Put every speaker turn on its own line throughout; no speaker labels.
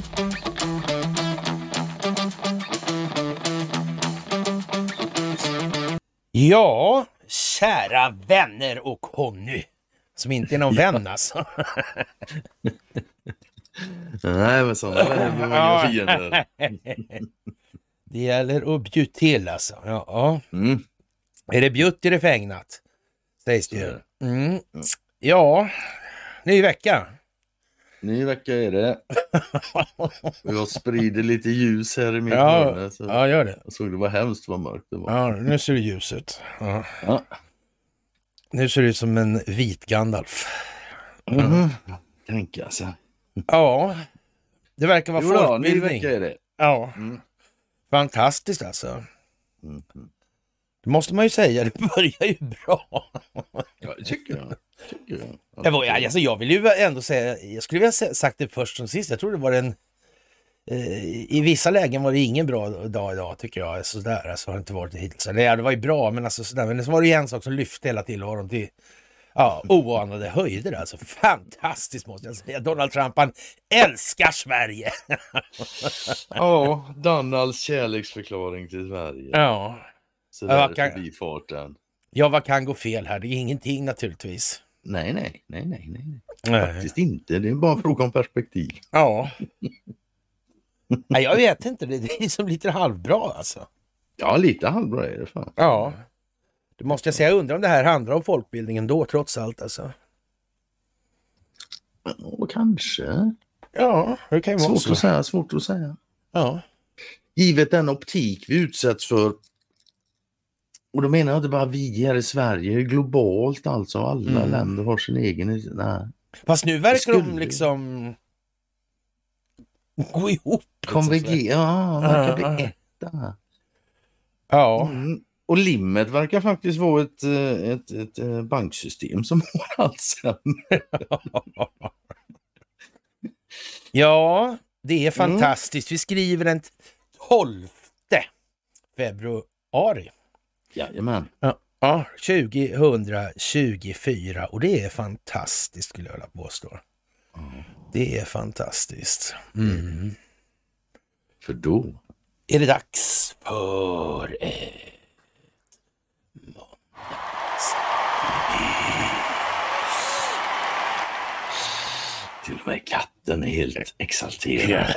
Ja, kära vänner och Conny, som inte är någon vän alltså.
Nej, men sådana vänner var inga fiender.
Det gäller att bjuda till alltså. Ja. Är det bjutt är det fägnat, sägs det ju. Ja, ny vecka.
Ny vecka är det. Jag sprider lite ljus här i mitt hörn.
Ja, gör det.
Jag såg det var hemskt vad mörkt det var.
Ja, nu ser det ljus ut. Ja. Nu ser det ut som en vit Gandalf.
Tänk alltså.
Ja, det verkar vara folkbildning.
Ny vecka är det.
Ja, fantastiskt alltså. Det måste man ju säga, det börjar ju bra.
Ja, tycker jag.
Jag vill ju ändå säga, jag skulle vilja sagt det först som sist. Jag tror det var i vissa lägen var det ingen bra dag idag tycker jag. Sådär, alltså har det inte varit det hittills. Det var ju bra, men alltså sådär. Men så var det ju en sak som lyfte hela tillvaron till oanade höjder. Alltså fantastiskt måste jag säga. Donald Trump, han älskar Sverige.
Ja, Donalds kärleksförklaring till Sverige.
Ja.
Så där är förbi farten.
Ja, vad kan gå fel här? Det är ingenting naturligtvis.
Nej. Faktiskt inte. Det är bara en fråga om perspektiv.
Ja. Nej, jag vet inte. Det är liksom lite halvbra alltså. Ja,
lite halvbra är det fan.
Ja. Det måste jag säga. Jag undrar om det här handlar om folkbildningen då, trots allt alltså.
Och kanske.
Ja, det kan ju vara
svårt att säga.
Ja.
Givet den optik vi utsätts för. Och då menar jag inte bara vi här i Sverige, globalt alltså. Alla länder har sin egen. Nej.
Fast nu verkar de liksom gå ihop.
Konvergera, verkar bli ett.
Ja.
Och limmet verkar faktiskt vara ett banksystem som har allt sämre.
Ja, det är fantastiskt. Vi skriver den 12 februari.
Jajamän.
Ja, 2024. Och det är fantastiskt skulle jag vilja påstå. Det är fantastiskt.
För då
är det dags för
till och med katten är helt exalterad.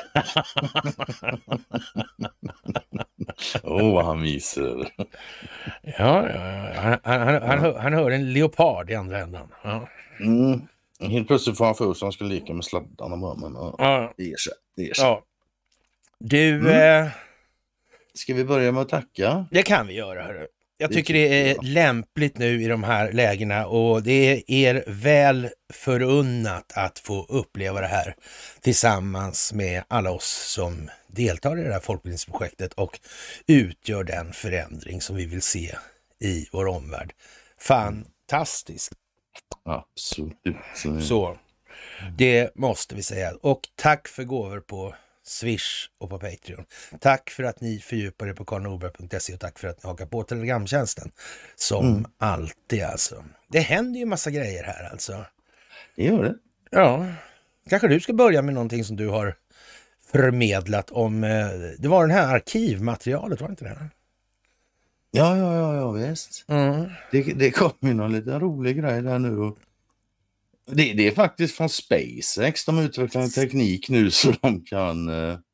Vad han myser.
Ja. Han hör en leopard i andra änden. Ja.
Helt plötsligt får han för sig att han ska leka med sladdarna bara. Men det ger sig.
Ja. Du...
Ska vi börja med att tacka?
Det kan vi göra, hörru. Jag tycker det är lämpligt nu i de här lägena och det är väl förunnat att få uppleva det här tillsammans med alla oss som deltar i det här folkbildningsprojektet och utgör den förändring som vi vill se i vår omvärld. Fantastiskt.
Absolut.
Så, det måste vi säga. Och tack för gåvor på Swish och på Patreon. Tack för att ni fördjupar er på karlnorberg.se och tack för att ni hakar på telegramtjänsten. Som alltid alltså. Det händer ju massa grejer här alltså.
Det gör det.
Ja. Kanske du ska börja med någonting som du har förmedlat om. Det var den här arkivmaterialet, var det inte det?
Ja, visst. Det kom ju någon liten rolig grej där nu. Det är faktiskt från SpaceX. De utvecklar en teknik nu så de kan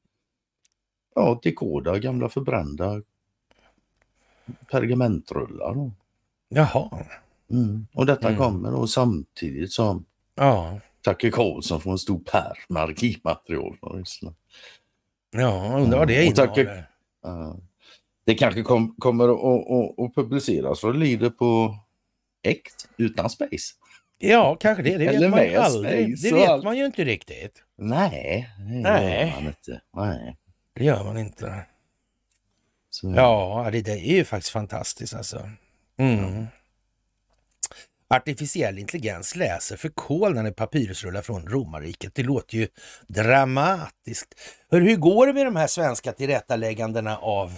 dekoda gamla förbrända pergamentrullar. Då.
Jaha.
Och detta kommer då samtidigt som Tucker Carlson får en stor pärm med arkivmaterial från Ryssland.
Ja, undrar vad det innehåller.
Det kanske kommer att publiceras för det lider på X utan Space.
Ja, kanske det. Det vet man ju aldrig. Det vet man ju inte riktigt.
Nej, det gör man inte. Nej.
Det gör man inte.
Så.
Ja, det är ju faktiskt fantastiskt alltså. Artificiell intelligens läser förkolnande papyrusrullar från romarriket. Det låter ju dramatiskt. Hur går det med de här svenska tillrättaläggandena av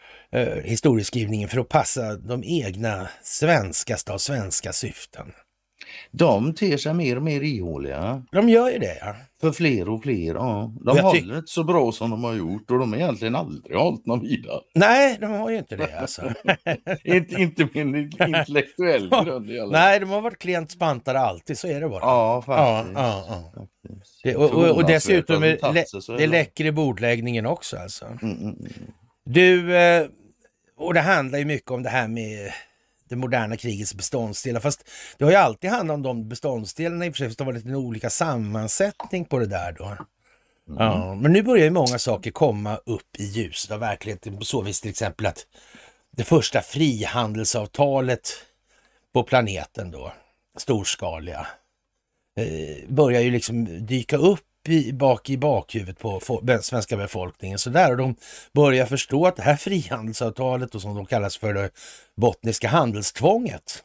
historieskrivningen för att passa de egna svenskaste av svenska syften?
De ter sig mer och mer ihåliga.
De gör ju det, ja.
För fler och fler, ja. De håller inte så bra som de har gjort och de har egentligen aldrig hållit någon vidare.
Nej, de har ju inte det alltså.
inte min intellektuell grund i alla.
Nej, de har varit klent spantade alltid, så är det bara.
Ja, faktiskt.
Ja.
Faktiskt.
Det, och dessutom det läcker i bordläggningen också alltså. Du, och det handlar ju mycket om det här med det moderna krigets beståndsdelar. Fast det har ju alltid handlat om de beståndsdelarna i och för sig. Det har varit en olika sammansättning på det där då. Ja, men nu börjar ju många saker komma upp i ljuset av verkligheten. På så vis till exempel att det första frihandelsavtalet på planeten då, storskaliga, börjar ju liksom dyka upp i bakhuvudet på den svenska befolkningen så där, och de börjar förstå att det här frihandelsavtalet och som de kallas för det bottniska handelstvånget.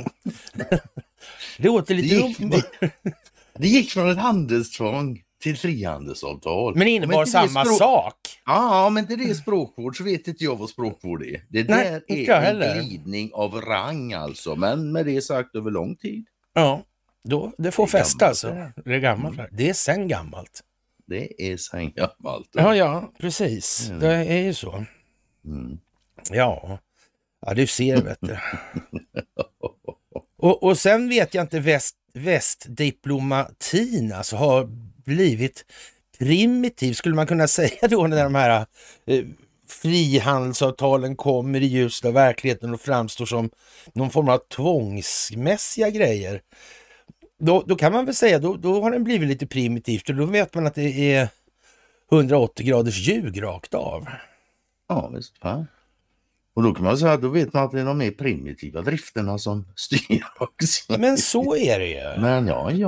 Det låter lite
det gick från ett handelstvång till frihandelsavtal.
Men innebar samma sak.
Ja, men det är språkvård så vet inte jag vad språkvård är. Det där är en glidning av rang alltså, men med det sagt över lång tid.
Ja. Då, det får fästa alltså. Det är gammalt. Det är sen gammalt.
Det är sen gammalt.
Ja, precis. Det är ju så. Ja, du ser, vet du. och sen vet jag inte, västdiplomatin alltså har blivit primitiv, skulle man kunna säga då, när de här frihandelsavtalen kommer i ljuset av verkligheten och framstår som någon form av tvångsmässiga grejer. Då kan man väl säga, då har den blivit lite primitivt och då vet man att det är 180 graders ljug rakt av.
Ja, visst fan. Och då kan man säga att då vet man att det är de mer primitiva drifterna som styr också.
Men så är det ju.
Men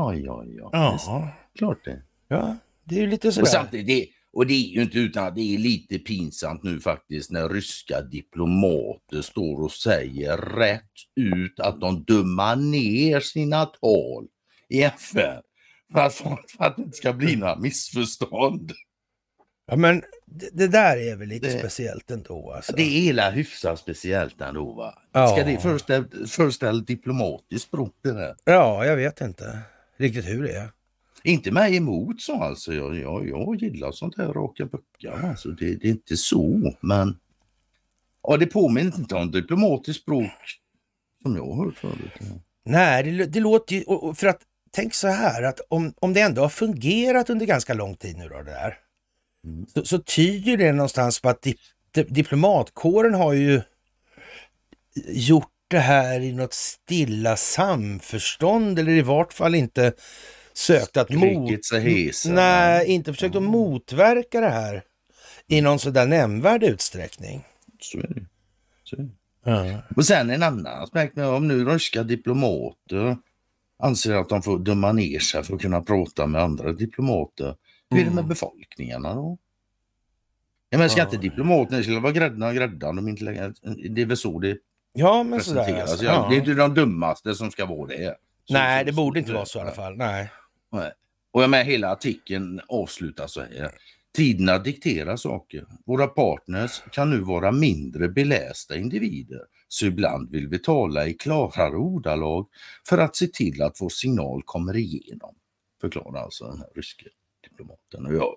ja. Klart det.
Ja, det är ju lite sådär.
Och samtidigt, och det är ju inte utan att det är lite pinsamt nu faktiskt när ryska diplomater står och säger rätt ut att de dummar ner sina tal i FN för att det inte ska bli några missförstånd.
Ja, men det där är väl lite speciellt ändå alltså.
Det är hela hyfsat speciellt ändå, va?
Ja.
Ska det föreställa diplomatiskt språk det där?
Ja, jag vet inte riktigt hur det är.
Inte mig emot så alltså, jag gillar sånt här raka böcker, alltså det är inte så, men ja, det påminner inte om diplomatiskt språk som jag har hört förut.
Nej, det låter ju, för att tänk så här att om det ändå har fungerat under ganska lång tid nu då det där, så tyder det någonstans på att diplomatkåren har ju gjort det här i något stilla samförstånd, eller i vart fall inte sökt att inte försökt att motverka det här i någon sådär nämnvärd utsträckning.
Så är det. Ja. Och sen en annan aspekt med om nu ryska diplomater anser att de får döma ner sig för att kunna prata med andra diplomater. Hur är det med befolkningarna då? Ja, men ska inte diplomaterna skulle vara gräddan, det är väl så det presenteras. Alltså. Det är inte de dummaste som ska vara det.
Nej, det borde inte vara så i alla fall. Nej.
Och jag med hela artikeln avslutas så här. Tiderna dikterar saker. Våra partners kan nu vara mindre belästa individer. Så ibland vill vi tala i klarare ordalag för att se till att vår signal kommer igenom. Förklarar alltså den här ryska diplomaten. Och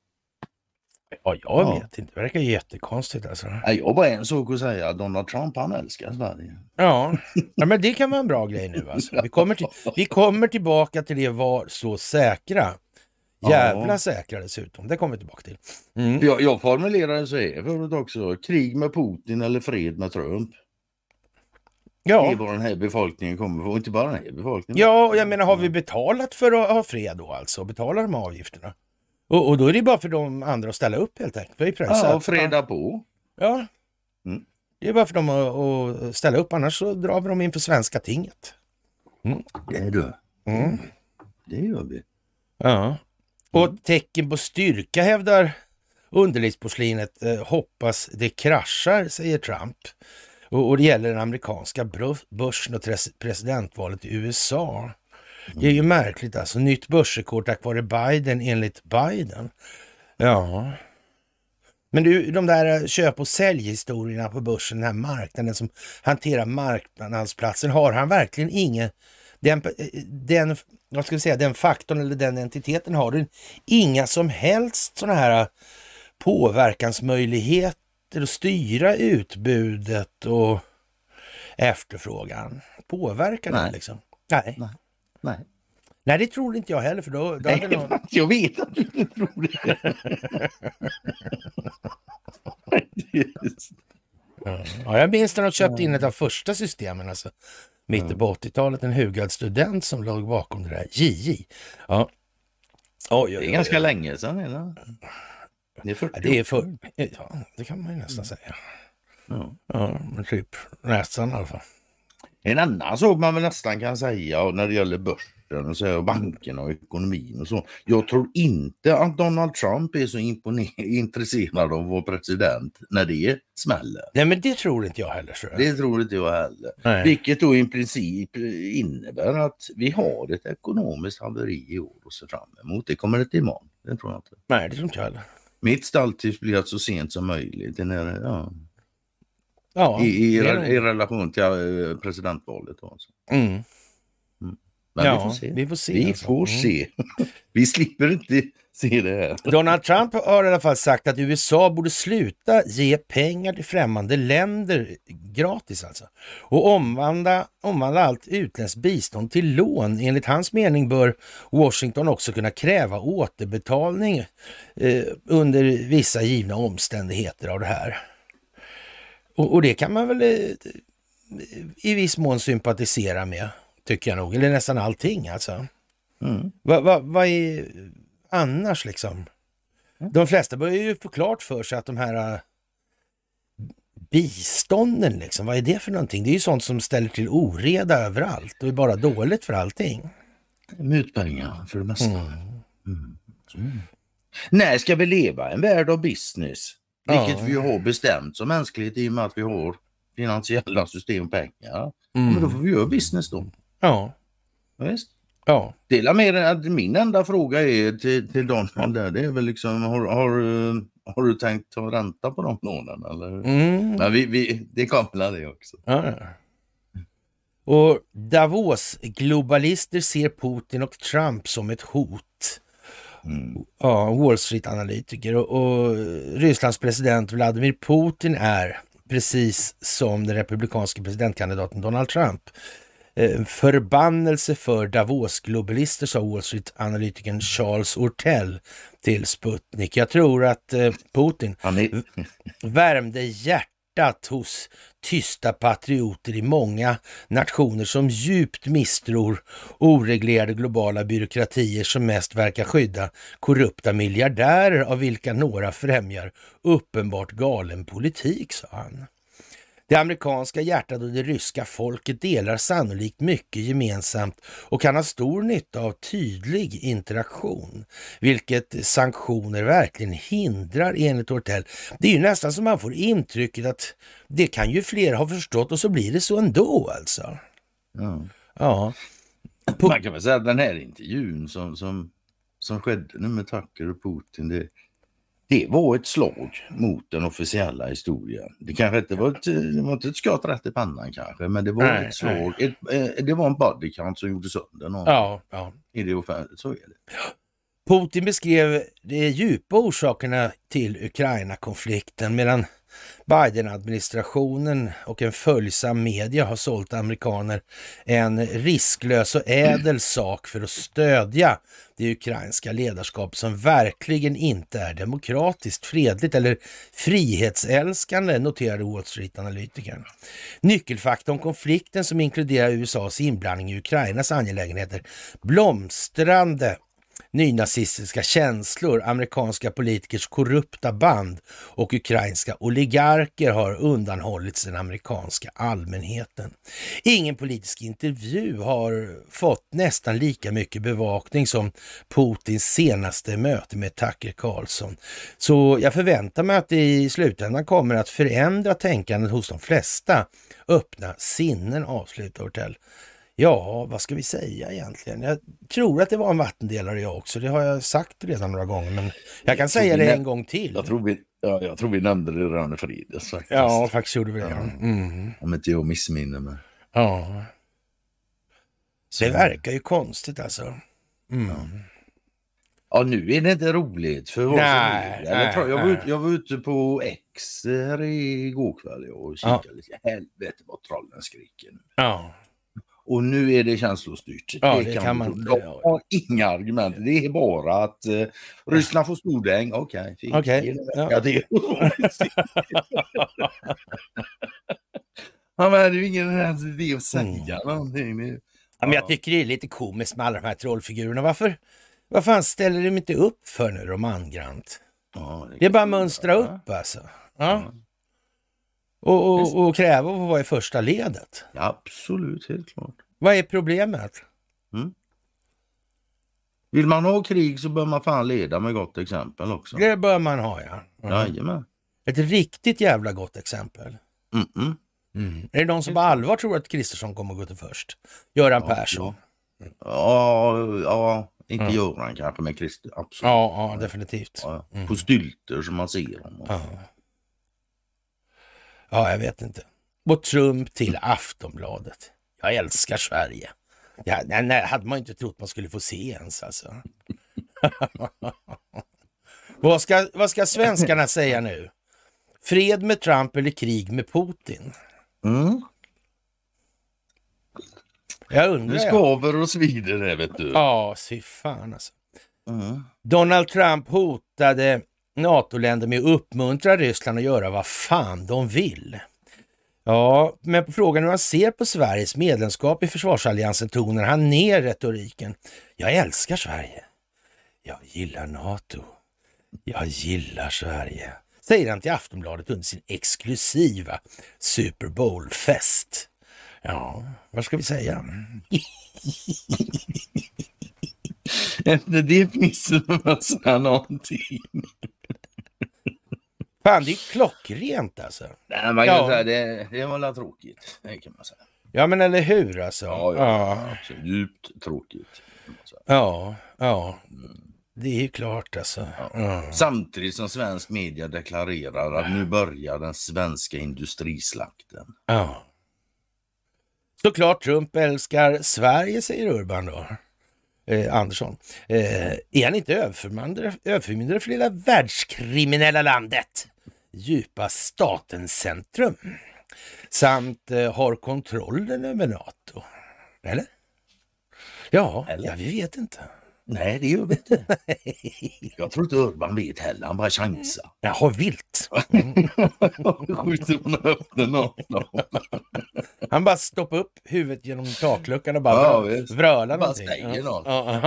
jag vet inte. Det verkar jättekonstigt alltså.
Jag har bara en sak att säga. Donald Trump, han älskar Sverige.
Ja, men det kan vara en bra grej nu alltså. Vi kommer tillbaka till det, var så säkra. Jävla säkra dessutom. Det kommer vi tillbaka till.
Jag formulerar det så här förut också. Krig med Putin eller fred med Trump. Ja. Det är vad den här befolkningen kommer få. Inte bara den här befolkningen.
Ja, och jag menar, har vi betalat för att ha fred då alltså? Betalar de avgifterna? Och då är det bara för de andra att ställa upp helt enkelt.
Ja, och freda på.
Ja. Det är bara för dem att ställa upp. Annars så drar vi dem inför svenska tinget.
Det är du. Det gör vi.
Ja. Och tecken på styrka hävdar underlivsporslinet. Hoppas det kraschar, säger Trump. Och det gäller den amerikanska börsen och presidentvalet i USA. Det är ju märkligt alltså. Nytt börsrekord tack vare Biden enligt Biden. Ja. Men du, de där köp- och säljhistorierna på börsen, den här marknaden som hanterar marknadsplatsen, har han verkligen ingen vad ska vi säga, den faktorn eller den entiteten har du inga som helst sådana här påverkansmöjligheter att styra utbudet och efterfrågan. Påverkar det liksom? Nej. Nej, det tror inte jag heller, för då hade någon...
Jag vet att du inte tror det.
Ja, jag minns när de köpte in ett av första systemen, alltså mitten på 80-talet, en hugad student som låg bakom det där, JJ. Ja.
Det är ganska länge sedan, eller? Det är 40
ja, det kan man ju nästan säga. Ja, men typ nästan i alla fall.
En annan sak man väl nästan kan säga när det gäller börsen och så, bankerna och ekonomin och så. Jag tror inte att Donald Trump är så intresserad av att vara president när det smäller.
Nej, men det tror inte jag heller. Så.
Det tror inte jag heller.
Nej.
Vilket då i princip innebär att vi har ett ekonomiskt haveri i år och se fram emot. Det kommer inte imorgon. Det tror jag inte.
Nej, det tror inte jag heller.
Mitt stalltips blir att så sent som möjligt. I relation till presidentvalet. Alltså. Men vi får se. Vi får se. Vi slipper inte se det här.
Donald Trump har i alla fall sagt att USA borde sluta ge pengar till främmande länder gratis alltså. Och omvandla allt utländskt bistånd till lån. Enligt hans mening bör Washington också kunna kräva återbetalning under vissa givna omständigheter av det här. Och det kan man väl i viss mån sympatisera med, tycker jag nog. Eller nästan allting alltså. Vad är annars liksom? De flesta börjar ju få klart för sig att de här bistånden liksom, vad är det för någonting? Det är ju sånt som ställer till oreda överallt och är bara dåligt för allting.
Mutpengar för det mesta. När ska vi leva en värld av business? Vilket vi har bestämt som mänsklighet i och med att vi har finansiella system och pengar. Men då får vi göra business då.
Ja.
Visst?
Ja.
Det är mer att min enda fråga är till Donald där. Det är väl liksom, har du tänkt ta ränta på de lånen? Eller? Men det kommer det också.
Ja. Och Davos-globalister ser Putin och Trump som ett hot. Ja, Wall Street-analytiker och Rysslands president Vladimir Putin är, precis som den republikanska presidentkandidaten Donald Trump, förbannelse för Davos-globalister, sa Wall Street-analytikern Charles Ortell till Sputnik. Jag tror att Putin värmde hjärtat hos tysta patrioter i många nationer som djupt misstror oreglerade globala byråkratier som mest verkar skydda korrupta miljardärer av vilka några främjar uppenbart galen politik, sa han. Det amerikanska hjärtat och det ryska folket delar sannolikt mycket gemensamt och kan ha stor nytta av tydlig interaktion, vilket sanktioner verkligen hindrar enligt Ortell. Det är ju nästan som man får intrycket att det kan ju fler ha förstått och så blir det så ändå alltså. Ja.
Man kan väl säga att den här intervjun som skedde nu med Tucker och Putin, det var ett slag mot den officiella historien. Det kanske inte var ett skott rätt i pannan kanske, men det var ett slag. Det var en bodycount som gjorde sönder någon.
Ja.
I det offentligt, så är det.
Putin beskrev de djupa orsakerna till Ukraina-konflikten medan Biden-administrationen och en följsam media har sålt amerikaner en risklös och ädel sak för att stödja det ukrainska ledarskap som verkligen inte är demokratiskt, fredligt eller frihetsälskande, noterade Wall Street-analytikern. Nyckelfaktorn konflikten, som inkluderar USAs inblandning i Ukrainas angelägenheter, blomstrande nynazistiska känslor, amerikanska politikers korrupta band och ukrainska oligarker har undanhållits den amerikanska allmänheten. Ingen politisk intervju har fått nästan lika mycket bevakning som Putins senaste möte med Tucker Carlson. Så jag förväntar mig att det i slutändan kommer att förändra tänkandet hos de flesta öppna sinnen, avslutar Ortell. Ja, vad ska vi säga egentligen? Jag tror att det var en vattendelare jag också. Det har jag sagt redan några gånger, men jag kan säga det en gång till.
Jag tror vi nämnde det redan i fredags faktiskt.
Ja, faktiskt gjorde vi det.
Om inte jag missminner mig.
Ja. Det verkar ju konstigt alltså.
Ja, nu är det inte roligt för vad som är. Jag var ute på X här igår kväll och kikade lite. Helvete vad trollen skriker nu.
Ja.
Och nu är det känslostyrt.
Ja, det kan man.
De har inga argument. Det är bara att Ryssland får stordäng. Okej. Ja, det är ja, men det är ju ingen idé att säga någonting.
Ja, men jag tycker det är lite komiskt med alla de här trollfigurerna. Vad fan ställer de inte upp för nu, Romangrant? Ja, det är bara att mönstra upp alltså. Ja. Och kräva att få vara i första ledet.
Ja, absolut, helt klart.
Vad är problemet?
Vill man ha krig så bör man fan leda med gott exempel också.
Det bör man ha, ja.
Jajamän.
Ett riktigt jävla gott exempel. Är det någon som på allvar tror att Kristersson kommer att gå till först? Göran Persson?
Ja, inte Göran kanske, men Kristersson, absolut.
Ja, definitivt.
Ja, på stylter som man ser dem.
Ja, jag vet inte. Och Trump till Aftonbladet. Jag älskar Sverige. Ja, nej, hade man inte trott man skulle få se ens alltså. Vad ska svenskarna säga nu? Fred med Trump eller krig med Putin? Jag undrar.
Det skaver och svider det, vet du.
Ja, fy fan alltså. Donald Trump hotade NATO-länder med att uppmuntra Ryssland att göra vad fan de vill. Ja, men på frågan hur han ser på Sveriges medlemskap i försvarsalliansen tonar han ner retoriken. Jag älskar Sverige. Jag gillar NATO. Jag gillar Sverige. Säger han till Aftonbladet under sin exklusiva Super Bowl-fest. Ja, vad ska vi säga?
Efter det missar man att säga någonting.
Fan, det är klockrent alltså.
Nej, man kan säga det var väl tråkigt, det kan man säga.
Ja, men eller hur alltså?
Ja. Absolut. Djupt tråkigt.
Ja. Det är ju klart alltså.
Samtidigt som svensk media deklarerar att nu börjar den svenska industrislakten.
Ja. Såklart Trump älskar Sverige, säger Urban då. Andersson. Är han inte överförmyndare för lilla världskriminella landet? Djupa statens centrum. Samt har kontrollen över NATO. Eller? Ja, vi vet inte.
Nej, det gör vi inte. Jag tror inte Urban vet heller, han bara chansar.
Jaha, vilt. Han bara stoppar upp huvudet genom takluckan och bara vrölar någonting.
Bara säger något.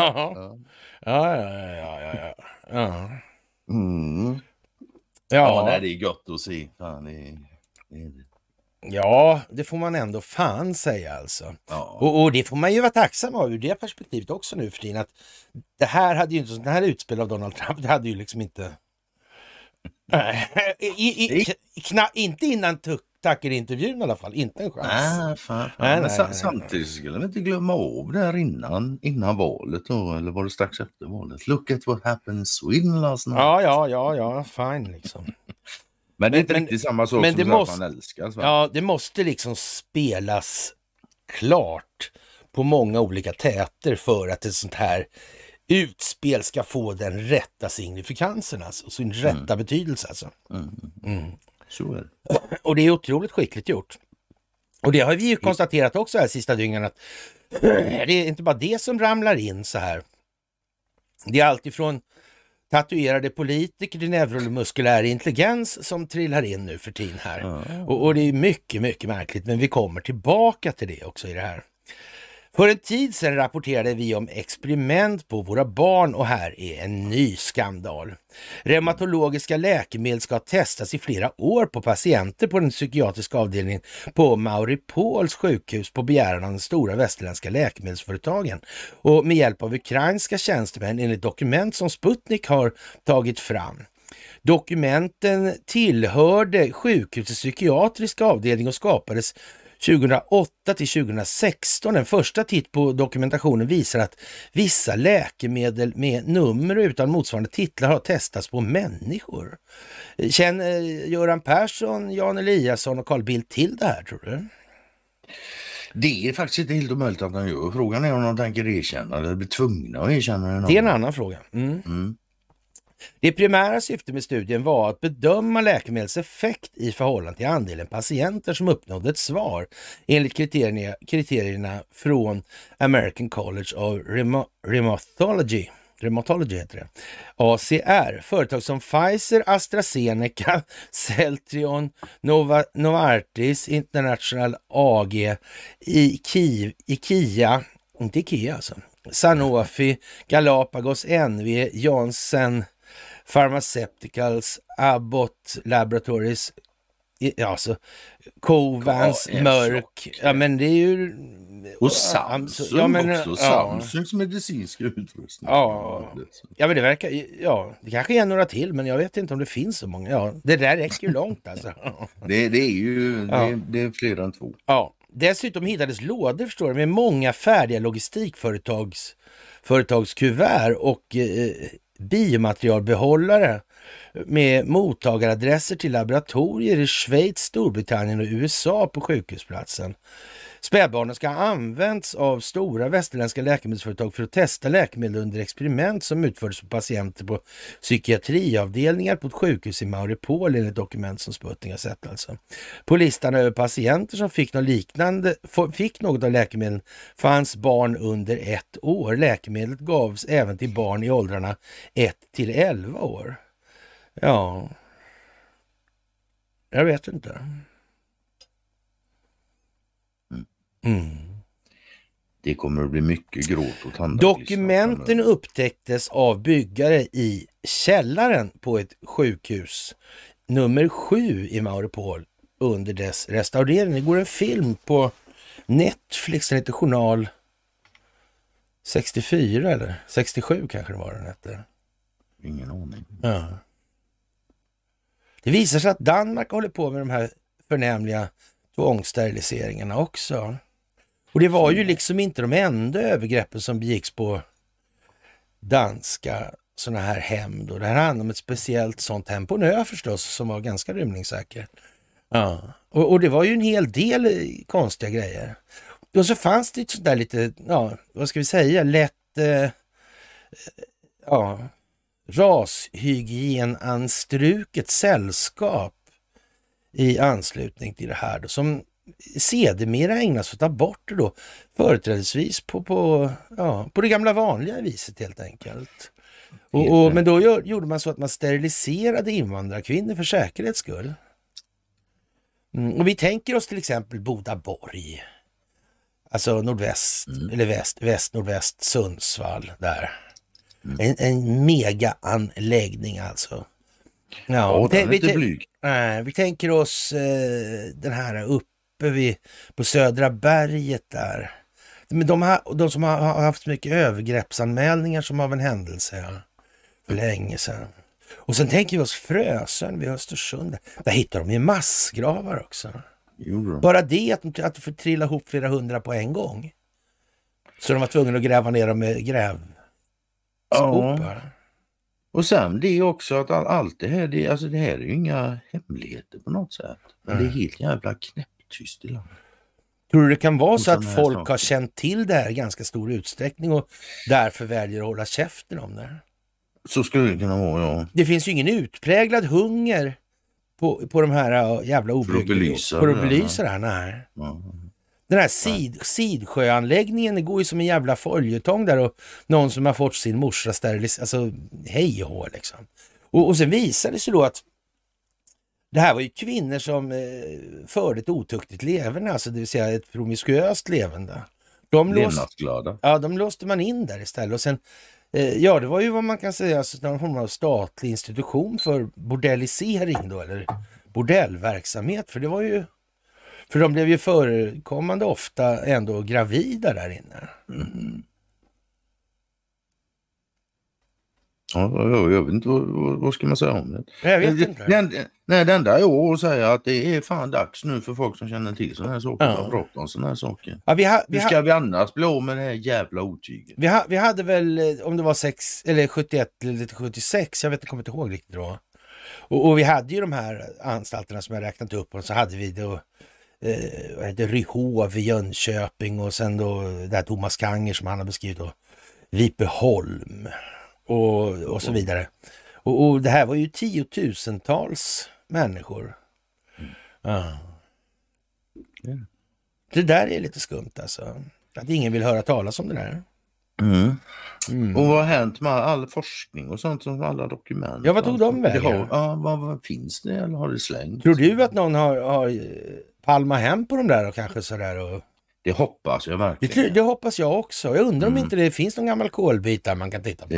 Ja, det är gott att se.
Ja, det får man ändå fan säga alltså. Och det får man ju vara tacksam av ur det perspektivet också nu för tiden. Att det här hade ju inte, det här utspel av Donald Trump, det hade ju liksom inte... inte innan Tucker-intervjun i alla fall, inte en chans.
Men samtidigt skulle vi inte glömma av det här innan valet då, eller var det strax efter valet? Look at what happened in Sweden last night.
Ja, fine liksom.
Men det är inte riktigt samma sak som att man älskar.
Ja, det måste liksom spelas klart på många olika täter för att ett sånt här utspel ska få den rätta signifikansen, alltså sin rätta betydelse alltså.
Så är det.
Och det är otroligt skickligt gjort. Och det har vi ju konstaterat också här sista dygnen att det är inte bara det som ramlar in så här. Det är alltifrån tatuerade politiker till neuromuskulär intelligens som trillar in nu för tiden här. Och det är mycket, mycket märkligt, men vi kommer tillbaka till det också i det här. För en tid sedan rapporterade vi om experiment på våra barn och här är en ny skandal. Reumatologiska läkemedel ska testas i flera år på patienter på den psykiatriska avdelningen på Mauripols sjukhus på begäran av de stora västerländska läkemedelsföretagen och med hjälp av ukrainska tjänstemän enligt dokument som Sputnik har tagit fram. Dokumenten tillhörde sjukhusets psykiatriska avdelning och skapades 2008 till 2016. En första titt på dokumentationen visar att vissa läkemedel med nummer utan motsvarande titlar har testats på människor. Känner Göran Persson, Jan Eliasson och Carl Bildt till det här, tror du?
Det är faktiskt inte helt omöjligt att de gör. Frågan är om de tänker erkänna eller blir tvungna att erkänna det.
Det är en annan fråga. Det primära syftet med studien var att bedöma läkemedels effekt i förhållande till andelen patienter som uppnådde ett svar enligt kriterierna från American College of Rheumatology heter det. ACR. Företag som Pfizer, AstraZeneca, Celltrion, Novartis International AG, Sanofi, Galapagos, NV, Janssen Pharmaceuticals, Abbott Laboratories, alltså Covance, Merck. Ja, men det är ju...
Och Samsung också. Samsungs medicinska utrustning.
Ja, men det verkar... Ja, det kanske är några till, men jag vet inte om det finns så många. Ja, det där räcker ju långt alltså.
Det är ju... Det är fler än 2.
Ja, dessutom hittades lådor, förstår du, med många färdiga logistikföretagskuvert och biomaterialbehållare med mottagaradresser till laboratorier i Schweiz, Storbritannien och USA på sjukhusplatsen. Spädbarnen ska ha använts av stora västerländska läkemedelsföretag för att testa läkemedel under experiment som utfördes på patienter på psykiatriavdelningar på ett sjukhus i Mariupol enligt dokument som Sputnik har sett alltså. På listan över patienter som fick något av läkemedel fanns barn under 1 år. Läkemedlet gavs även till barn i åldrarna 1 till 11 år. Ja, jag vet inte.
Det kommer att bli mycket gråt och tandar.
Dokumenten upptäcktes av byggare i källaren på ett sjukhus nummer 7 i Mariupol under dess restaurering. Det går en film på Netflix, den heter Journal 64 eller 67 kanske det var den hette.
Ingen aning.
Ja. Det visar sig att Danmark håller på med de här förnämliga tvångssteriliseringarna också. Och det var ju liksom inte de enda övergreppen som begicks på danska sådana här hem då. Det här handlar om ett speciellt sånt hem på en ö förstås som var ganska rymningssäker. Ja. Och det var ju en hel del konstiga grejer. Och så fanns det ett sånt där lite, ja, vad ska vi säga, lätt rashygien-anstruket sällskap i anslutning till det här då, som sedermera ägnas åt aborter då, företrädesvis på det gamla vanliga viset helt enkelt. Men då gjorde man så att man steriliserade invandrarkvinnor för säkerhets skull. Och vi tänker oss till exempel Bodaborg, alltså nordväst eller väst-nordväst Sundsvall där. En mega-anläggning alltså. Ja, vi tänker oss den här uppe på Södra berget där. Men de som har haft mycket övergreppsanmälningar som av en händelse för länge sedan. Och sen tänker vi oss Frösön vid Östersund. Där hittar de ju massgravar också. Bara det att de får trilla ihop flera hundra på en gång. Så de var tvungna att gräva ner dem med grävskopor.
Ja. Och sen det är också att allt det här, det här är ju inga hemligheter på något sätt. Men det är helt jävla knäpptyst i landet.
Tror du det kan vara så att folk har känt till det här i ganska stor utsträckning och därför väljer att hålla käften om det?
Så skulle det kunna vara, ja.
Det finns ju ingen utpräglad hunger på de här jävla obyggarna. För att belysa det här, nej. Ja. Den här Sidsjöanläggningen, det går ju som en jävla följetong där och någon som har fått sin morsa alltså hej och hå liksom. Och sen visade det sig då att det här var ju kvinnor som förde ett otuktigt leverne, alltså det vill säga ett promiskuöst levande. De låste man in där istället och sen det var ju vad man kan säga alltså, någon form av statlig institution för bordellisering då, eller bordellverksamhet, för det var ju de blev ju förekommande ofta ändå gravida där inne.
Ja, jag vet inte vad ska man säga om det.
Jag vet inte.
Nej, det enda är att säga att det är fan dags nu för folk som känner till sådana här saker att prata om sådana här saker. Ja, hur ska vi annars bli av med det här jävla otyget?
Vi hade väl, om det var 71 eller 76, jag kommer inte ihåg riktigt då. Och vi hade ju de här anstalterna som jag räknat upp och så hade vi då vad heter Ryhov i Jönköping och sen då där Thomas Kanger som han har beskrivit då, Vipeholm och så vidare. Och det här var ju 10 000-tals människor. Ja. Det där är lite skumt alltså. Att ingen vill höra talas om det där.
Och vad har hänt med all forskning och sånt som alla dokument?
Ja, vad tog de vägen?
Vad finns det eller har det slängt?
Tror du att någon har palmat hem på de där och kanske sådär och...
Det hoppas jag verkligen.
Det hoppas jag också. Jag undrar om inte det finns någon gammal kolbit där man kan titta på.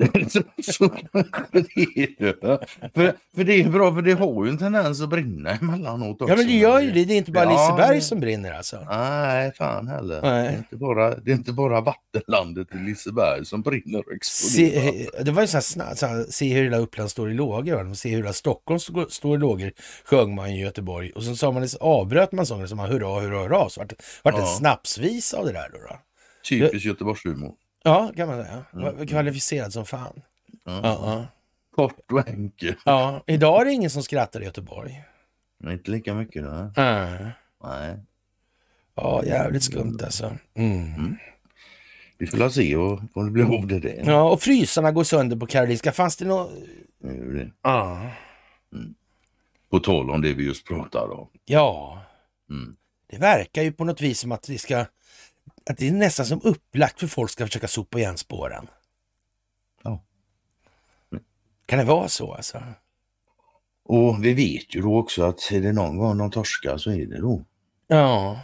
För det är bra, för det har ju en tendens att brinna emellanåt också.
Ja, men det gör ju det. Det är inte bara Liseberg som brinner alltså.
Nej, fan heller.
Nej.
Det är inte bara vattenlandet i Liseberg som brinner och exploderar.
Det var ju se hur hela Uppland står i lågor. Se hur hela Stockholm står i lågor, sjöng man i Göteborg. Och sen sa man, avbröt man sången, så man hurra, hurra, hurra. Så vart det snapsvis av det där då.
Typiskt Göteborgshumor.
Ja, kan man säga. Kvalificerad som fan.
Kort och enkel.
Ja, idag är det ingen som skrattar i Göteborg.
Men inte lika mycket då. Nej.
Ja, jävligt skumt alltså.
Vi får se om det blir av det.
Ja, och frysarna går sönder på Karolinska. Fanns det något...
Ja. På tal om det vi just pratade om.
Ja. Det verkar ju på något vis som att att det är nästan som upplagt för folk ska försöka sopa igen spåren.
Ja.
Kan det vara så alltså?
Och vi vet ju då också att är det någon gång de torskar så är det då.
Ja.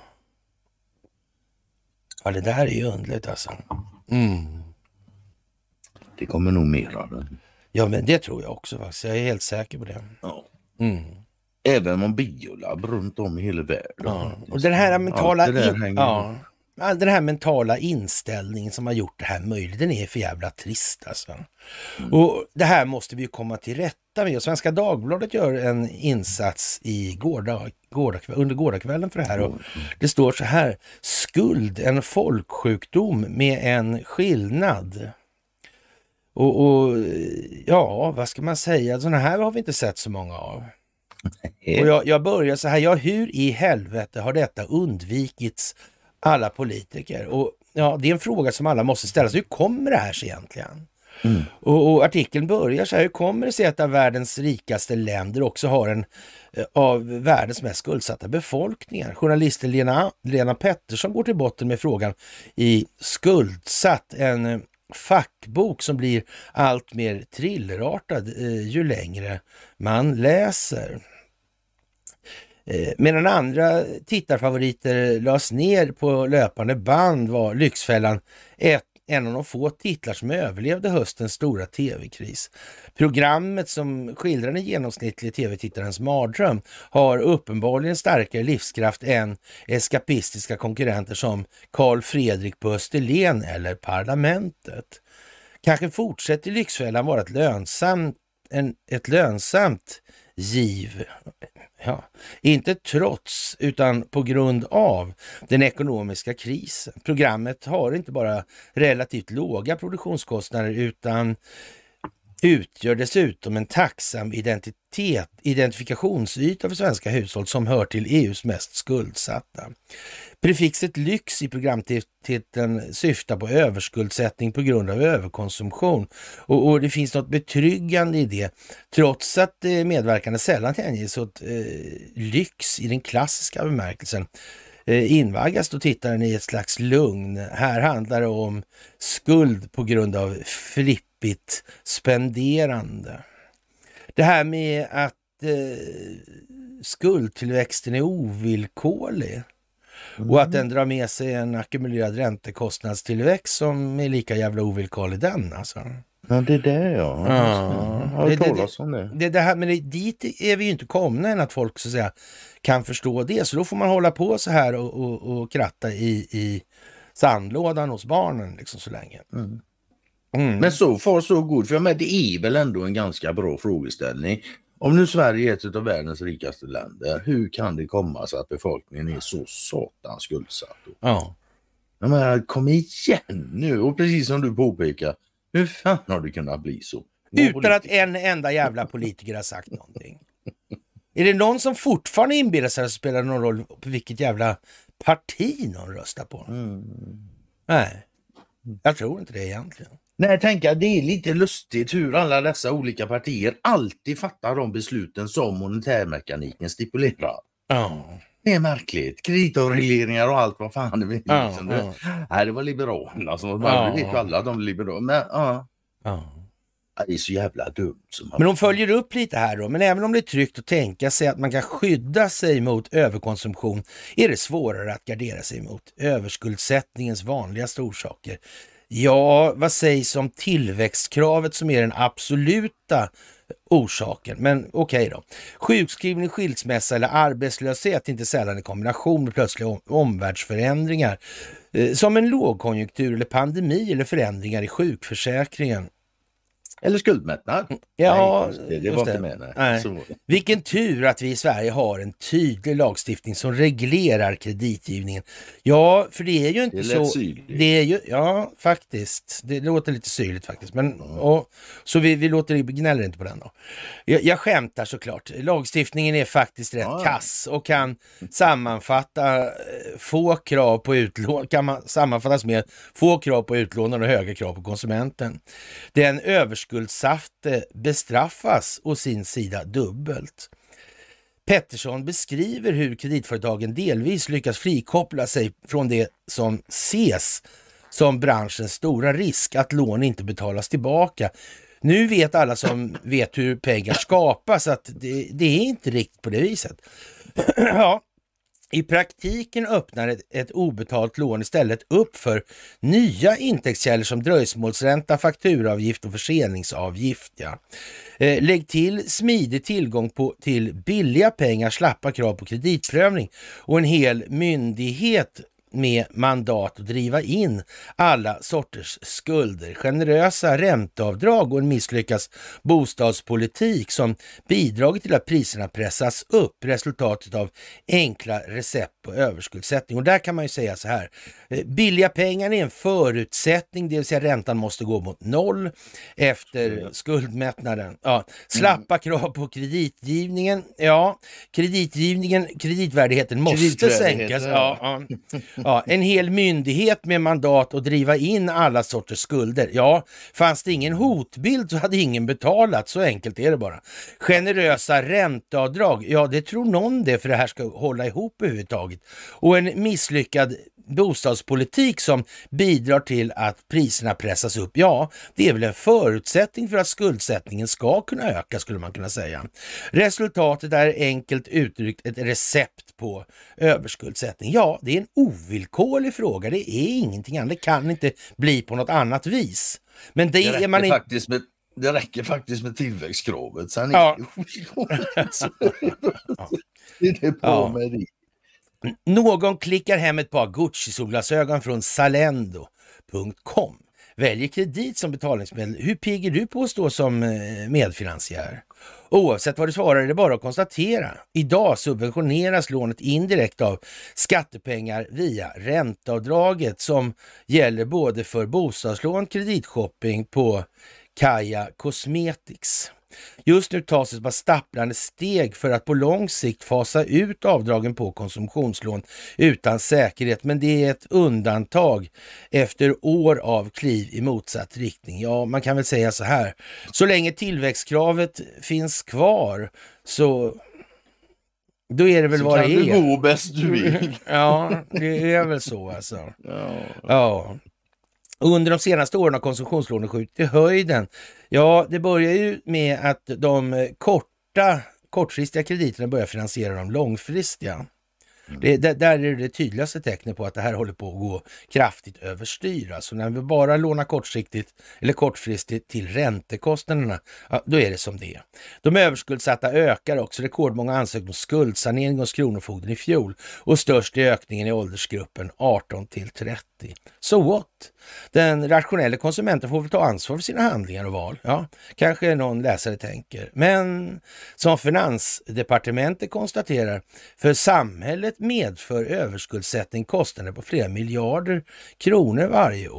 Ja, det där är ju underligt alltså.
Det kommer nog mer av det.
Ja, men det tror jag också faktiskt. Jag är helt säker på det.
Ja. Även om biolabb runt om i hela världen.
Ja. Och den här mentala inställningen som har gjort det här möjligt, den är för jävla trist alltså. Och det här måste vi ju komma till rätta med. Och Svenska Dagbladet gör en insats under gårdagskvällen för det här. Och det står så här: skuld, en folksjukdom med en skillnad. Och ja, vad ska man säga? Sådana här har vi inte sett så många av. Och jag börjar så här, hur i helvete har detta undvikits alla politiker? Och ja, det är en fråga som alla måste ställa sig. Hur kommer det här sig egentligen? Och artikeln börjar så här: hur kommer det sig att av världens rikaste länder också har en av världens mest skuldsatta befolkningar? Journalisten Lena Pettersson går till botten med frågan i Skuldsatt, en fackbok som blir allt mer thrillerartad ju längre man läser. Medan andra tittarfavoriter lades ner på löpande band var Lyxfällan en av de få titlar som överlevde höstens stora tv-kris. Programmet som skildrar den genomsnittliga tv-tittarens mardröm har uppenbarligen starkare livskraft än eskapistiska konkurrenter som Carl Fredrik på Österlen eller Parlamentet. Kanske fortsätter Lyxfällan vara ett lönsamt giv. Ja, inte trots utan på grund av den ekonomiska krisen. Programmet har inte bara relativt låga produktionskostnader utan utgör dessutom en tacksam identifikationsyta för svenska hushåll som hör till EUs mest skuldsatta. Prefixet lyx i programtiteln syftar på överskuldsättning på grund av överkonsumtion och det finns något betryggande i det, trots att medverkande sällan hänges åt lyx i den klassiska bemärkelsen. Invaggas då tittaren i ett slags lugn. Här handlar det om skuld på grund av flippigt spenderande. Det här med att skuldtillväxten är ovillkorlig och att den drar med sig en ackumulerad räntekostnadstillväxt som är lika jävla ovillkorlig den alltså.
Ja, det är det ja. Jag har talat om det.
Det här, men dit är vi ju inte komna än att folk så att säga kan förstå det. Så då får man hålla på så här och kratta i sandlådan hos barnen liksom så länge.
Men så far så god, för det är väl ändå en ganska bra frågeställning. Om nu Sverige är ett av världens rikaste länder, hur kan det komma sig att befolkningen är så satans skuldsatt?
Ja.
Men kom igen nu, och precis som du påpekar, hur fan har det kunnat bli så?
Utan att en enda jävla politiker har sagt någonting. Är det någon som fortfarande inbillar sig att det spelar någon roll på vilket jävla parti någon röstar på? Nej, jag tror inte det egentligen.
Nej, tänka det är lite lustigt hur alla dessa olika partier alltid fattar de besluten som monetärmekaniken stipulerar. Det är märkligt. Kreditavregleringar och allt vad fan det vill. Nej, det var liberalerna som var vet alla de liberaler. Men det är så jävla dumt.
Men de följer upp lite här då. Men även om det är tryggt att tänka sig att man kan skydda sig mot överkonsumtion är det svårare att gardera sig mot överskuldsättningens vanligaste orsaker. Ja, vad sägs om tillväxtkravet som är den absoluta orsaken? Men okej då. Sjukskrivning, skilsmässa eller arbetslöshet inte sällan i kombination med plötsliga omvärldsförändringar som en lågkonjunktur eller pandemi eller förändringar i sjukförsäkringen.
Eller skuldmättnad.
Ja,
nej, det var inte med. Nej.
Vilken tur att vi i Sverige har en tydlig lagstiftning som reglerar kreditgivningen. Ja, för det är ju inte så... Det är ju, ja, faktiskt. Det låter lite syrligt faktiskt. Men, så vi låter gnäller inte på den då. Jag skämtar såklart. Lagstiftningen är faktiskt rätt kass och kan sammanfatta få krav på utlån. Kan man sammanfattas med få krav på utlånaren och höga krav på konsumenten. Den överskuldsatte bestraffas å sin sida dubbelt. Pettersson beskriver hur kreditföretagen delvis lyckas frikoppla sig från det som ses som branschens stora risk att lån inte betalas tillbaka. Nu vet alla som vet hur pengar skapas att det är inte riktigt på det viset. Ja. I praktiken öppnar ett obetalt lån istället upp för nya intäktskällor som dröjsmålsränta, fakturaavgift och förseningsavgift. Ja. Lägg till smidig tillgång till billiga pengar, slappa krav på kreditprövning och en hel myndighet med mandat att driva in alla sorters skulder, generösa ränteavdrag och en misslyckas bostadspolitik som bidragit till att priserna pressas upp, resultatet av enkla recept på överskuldsättning. Och där kan man ju säga så här, billiga pengar är en förutsättning, det vill säga räntan måste gå mot noll efter skuldmättnaden. Ja, slappa krav på kreditgivningen, ja, kreditvärdigheten måste sänkas. Ja, en hel myndighet med mandat att driva in alla sorters skulder. Ja, fanns det ingen hotbild så hade ingen betalat. Så enkelt är det bara. Generösa ränteavdrag. Ja, det tror någon det för det här ska hålla ihop överhuvudtaget. Och en misslyckad bostadspolitik som bidrar till att priserna pressas upp. Ja, det är väl en förutsättning för att skuldsättningen ska kunna öka, skulle man kunna säga. Resultatet är enkelt uttryckt ett recept på överskuldsättning. Ja, det är en ovillkorlig fråga. Det är ingenting annat. Det kan inte bli på något annat vis. Men det är man
det räcker faktiskt med tillväxtkravet. Sen det är på med det.
Någon klickar hem ett par Gucci-solglasögon från Zalendo.com. Väljer kredit som betalningsmedel. Hur pigg är du på att stå som medfinansiär? Oavsett vad du svarar är det bara att konstatera. Idag subventioneras lånet indirekt av skattepengar via ränteavdraget som gäller både för bostadslån, kreditshopping på Kaja Cosmetics. Just nu tas ett par stapplande steg för att på lång sikt fasa ut avdragen på konsumtionslån utan säkerhet, men det är ett undantag efter år av kliv i motsatt riktning. Ja, man kan väl säga så här. Så länge tillväxtkravet finns kvar så då är det väl så vad det är. Så
kan du gå bäst du vill.
Ja, det är väl så alltså. Ja. Under de senaste åren har konsumtionslånen skjutit i höjden. Ja, det börjar ju med att de kortfristiga krediterna börjar finansiera de långfristiga. Där är det tydligaste tecknet på att det här håller på att gå kraftigt överstyr. Så när vi bara lånar kortsiktigt eller kortfristigt till räntekostnaderna, ja, då är det som det är. De överskuldsatta ökar också. Rekordmånga ansökningar om skuldsanering hos Kronofogden i fjol och störst i ökningen i åldersgruppen 18 till 30. So what? Den rationella konsumenten får väl ta ansvar för sina handlingar och val. Ja, kanske någon läsare tänker. Men som Finansdepartementet konstaterar, för samhället medför överskuldsättning kostnader på flera miljarder kronor varje år.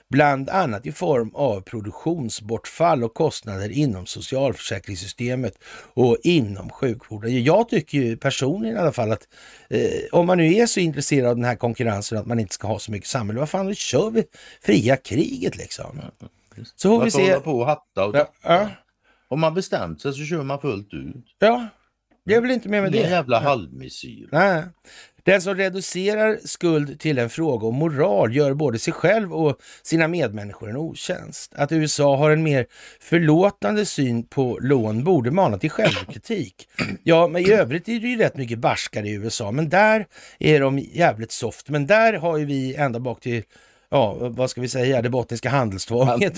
bland annat i form av produktionsbortfall och kostnader inom socialförsäkringssystemet och inom sjukvården. Jag tycker ju personligen i alla fall att om man nu är så intresserad av den här konkurrensen att man inte ska ha så mycket samhälle, vad fan, då kör vi fria kriget liksom. Så får vi se.
På och hatta och om man bestämt sig så kör man fullt ut.
Ja, det är väl inte mer med det.
Det är jävla halvmesyr.
Nej. Den som reducerar skuld till en fråga om moral gör både sig själv och sina medmänniskor en otjänst. Att USA har en mer förlåtande syn på lån borde mana till självkritik. Ja, men i övrigt är det ju rätt mycket barskare i USA, men där är de jävligt soft. Men där har ju vi ända bak till, ja, vad ska vi säga, det bottniska handelstvånget.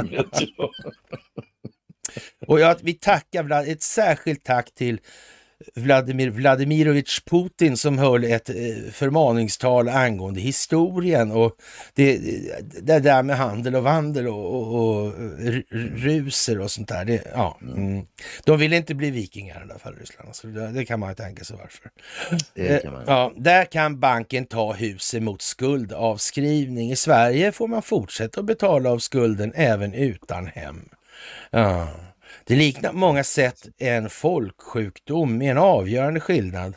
Och vi tackar, ett särskilt tack till Vladimir Vladimirovich Putin som höll ett förmaningstal angående historien och det där med handel och vandel och ruser och sånt där. De vill inte bli vikingar i alla fall, Ryssland. Så det kan man ju tänka sig varför. Ja, där kan banken ta huset mot skuldavskrivning. I Sverige får man fortsätta att betala av skulden även utan hem. Ja. Det liknar på många sätt en folksjukdom med en avgörande skillnad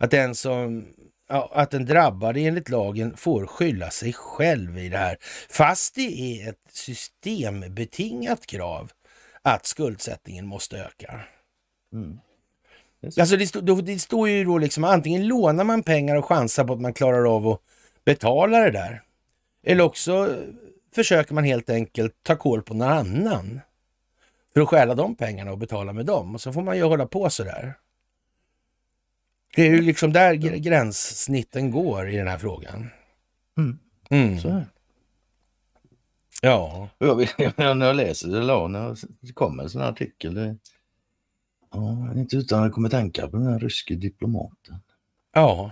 att den drabbade enligt lagen får skylla sig själv i det här. Fast det är ett systembetingat krav att skuldsättningen måste öka. Alltså det står ju då liksom antingen lånar man pengar och chansar på att man klarar av att betala det där. Eller också försöker man helt enkelt ta koll på någon annan för att stjäla de pengarna och betala med dem. Och så får man ju hålla på så där. Det är ju liksom där gränssnitten går i den här frågan. Så här. Ja.
När jag läser det, när det kommer en sån här artikel, inte utan att jag kommer tänka på den här ryske diplomaten.
Ja.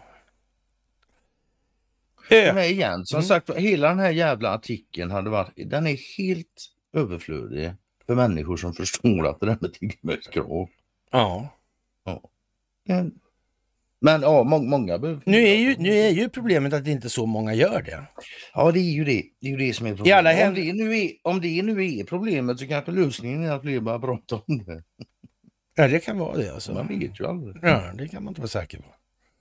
Men igen, som sagt, hela den här jävla artikeln den är helt överflödig för människor som förstår att det där med tillväxtkrav.
Ja.
Men många behöver...
Nu är ju problemet att inte så många gör det.
Ja, det är ju det. Det är ju det som är problemet. Om det nu är problemet så kanske lösningen är att fler bara prata om det.
Ja, det kan vara det alltså.
Man vet ju aldrig.
Ja, det kan man inte vara säker på.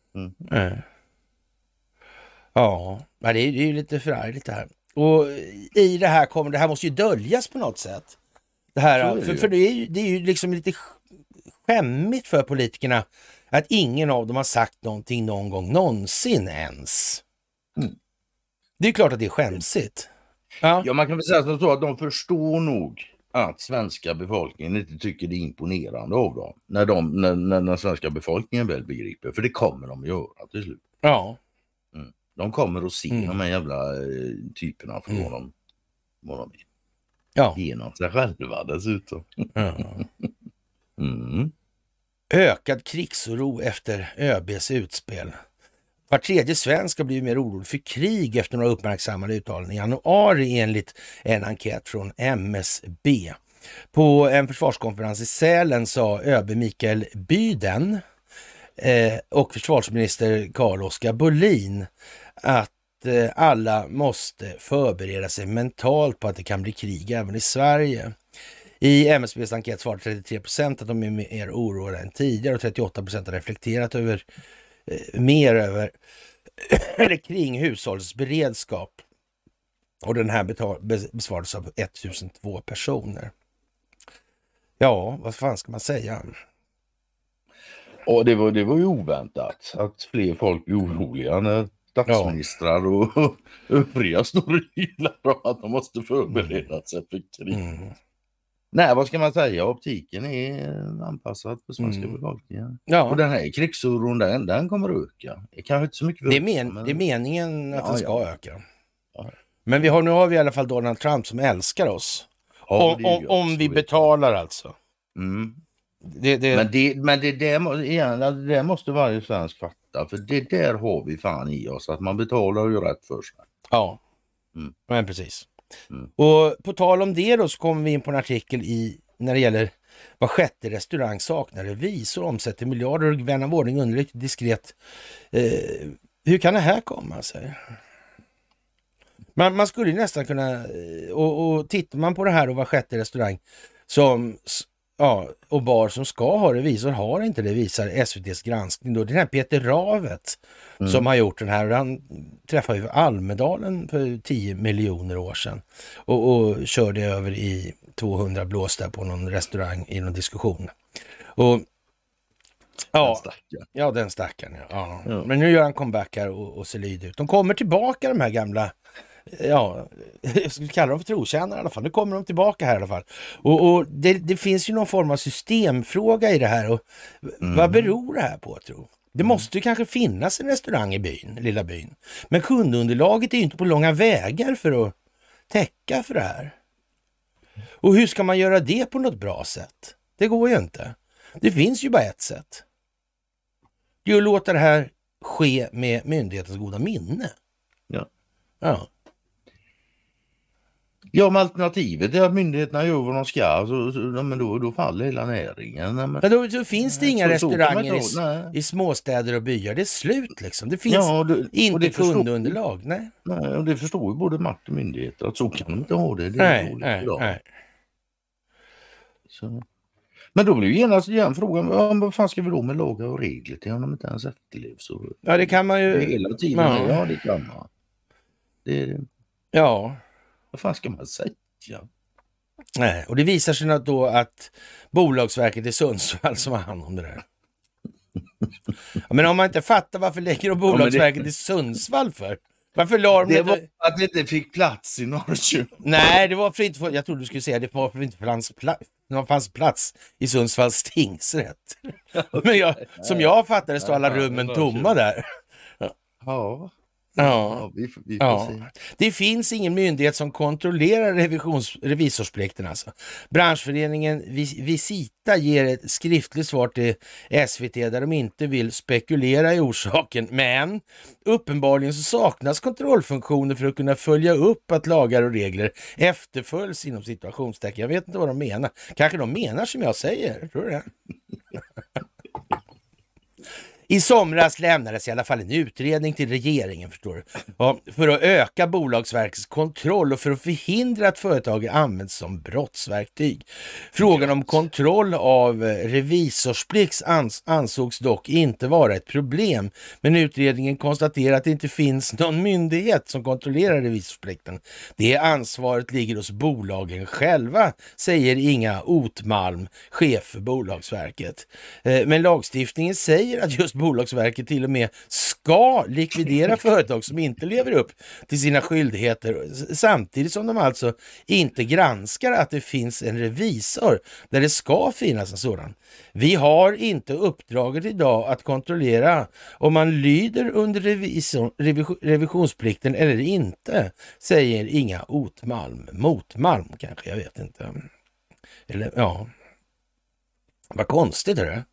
Ja, men det är ju lite förargligt det här. Och i det här måste ju döljas på något sätt. Det här, för det är ju liksom lite skämmigt för politikerna att ingen av dem har sagt någonting någon gång någonsin ens. Det är klart att det är skämsigt.
Ja, man kan väl säga så att de förstår nog att svenska befolkningen inte tycker det är imponerande av dem. När svenska befolkningen väl begriper. För det kommer de göra till slut.
Ja.
De kommer att se de här jävla typerna för vad de är.
Ja.
Genom sig själva dessutom.
Ökad krigsoro efter ÖBs utspel. Var tredje svensk har blivit mer orolig för krig efter några uppmärksammade uttalanden i januari enligt en enkät från MSB. På en försvarskonferens i Sälen sa ÖB Mikael Byden och försvarsminister Carl-Oskar Bolin att alla måste förbereda sig mentalt på att det kan bli krig även i Sverige. I MSBs enkät svarade 33% att de är mer oroade än tidigare och 38% har reflekterat över eller kring hushållsberedskap. Och den här besvarades av 1002 personer. Ja, vad fan ska man säga?
Och det var ju oväntat att fler folk blir oroliga när statsministrar och övriga står och hyllar att de måste förbereda sig för krig. Nej, vad ska man säga? Optiken är anpassad för svenska befolkningen. Ja. Och den här krigsoron, den kommer att öka. Det kanske inte så mycket.
Det är meningen att den ska öka. Ja. Men nu har vi i alla fall Donald Trump som älskar oss. Ja, om vi betalar alltså.
Men det måste varje svensk fatta. För det där har vi fan i oss. Att man betalar och gör rätt för sig.
Ja, men precis. Och på tal om det då så kommer vi in på en artikel när det gäller vad sjätte restaurang saknar revisor, omsätter miljarder och vän av ordning undrar lite diskret hur kan det här komma sig? Man skulle ju nästan kunna, och tittar man på det här och var sjätte restaurang som, och bar som ska ha revisor har inte det, visar SVT:s granskning då. Det är den här Peter Ravet som har gjort den här, och han träffade ju Almedalen för 10 miljoner år sedan och körde över i 200 blås där på någon restaurang i någon diskussion. Och den stackaren. Ja. Men nu gör han comeback här och ser lyd ut. De kommer tillbaka, de här gamla, jag skulle kalla dem för trotjänare i alla fall. Nu kommer de tillbaka här i alla fall. Och det finns ju någon form av systemfråga i det här. Och vad beror det här på, tror? Det måste ju kanske finnas en restaurang i byn, lilla byn. Men kundunderlaget är ju inte på långa vägar för att täcka för det här. Och hur ska man göra det på något bra sätt? Det går ju inte. Det finns ju bara ett sätt. Det är att låta det här ske med myndighetens goda minne. Ja.
Ja, men alternativet är att myndigheterna gör vad de ska, men då faller hela näringen. Men,
då finns det inga restauranger i småstäder och byar. Det är slut liksom. Det finns inte kundunderlag. Nej,
och det förstår ju både makt och myndigheter att så kan de inte ha det.
Nej.
Så. Men då blir ju genast frågan, vad fan ska vi då med lagar och regler till om de inte ens efterlevs?
Ja, det kan man ju.
Hela tiden, ja det kan man.
Ja.
Vad fan ska man säga?
Nej, och det visar sig då att Bolagsverket i Sundsvall som har hand om det där. Men om man inte fattar, varför lägger de Bolagsverket i Sundsvall för? Varför la de
det? Var att det inte fick plats i Norrköping.
Nej, det var för inte, jag trodde du skulle säga det var för inte fanns plats i Sundsvalls tingsrätt. Men som jag fattade står alla rummen tomma där.
Vi får se.
Det finns ingen myndighet som kontrollerar revisorsplikten alltså. Branschföreningen Visita ger ett skriftligt svar till SVT där de inte vill spekulera i orsaken, men uppenbarligen så saknas kontrollfunktioner för att kunna följa upp att lagar och regler efterföljs inom situationstecken. Jag vet inte vad de menar. Kanske de menar som jag säger, tror du det? I somras lämnades i alla fall en utredning till regeringen, förstår du, för att öka Bolagsverkets kontroll och för att förhindra att företagen används som brottsverktyg. Frågan om kontroll av revisorsplikt ansågs dock inte vara ett problem, men utredningen konstaterar att det inte finns någon myndighet som kontrollerar revisorsplikten. Det ansvaret ligger hos bolagen själva, säger Inga Otmalm, chef för Bolagsverket. Men lagstiftningen säger att just Bolagsverket till och med ska likvidera företag som inte lever upp till sina skyldigheter, samtidigt som de alltså inte granskar att det finns en revisor där det ska finnas en sådan. Vi har inte uppdraget idag att kontrollera om man lyder under revisionsplikten eller inte, säger Inga Otmalm. Motmalm kanske, jag vet inte. Eller ja. Vad konstigt är det?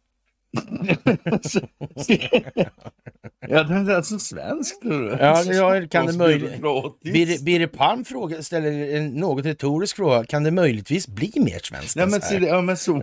Ja, den är alltså svensk, tror du?
Ja, kan det möjligt. Birre Palm ställer en något retorisk fråga. Kan det möjligtvis bli mer svenskt?
Nej, men så.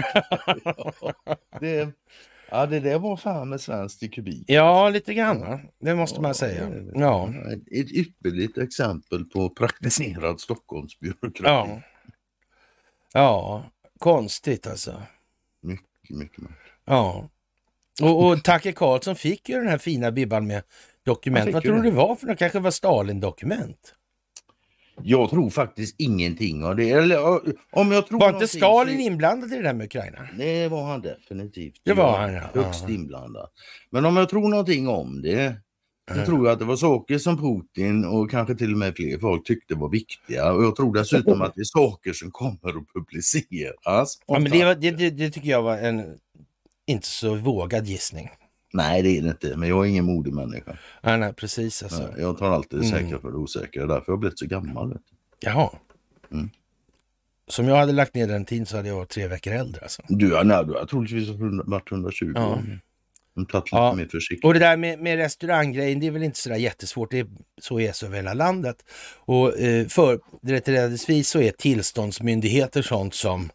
Det där var fan med svenskt i kubik.
Ja, lite grann. Det måste man säga. Ja.
Ett ypperligt exempel på praktiserad Stockholmsbyråkrati.
Ja, konstigt alltså.
Mycket.
Ja. Och Tacke Karlsson fick ju den här fina bibban med dokument. Vad tror du det var för något? Kanske var Stalin-dokument?
Jag tror faktiskt ingenting av det. Eller, om jag tror
var inte Stalin inblandad i det där med Ukraina?
Det var han definitivt.
Det var han, ja.
Högst inblandad. Men om jag tror någonting om det, så tror jag att det var saker som Putin och kanske till och med fler folk tyckte var viktiga. Och jag tror dessutom att det är saker som kommer att publiceras.
Ja, men det tycker jag var en inte så vågad gissning.
Nej, det är det inte. Men jag är ingen modig människa.
Nej, precis. Alltså.
Jag tar alltid det säkra för det osäkra. Därför har jag blivit så gammal. Vet du.
Jaha. Som jag hade lagt ner den tiden så hade jag varit 3 veckor äldre. Alltså.
Du har troligtvis varit 120 år. Mer försiktigt.
Och det där med restauranggrejen, det är väl inte sådär jättesvårt. Så är så över hela landet. Och företrädesvis så är tillståndsmyndigheter sånt som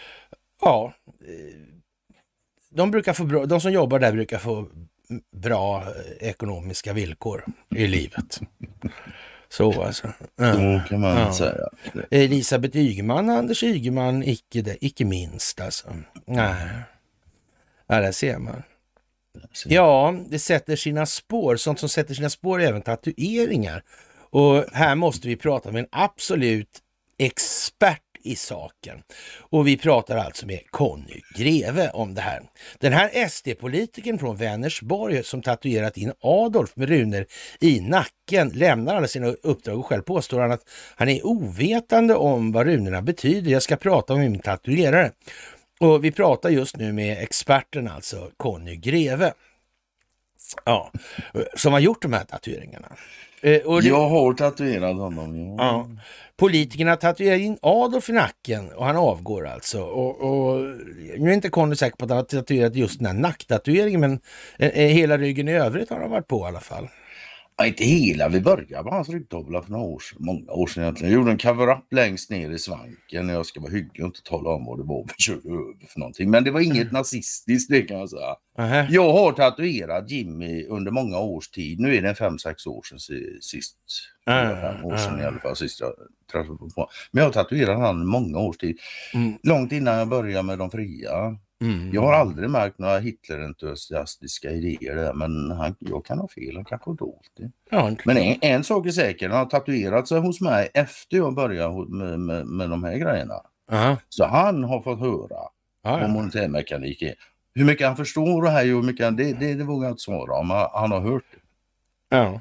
de som jobbar där brukar få bra ekonomiska villkor i livet. Så alltså.
Så kan man säga.
Elisabeth Ygeman, Anders Ygeman, icke minst alltså. Nej. Ja, där ser man. Ja, det sätter sina spår. Sånt som sätter sina spår är även tatueringar. Och här måste vi prata med en absolut expert i saken. Och vi pratar alltså med Conny Greve om det här. Den här SD-politikern från Vänersborg som tatuerat in Adolf med runor i nacken lämnar alla sina uppdrag och själv påstår han att han är ovetande om vad runorna betyder. Jag ska prata med min tatuerare. Och vi pratar just nu med experten, alltså Conny Greve. Ja, som har gjort de här tatueringarna.
Jag har tatuerat honom.
Ja. Politikerna tatuerar in Adolf i nacken och han avgår alltså. Och nu är inte Conny säker på att han har tatuerat just den här nacktatueringen, men hela ryggen i övrigt har han varit på i alla fall.
Ja, inte hela, vi började med hans ryggtavla för många år sedan egentligen. Jag gjorde en cover-up längst ner i svanken när jag ska vara hygglig och inte tala om vad det var vi körde över för någonting. Men det var inget nazistiskt, det kan jag säga. Jag har tatuerat Jimmy under många års tid. Nu är det 5-6 år sedan sist. 5 år sedan i alla fall sist jag träffade på. Men jag har tatuerat han många års tid. Långt innan jag började med de fria. Jag har aldrig märkt några Hitler-entusiastiska idéer där, men jag kan ha fel, han kanske har dolt det. Ja. Men en sak är säker, han har tatuerat sig hos mig efter jag började med de här grejerna. Så han har fått höra vad monetärmekanik är. Hur mycket han förstår det här, hur mycket det vågar jag inte svara om, han har hört det. Ja.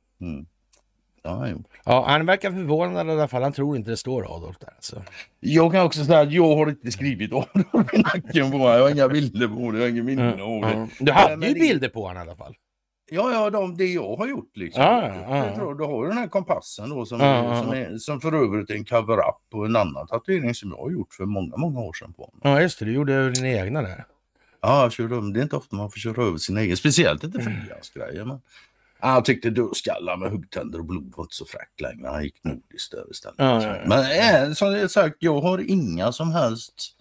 Ja, han verkar förvånad i alla fall. Han tror inte det står Adolf där. Så.
Jag kan också säga att jag har inte skrivit Adolf i nacken på honom. Jag har inga bilder på det, jag har ingen minne av det.
Du hade ju bilder på honom i alla fall.
Ja, det jag har gjort liksom. Jag tror du har den här kompassen då som för övrigt är en cover-up på en annan tatuering som jag har gjort för många år sedan på honom.
Ja, just det. Du gjorde dina egna där.
Ja, jag körde det är inte ofta man får köra över sin egen. Speciellt inte frilansgrejer, men jag tyckte dödskallar med huggtänder och blod var inte så fräckt längre. Han gick nordiskt där istället. Men som jag sagt, jag har inga som helst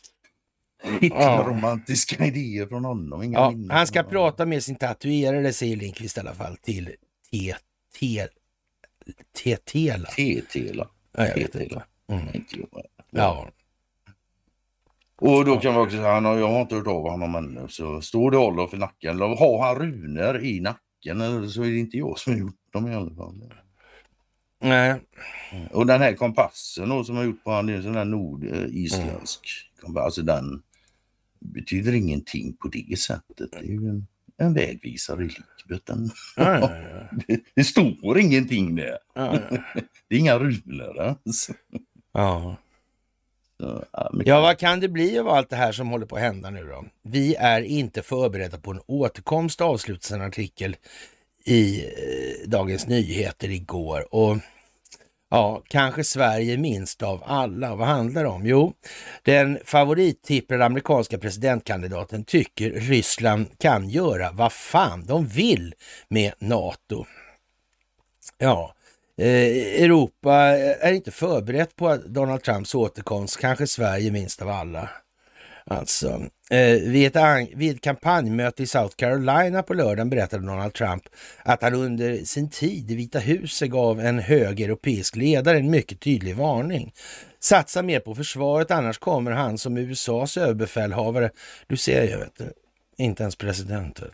romantiska idéer från honom.
Han ska prata med sin tatuerare, säger Lindqvist i alla fall, till T-Tela.
T-Tela.
Ja, jag vet inte.
Ja. Och då kan vi också säga, jag har inte hört av honom ännu, så står det Adolf i nacken, eller har han runor i nacken? Eller så är det inte jag som har gjort dem i alla fall.
Nej.
Och den här kompassen då, som har gjort på han, det är en sån här nordisländsk kompass. Alltså den betyder ingenting på det sättet. Det är ju en vägvisare i livet. Det står ingenting där. Det är inga runor. Alltså. Ja,
vad kan det bli av allt det här som håller på att hända nu då? Vi är inte förberedda på en återkomst, avslutas en artikel i Dagens Nyheter igår. Och kanske Sverige minst av alla. Vad handlar det om? Jo, den favorittippade amerikanska presidentkandidaten tycker Ryssland kan göra vad fan de vill med NATO. Ja. Europa är inte förberett på Donald Trumps återkomst, kanske Sverige minst av alla. Alltså, vid ett kampanjmöte i South Carolina på lördagen berättade Donald Trump att han under sin tid i Vita huset gav en hög europeisk ledare en mycket tydlig varning. Satsa mer på försvaret, annars kommer han som USAs överbefälhavare. Du ser, jag vet inte ens presidenten.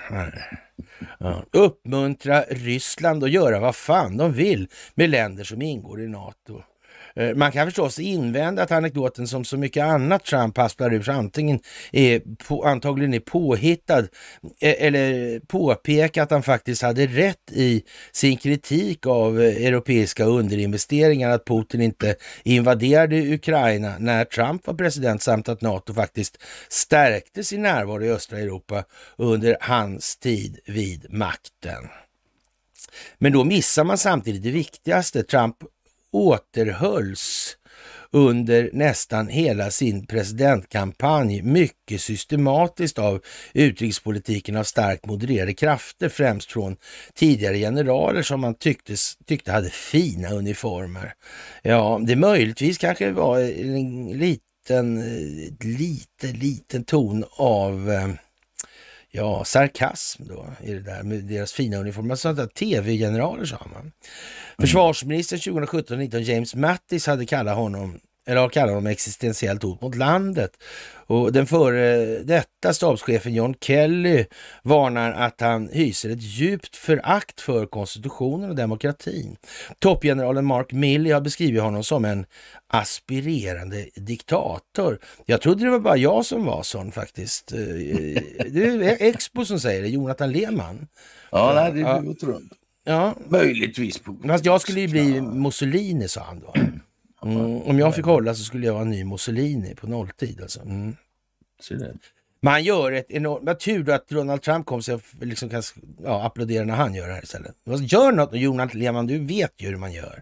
Uppmuntra Ryssland att göra vad fan de vill med länder som ingår i NATO. Man kan förstås invända att anekdoten som så mycket annat Trump hasplar ur antingen antagligen är påhittad eller påpeka att han faktiskt hade rätt i sin kritik av europeiska underinvesteringar, att Putin inte invaderade Ukraina när Trump var president samt att NATO faktiskt stärkte sin närvaro i östra Europa under hans tid vid makten. Men då missar man samtidigt det viktigaste. Trump återhölls under nästan hela sin presidentkampanj mycket systematiskt av utrikespolitiken av starkt modererade krafter, främst från tidigare generaler som man tyckte hade fina uniformer. Ja, det möjligtvis kanske var en liten ton av ja, sarkasm då i det där med deras fina uniformer. Sånt där tv-generaler sa man. Försvarsministern 2017-19 James Mattis hade kallat honom existentiellt hot mot landet. Och den före detta stabschefen John Kelly varnar att han hyser ett djupt förakt för konstitutionen och demokratin. Toppgeneralen Mark Milley har beskrivit honom som en aspirerande diktator. Jag trodde det var bara jag som var sån faktiskt. Det är Expo som säger det, Jonathan Lehmann.
Ja, nej, det är du Trump.
Ja.
Möjligtvis.
Fast jag skulle ju bli Mussolini, sa han då. Om jag fick hålla så skulle jag vara en ny Mussolini på nolltid. Alltså. Man gör ett enormt... Vad tur då att Donald Trump kom så jag liksom kan applådera när han gör det här istället. Gör något, Jonathan Lehmann, du vet ju hur man gör.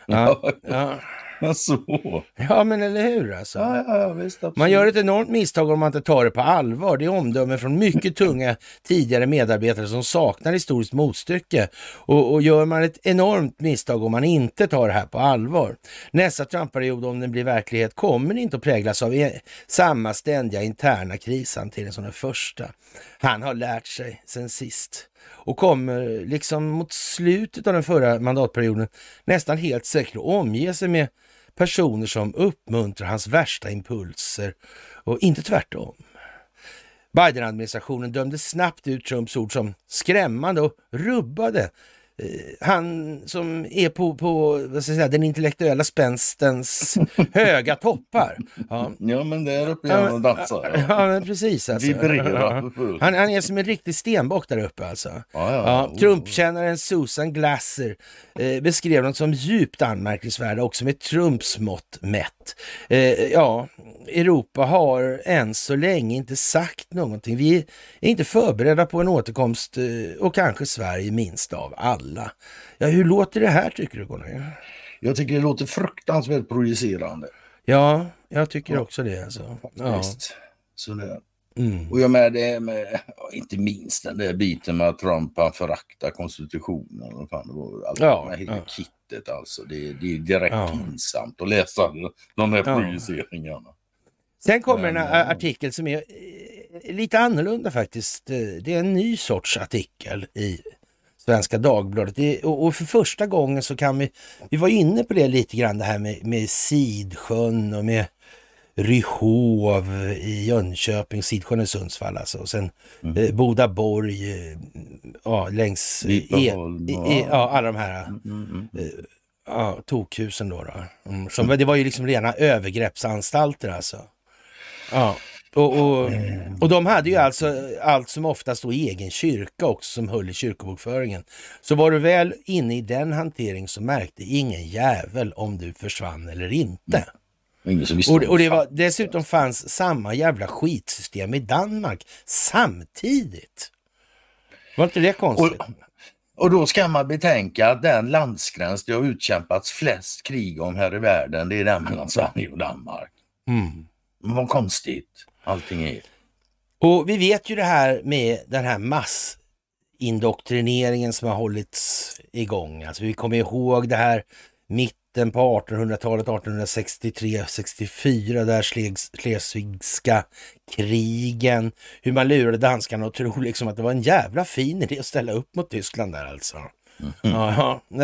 Ja, men eller hur alltså?
Ja, visst,
man gör ett enormt misstag om man inte tar det på allvar. Det är omdömen från mycket tunga tidigare medarbetare som saknar historiskt motstycke. Och gör man ett enormt misstag om man inte tar det här på allvar. Nästa Trump-period, om den blir verklighet, kommer inte att präglas av samma ständiga interna krishantering som den första. Han har lärt sig sen sist. Och kommer liksom mot slutet av den förra mandatperioden nästan helt säkert att omge sig med personer som uppmuntrar hans värsta impulser och inte tvärtom. Biden-administrationen dömde snabbt ut Trumps ord som skrämmande och rubbade han som är på vad ska jag säga, den intellektuella spänstens höga toppar.
Ja, men där uppe är han dansar.
Ja, men precis. Alltså. Han är som en riktig stenbock där uppe alltså. Trump-kännaren Susan Glasser beskrev dem som djupt anmärkningsvärda också med Trumps mått mätt. Europa har än så länge inte sagt någonting. Vi är inte förberedda på en återkomst och kanske Sverige minst av alla. Ja, hur låter det här tycker du, Gunnar?
Jag tycker det låter fruktansvärt projicerande.
Ja, jag tycker också det. Alltså.
Faktiskt. Så det. Och jag med det med, inte minst den där biten med att Trump föraktar konstitutionen. Hela kittet alltså. Det är direkt pinsamt att läsa de här projiceringarna.
Sen kommer en artikel som är lite annorlunda faktiskt. Det är en ny sorts artikel i Svenska Dagbladet. Och för första gången så kan vi var inne på det lite grann, det här med Sidsjön och med Ryhov i Jönköping, Sidsjön i Sundsvall alltså. Och sen Bodaborg, längs alla de här tokhusen då. Som, det var ju liksom rena övergreppsanstalter alltså. Ja. Och de hade ju alltså allt som oftast då egen kyrka också som höll i kyrkobokföringen. Så var du väl inne i den hantering så märkte ingen jävel om du försvann eller inte. Och det var, dessutom fanns samma jävla skitsystem i Danmark samtidigt. Var inte det konstigt?
Och då ska man betänka att den landsgräns det har utkämpats flest krig om här i världen, det är den mellan Sverige och Danmark. Vad konstigt allting är.
Och vi vet ju det här med den här massindoktrineringen som har hållits igång. Alltså vi kommer ihåg det här mitten på 1800-talet, 1863-64, där Schleswigska krigen. Hur man lurade danskarna att tro liksom att det var en jävla fin idé att ställa upp mot Tyskland där alltså. När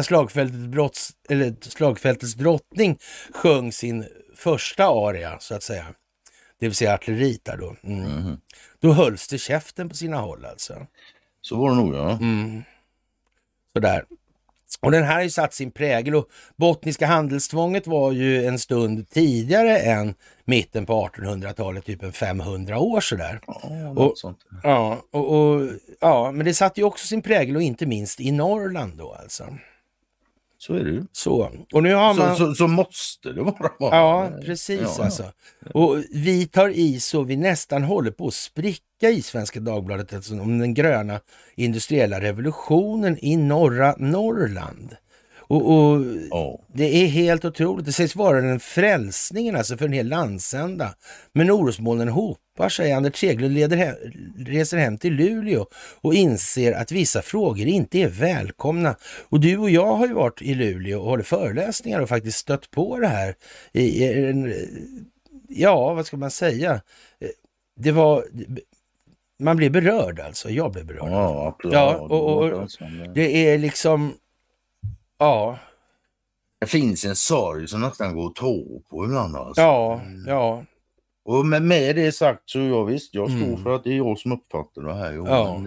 slagfältets drottning sjöng sin första aria så att säga, det vill säga artilleriet där då. Då hölls det käften på sina håll alltså.
Så var det nog, ja.
Sådär. Och den här har ju satt sin prägel, och bottniska handelstvånget var ju en stund tidigare än mitten på 1800-talet, typ en 500 år sådär. Men det satt ju också sin prägel, och inte minst i Norrland då alltså.
Så är det ju.
Så. Och nu har man...
så måste det vara.
Ja, precis alltså. Och vi tar i så vi nästan håller på att spricka i Svenska Dagbladet alltså, om den gröna industriella revolutionen i norra Norrland. Och det är helt otroligt. Det sägs vara den frälsningen alltså för en hel landsända. Men orosmolnen hopar sig. Anders Teglund reser hem till Luleå och inser att vissa frågor inte är välkomna. Och du och jag har ju varit i Luleå och håller föreläsningar och faktiskt stött på det här. Vad ska man säga? Det var man blir berörd alltså. Jag blir berörd.
Ja, absolut.
Ja, och det är liksom, ja.
Det finns en sorg som nästan går att ta på ibland alltså.
Ja.
Och med det sagt så jag står för att det är jag som uppfattar det här.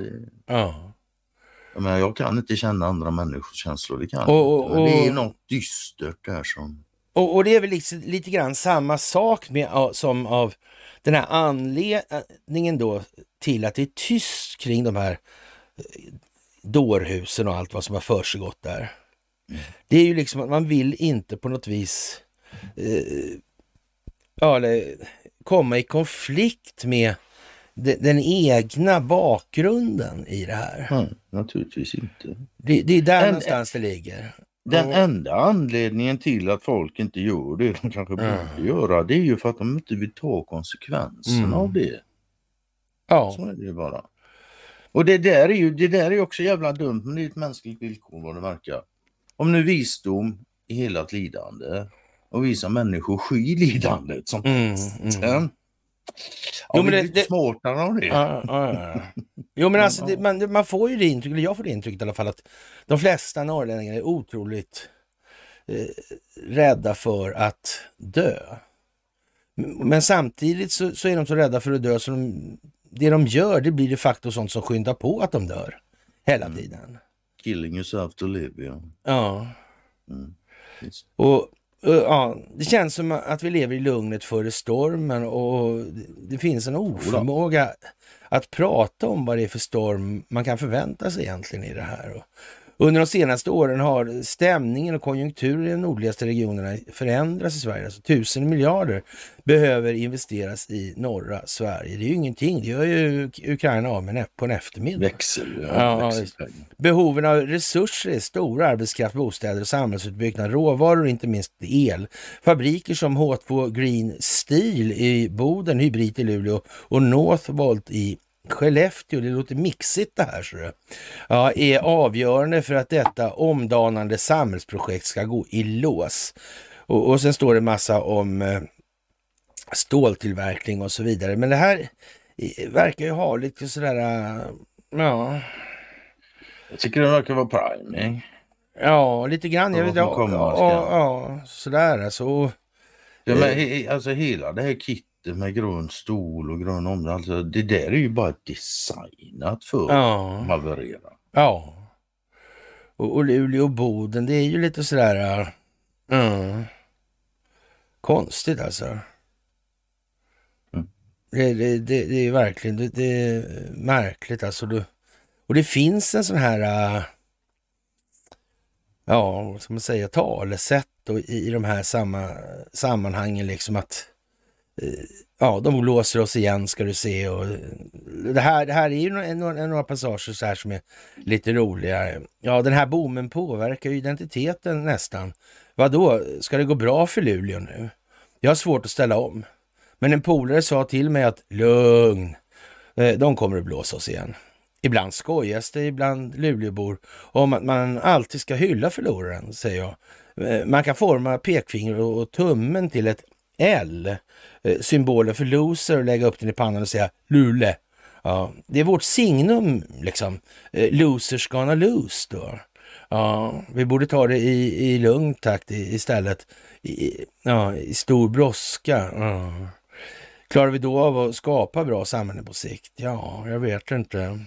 Men jag kan inte känna andra människors känslor, det kan inte. Det är något dystert där som...
Och det är väl lite grann samma sak som av den här anledningen då till att det är tyst kring de här dårhusen och allt vad som har försiggått där. Det är ju liksom att man vill inte på något vis komma i konflikt med den egna bakgrunden i det här.
Nej, naturligtvis inte.
Det är där någonstans det ligger.
Den enda anledningen till att folk inte gör det de kanske borde göra, det är ju för att de inte vill ta konsekvenserna av det.
Ja.
Så är det ju bara. Och det där är ju också jävla dumt, men det är ett mänskligt villkor vad det verkar. Om nu visdom är hela ett lidande och vi som människor skyr lidandet som men det är lite smartare om det.
Jo, men alltså man får ju det intrycket, eller jag får det intrycket i alla fall, att de flesta norrlänningar är otroligt rädda för att dö. Men samtidigt så är de så rädda för att dö så det de gör, det blir de facto sånt som skyndar på att de dör hela tiden.
Killing yourself to live, ja.
Ja. Och det känns som att vi lever i lugnet före stormen och det finns en oförmåga att prata om vad det är för storm man kan förvänta sig egentligen i det här. Och under de senaste åren har stämningen och konjunkturen i de nordligaste regionerna förändrats i Sverige. Alltså 1000 miljarder behöver investeras i norra Sverige. Det är ju ingenting. Det gör ju Ukraina av med på en eftermiddag.
Växel.
Behoven av resurser är stora. Arbetskraft, bostäder och samhällsutbyggnad. Råvaror och inte minst el. Fabriker som H2 Green Steel i Boden, Hybrid i Luleå och Northvolt i Skellefteå, det låter mixigt det här, så det är avgörande för att detta omdanande samhällsprojekt ska gå i lås. Och sen står det massa om ståltillverkning och så vidare. Men det här verkar ju ha lite sådär,
Jag tycker det verkar vara priming.
Ja, lite grann. Jag vet, sådär alltså.
Alltså hela det här kittet med grön stol och grön område, alltså det där är ju bara designat för att haverera.
Ja. Och Luleå och Boden, det är ju lite sådär konstigt alltså. Det är verkligen det är märkligt alltså. Och det finns en sån här vad ska man säga, talesätt och i de här sammanhangen liksom att de blåser oss igen ska du se, och det här är ju några passager så här som är lite roligare. Ja, den här boomen påverkar ju identiteten nästan. Vadå, ska det gå bra för Luleå nu? Jag har svårt att ställa om. Men en polare sa till mig att lugn, de kommer att blåsa oss igen. Ibland skojas det ibland Luleåbor om att man alltid ska hylla förloraren, säger jag. Man kan forma pekfinger och tummen till ett L, symbolen för loser, och lägga upp den i pannan och säga Lule. Ja, det är vårt signum liksom. Losers gonna lose då. Ja, vi borde ta det i lugn takt istället. I stor brådska. Ja. Klarar vi då av att skapa bra samhälle på sikt? Ja, jag vet inte.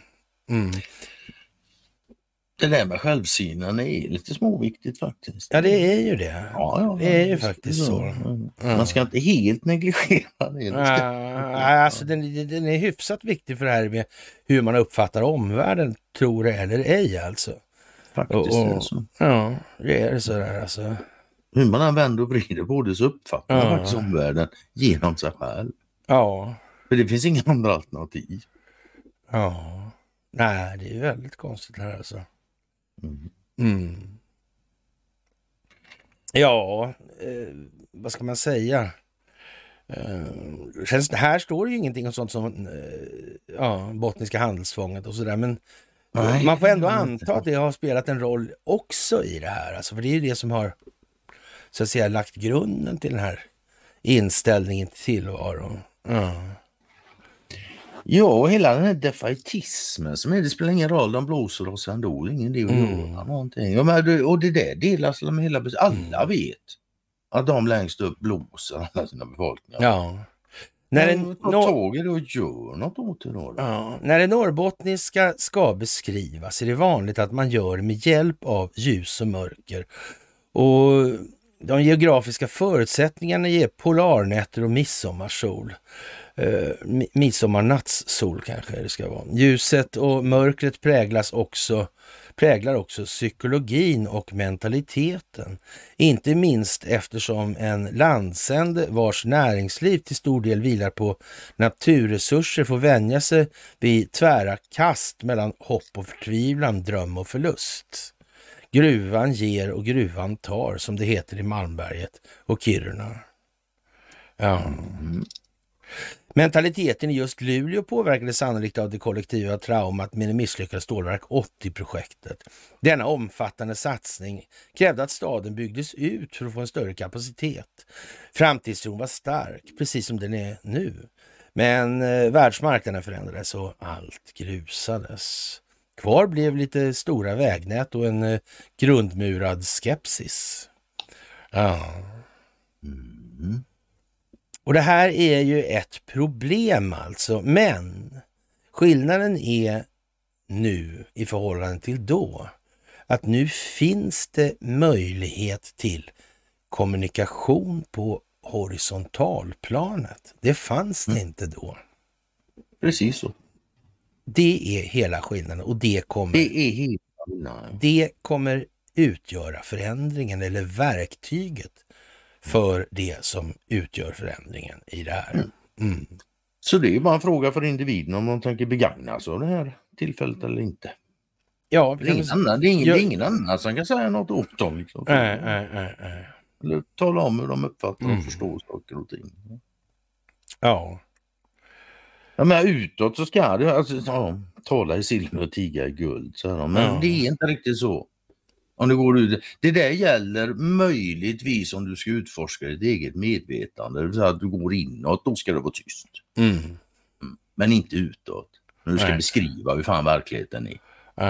Det där med självsynen är lite småviktigt faktiskt.
Ja, det är ju det.
Ja,
det är ju faktiskt så.
Man ska inte helt negligera det.
Alltså den är hyfsat viktig för det här med hur man uppfattar omvärlden, tror det eller ej alltså.
Faktiskt är det så.
Ja, det är det så där alltså.
Hur man använder och vrider på det så uppfattar man faktiskt omvärlden genom sig själv.
Ja.
För det finns inga andra alternativ.
Ja. Nej, det är väldigt konstigt här alltså. Ja, vad ska man säga? Här står det ju ingenting om sånt som bottniska handelsfånget och sådär, men man får ändå anta att det har spelat en roll också i det här. Alltså, för det är ju det som har så att säga lagt grunden till den här inställningen till tillvaron.
Ja, och hela den här defaitismen som är, det spelar ingen roll, de blåser oss ändå, ingen idé att göra någonting. Och det där delas med hela, alla vet att de längst upp blåser alla sina befolkningar.
Ja.
Ta tag i det och gör något åt det då.
Ja. När det norrbottniska ska beskrivas är det vanligt att man gör det med hjälp av ljus och mörker. Och de geografiska förutsättningarna ger polarnätter och midsommarsol. Midsommarnattssol kanske det ska vara. Ljuset och mörkret präglar också psykologin och mentaliteten. Inte minst eftersom en landsände vars näringsliv till stor del vilar på naturresurser får vänja sig vid tvära kast mellan hopp och förtvivlan, dröm och förlust. Gruvan ger och gruvan tar, som det heter i Malmberget och Kiruna. Ja. Mentaliteten i just Luleå påverkades sannolikt av det kollektiva traumat med det misslyckade stålverk 80-projektet. Denna omfattande satsning krävde att staden byggdes ut för att få en större kapacitet. Framtidstron var stark, precis som den är nu. Men världsmarknaden förändrades och allt grusades. Kvar blev lite stora vägnät och en grundmurad skepsis. Ja. Och det här är ju ett problem alltså, men skillnaden är nu i förhållande till då att nu finns det möjlighet till kommunikation på horisontalplanet. Det fanns det inte då.
Precis så.
Det är hela skillnaden och det kommer utgöra förändringen eller verktyget för det som utgör förändringen i det här.
Så det är bara en fråga för individen om de tänker begagna sig av det här tillfället eller inte.
Ja,
det är ingen annan som kan säga något åt dem. Liksom.
Nej.
Eller tala om hur de uppfattar och förstår saker och ting.
Ja.
Ja, men utåt så ska det tala i silver och tiga i guld. Men det är inte riktigt så. Om det går ut. Det där gäller möjligtvis om du ska utforska ditt eget medvetande. Det vill säga att du går inåt, då ska det vara tyst. Men inte utåt. När du ska beskriva hur fan verkligheten är.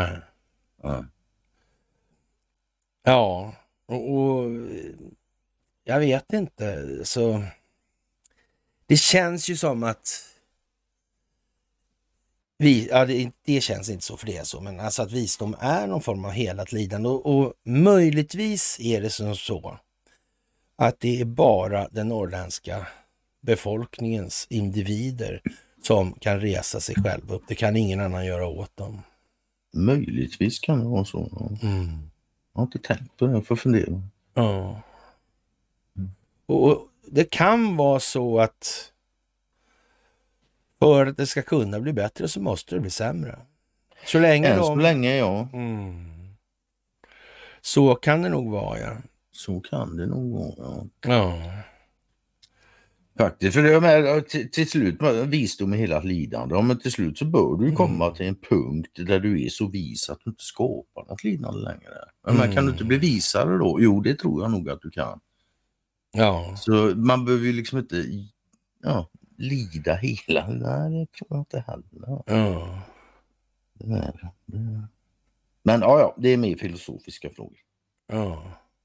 Ja, och jag vet inte. Så det känns ju som att det känns inte så för det är så, men alltså att visdom är någon form av helat lidande och möjligtvis är det som så att det är bara den norrländska befolkningens individer som kan resa sig själva upp. Det kan ingen annan göra åt dem.
Möjligtvis kan det vara så. Jag har inte tänkt på det, jag får fundera.
Ja. Och det kan vara så att för att det ska kunna bli bättre så måste det bli sämre. Så länge
ja.
Så kan det nog vara, ja.
Så kan det nog vara,
ja.
Faktiskt, för det är med, till slut, visdom är hela lidande. Men till slut så bör du komma till en punkt där du är så vis att du inte skapar något lidande längre. Men kan du inte bli visare då? Jo, det tror jag nog att du kan.
Ja.
Så man behöver ju liksom inte lida hela. Nej, det tror jag inte heller.
Ja.
Men det är mer filosofiska frågor.
Ja.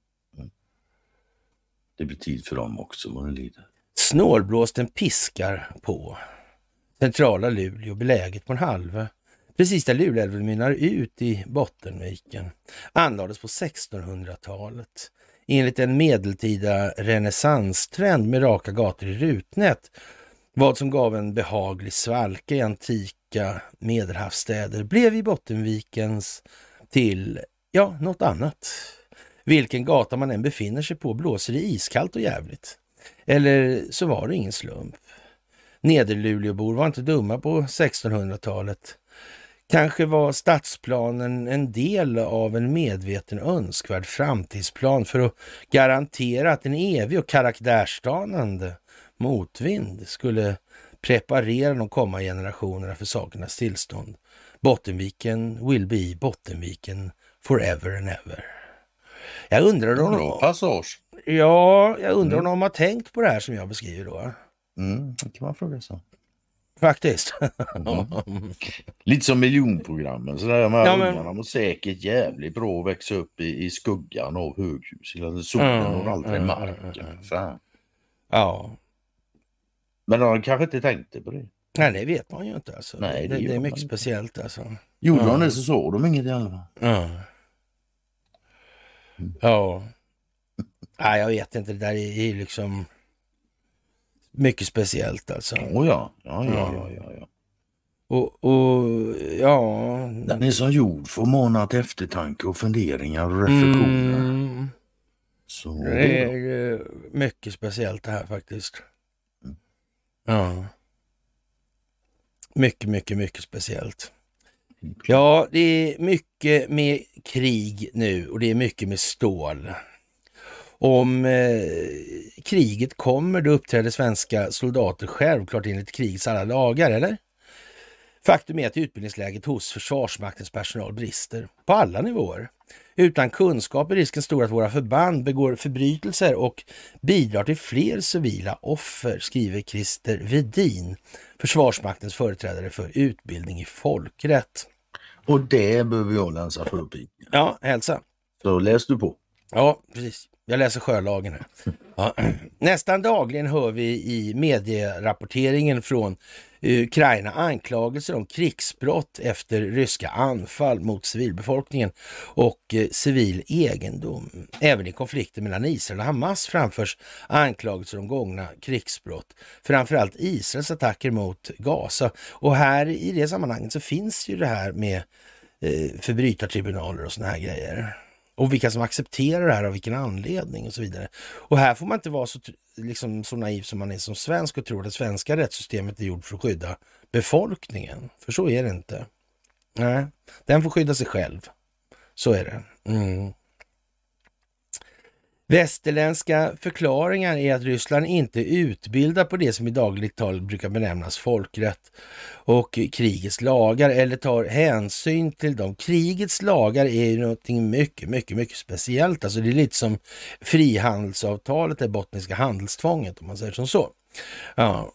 Det blir tid för dem också vad det lider.
Snålblåsten piskar på centrala Luleå, beläget på en halvö. Precis där Luleälven mynnar ut i Bottenviken. Anlades på 1600-talet. Enligt en medeltida renässanstrend med raka gator i rutnät. Vad som gav en behaglig svalka i antika medelhavsstäder blev i Bottenvikens till, något annat. Vilken gata man än befinner sig på blåser det iskallt och jävligt. Eller så var det ingen slump. Nederluleåbor var inte dumma på 1600-talet. Kanske var stadsplanen en del av en medveten önskvärd framtidsplan för att garantera att en evig och karaktärsdanande motvind skulle preparera de kommande generationerna för sakernas tillstånd. Bottenviken will be Bottenviken forever and ever. Jag undrar om jag undrar om de har tänkt på det här som jag beskriver då.
Det kan man fråga sig.
Faktiskt.
Lite som miljonprogrammen. Så där med
Ja, men-
ungarna mår säkert jävligt bra att växa upp i skuggan av höghus. Eller solen och aldrig marken. Fan.
Ja.
Men de kanske inte tänkte på det.
Nej, det vet man ju inte alltså.
Nej,
det
gör
är
man
mycket
inte.
speciellt alltså.
Gjorde de det så såg de inget i alla fall.
Ja. Ja. Nej, jag vet inte. Det där är liksom mycket speciellt alltså.
Ja.
Och ja.
Den är som jord för månad till eftertanke och funderingar och reflektioner. Så
Det är mycket speciellt det här faktiskt. Ja. Mycket speciellt. Ja, det är mycket med krig nu och det är mycket med stål. Om kriget kommer, då uppträder svenska soldater självklart enligt krigets alla lagar, eller? Faktum är att utbildningsläget hos Försvarsmaktens personal brister på alla nivåer. Utan kunskap är risken stor att våra förband begår förbrytelser och bidrar till fler civila offer, skriver Christer Wedin, Försvarsmaktens företrädare för utbildning i folkrätt.
Och det behöver jag läsa för upp i.
Ja, hälsa.
Så läs du på.
Ja, precis. Jag läser sjölagen här. Ja. Nästan dagligen hör vi i medierapporteringen från Ukraina anklagelser om krigsbrott efter ryska anfall mot civilbefolkningen och civil egendom. Även i konflikten mellan Israel och Hamas framförs anklagelser om gångna krigsbrott. Framförallt Israels attacker mot Gaza. Och här i det sammanhanget så finns ju det här med förbrytartribunaler och såna här grejer. Och vilka som accepterar det här, av vilken anledning och så vidare. Och här får man inte vara så naiv som man är som svensk och tror att det svenska rättssystemet är gjort för att skydda befolkningen. För så är det inte. Nej, den får skydda sig själv. Så är det. Västerländska förklaringar är att Ryssland inte utbildar på det som i dagligt tal brukar benämnas folkrätt och krigets lagar eller tar hänsyn till dem. Krigets lagar är ju någonting mycket speciellt. Alltså det är lite som frihandelsavtalet, det bottniska handelstvånget om man säger som så. Ja.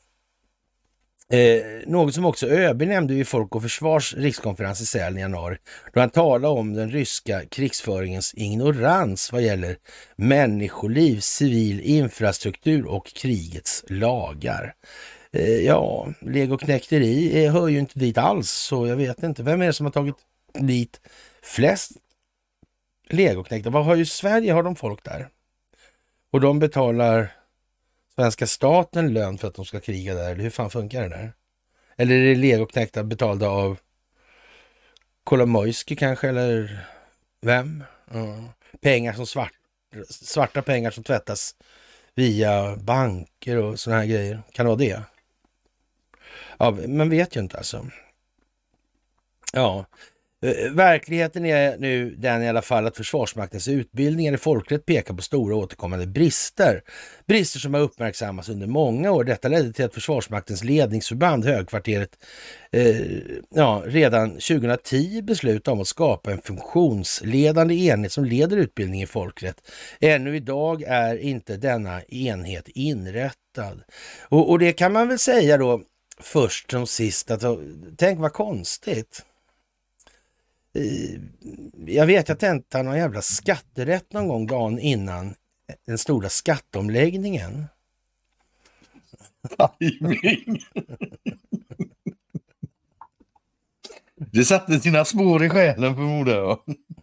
Något som också ÖB nämnde vid Folk och Försvars rikskonferens i Sälen i januari, då han talade om den ryska krigsföringens ignorans vad gäller människoliv, civil infrastruktur och krigets lagar. Ja, legoknäkteri hör ju inte dit alls, så jag vet inte. Vem är det som har tagit dit flest legoknäktar? Vad har ju Sverige, har de folk där? Och de betalar svenska staten lön för att de ska kriga där, eller hur fan funkar det där? Eller är det legoknäktar betalda av Kolomoisky kanske, eller vem? Pengar som svarta pengar som tvättas via banker och såna här grejer. Kan det vara det? Ja, man vet ju inte alltså. Ja, verkligheten är nu den i alla fall att Försvarsmaktens utbildningar i folkrätt pekar på stora återkommande brister. Brister som har uppmärksammats under många år. Detta ledde till att Försvarsmaktens ledningsförband, högkvarteret, redan 2010 beslutade om att skapa en funktionsledande enhet som leder utbildning i folkrätt. Ännu idag är inte denna enhet inrättad. Och det kan man väl säga då först som sist, att tänk vad konstigt. Jag vet, jag tänkte någon jävla skatterätt någon gång dagen innan den stora skatteomläggningen.
Det satte sina spår i själen förmodar jag.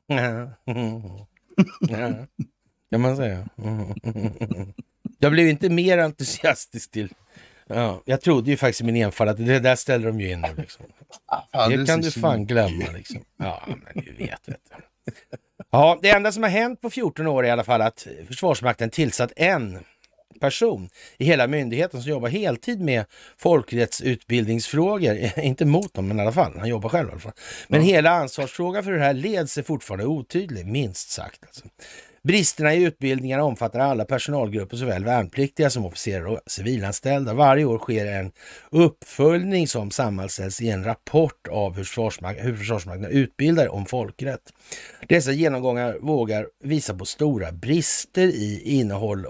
Ja, kan man säga. Jag blev inte mer entusiastisk till. Ja, jag trodde ju faktiskt i min enfald att det där ställer de ju in nu liksom. Det kan du fan glömma liksom. Ja, men du vet. Ja, det enda som har hänt på 14 år är i alla fall att Försvarsmakten tillsatt en person i hela myndigheten som jobbar heltid med folkrättsutbildningsfrågor. Inte mot dem, men i alla fall. Han jobbar själv i alla fall. Men hela ansvarsfrågan för det här leds är fortfarande otydlig, minst sagt. Alltså. Bristerna i utbildningarna omfattar alla personalgrupper, såväl värnpliktiga som officerare och civilanställda. Varje år sker en uppföljning som sammanställs i en rapport av hur Försvarsmakten utbildar om folkrätt. Dessa genomgångar vågar visa på stora brister i innehåll och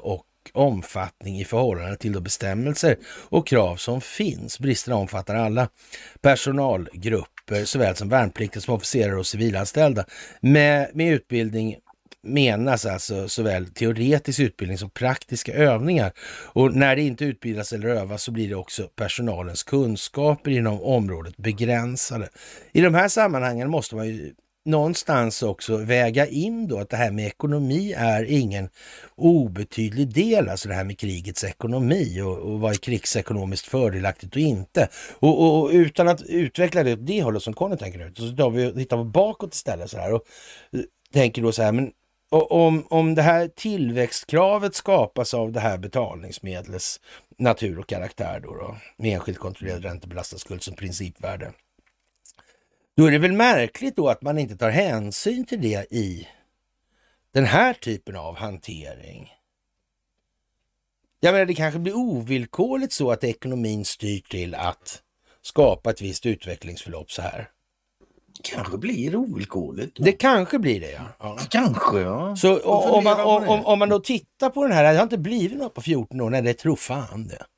omfattning i förhållande till de bestämmelser och krav som finns. Bristerna omfattar alla personalgrupper såväl som värnpliktiga som officerare och civilanställda. Med utbildning menas alltså såväl teoretisk utbildning som praktiska övningar. Och när det inte utbildas eller övas så blir det också personalens kunskaper inom området begränsade. I de här sammanhangen måste man ju någonstans också väga in då att det här med ekonomi är ingen obetydlig del, alltså det här med krigets ekonomi och vad är krigsekonomiskt fördelaktigt och inte. Och utan att utveckla det hållet som Conny tänker ut, så tar vi och tittar bakåt istället så här och tänker då så här, men om det här tillväxtkravet skapas av det här betalningsmedlets natur och karaktär då med enskilt kontrollerad räntebelastad skuld som principvärde, då är det väl märkligt då att man inte tar hänsyn till det i den här typen av hantering. Jag menar, det kanske blir ovillkorligt så att ekonomin styr till att skapa ett visst utvecklingsförlopp så här.
Kanske blir det ovillkorligt.
Det kanske blir det, ja.
Kanske, ja.
Så om man då tittar på den här, det har inte blivit något på 14 år, nej det tror fan det.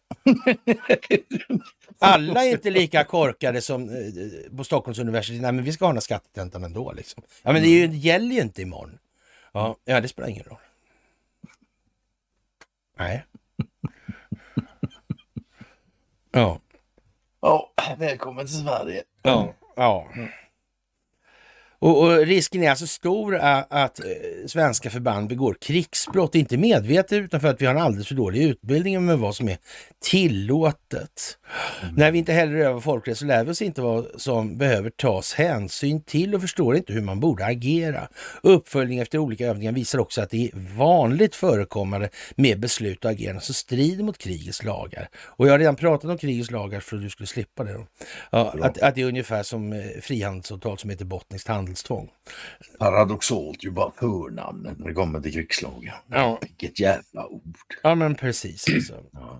Alla är inte lika korkade som på Stockholms universitet. Nej, men vi ska ha några skattetentan ändå liksom. Ja, men det gäller ju inte imorgon. Ja, det spelar ingen roll. Nej. Ja.
Ja, välkommen till Sverige.
Ja. Och risken är alltså stor att svenska förband begår krigsbrott, inte medvetet utan för att vi har en alldeles för dålig utbildning med vad som är tillåtet. När vi inte heller övar folkrätt så lär vi oss inte vad som behöver tas hänsyn till och förstår inte hur man borde agera. Uppföljning efter olika övningar visar också att det är vanligt förekommande med beslut och agerande som strider mot krigets lagar. Och jag har redan pratat om krigets lagar för att du skulle slippa det då. Ja, att det är ungefär som frihandelsavtal som heter bottniskt handelstvång.
Paradoxalt ju bara förnamnen när det kommer till krigslagen.
Ja.
Vilket jävla ord.
Ja, men precis. Alltså.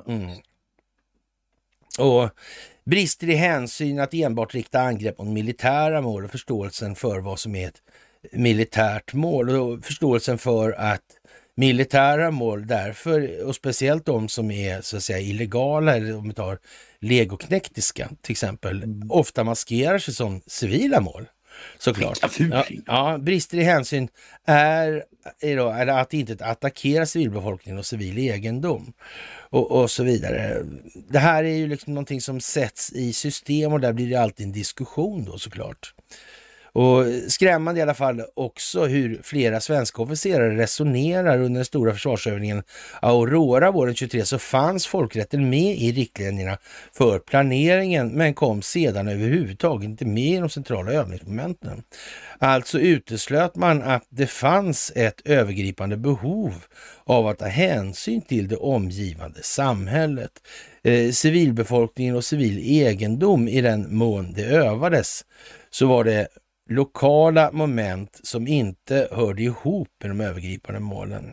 Och brister i hänsyn att enbart rikta angrepp mot militära mål och förståelsen för vad som är ett militärt mål och förståelsen för att militära mål därför, och speciellt de som är så att säga illegala eller om vi tar legoknektiska till exempel, ofta maskerar sig som civila mål. Såklart. Ja, brister i hänsyn är att inte attackera civilbefolkningen och civil egendom och så vidare. Det här är ju liksom någonting som sätts i system och där blir det alltid en diskussion då såklart. Och skrämmande i alla fall också hur flera svenska officerare resonerar under den stora försvarsövningen Aurora våren 23 så fanns folkrätten med i riktlinjerna för planeringen men kom sedan överhuvudtaget inte med i de centrala övningsmomenten. Alltså uteslöt man att det fanns ett övergripande behov av att ta hänsyn till det omgivande samhället, civilbefolkningen och civil egendom i den mån det övades så var det lokala moment som inte hörde ihop med de övergripande målen.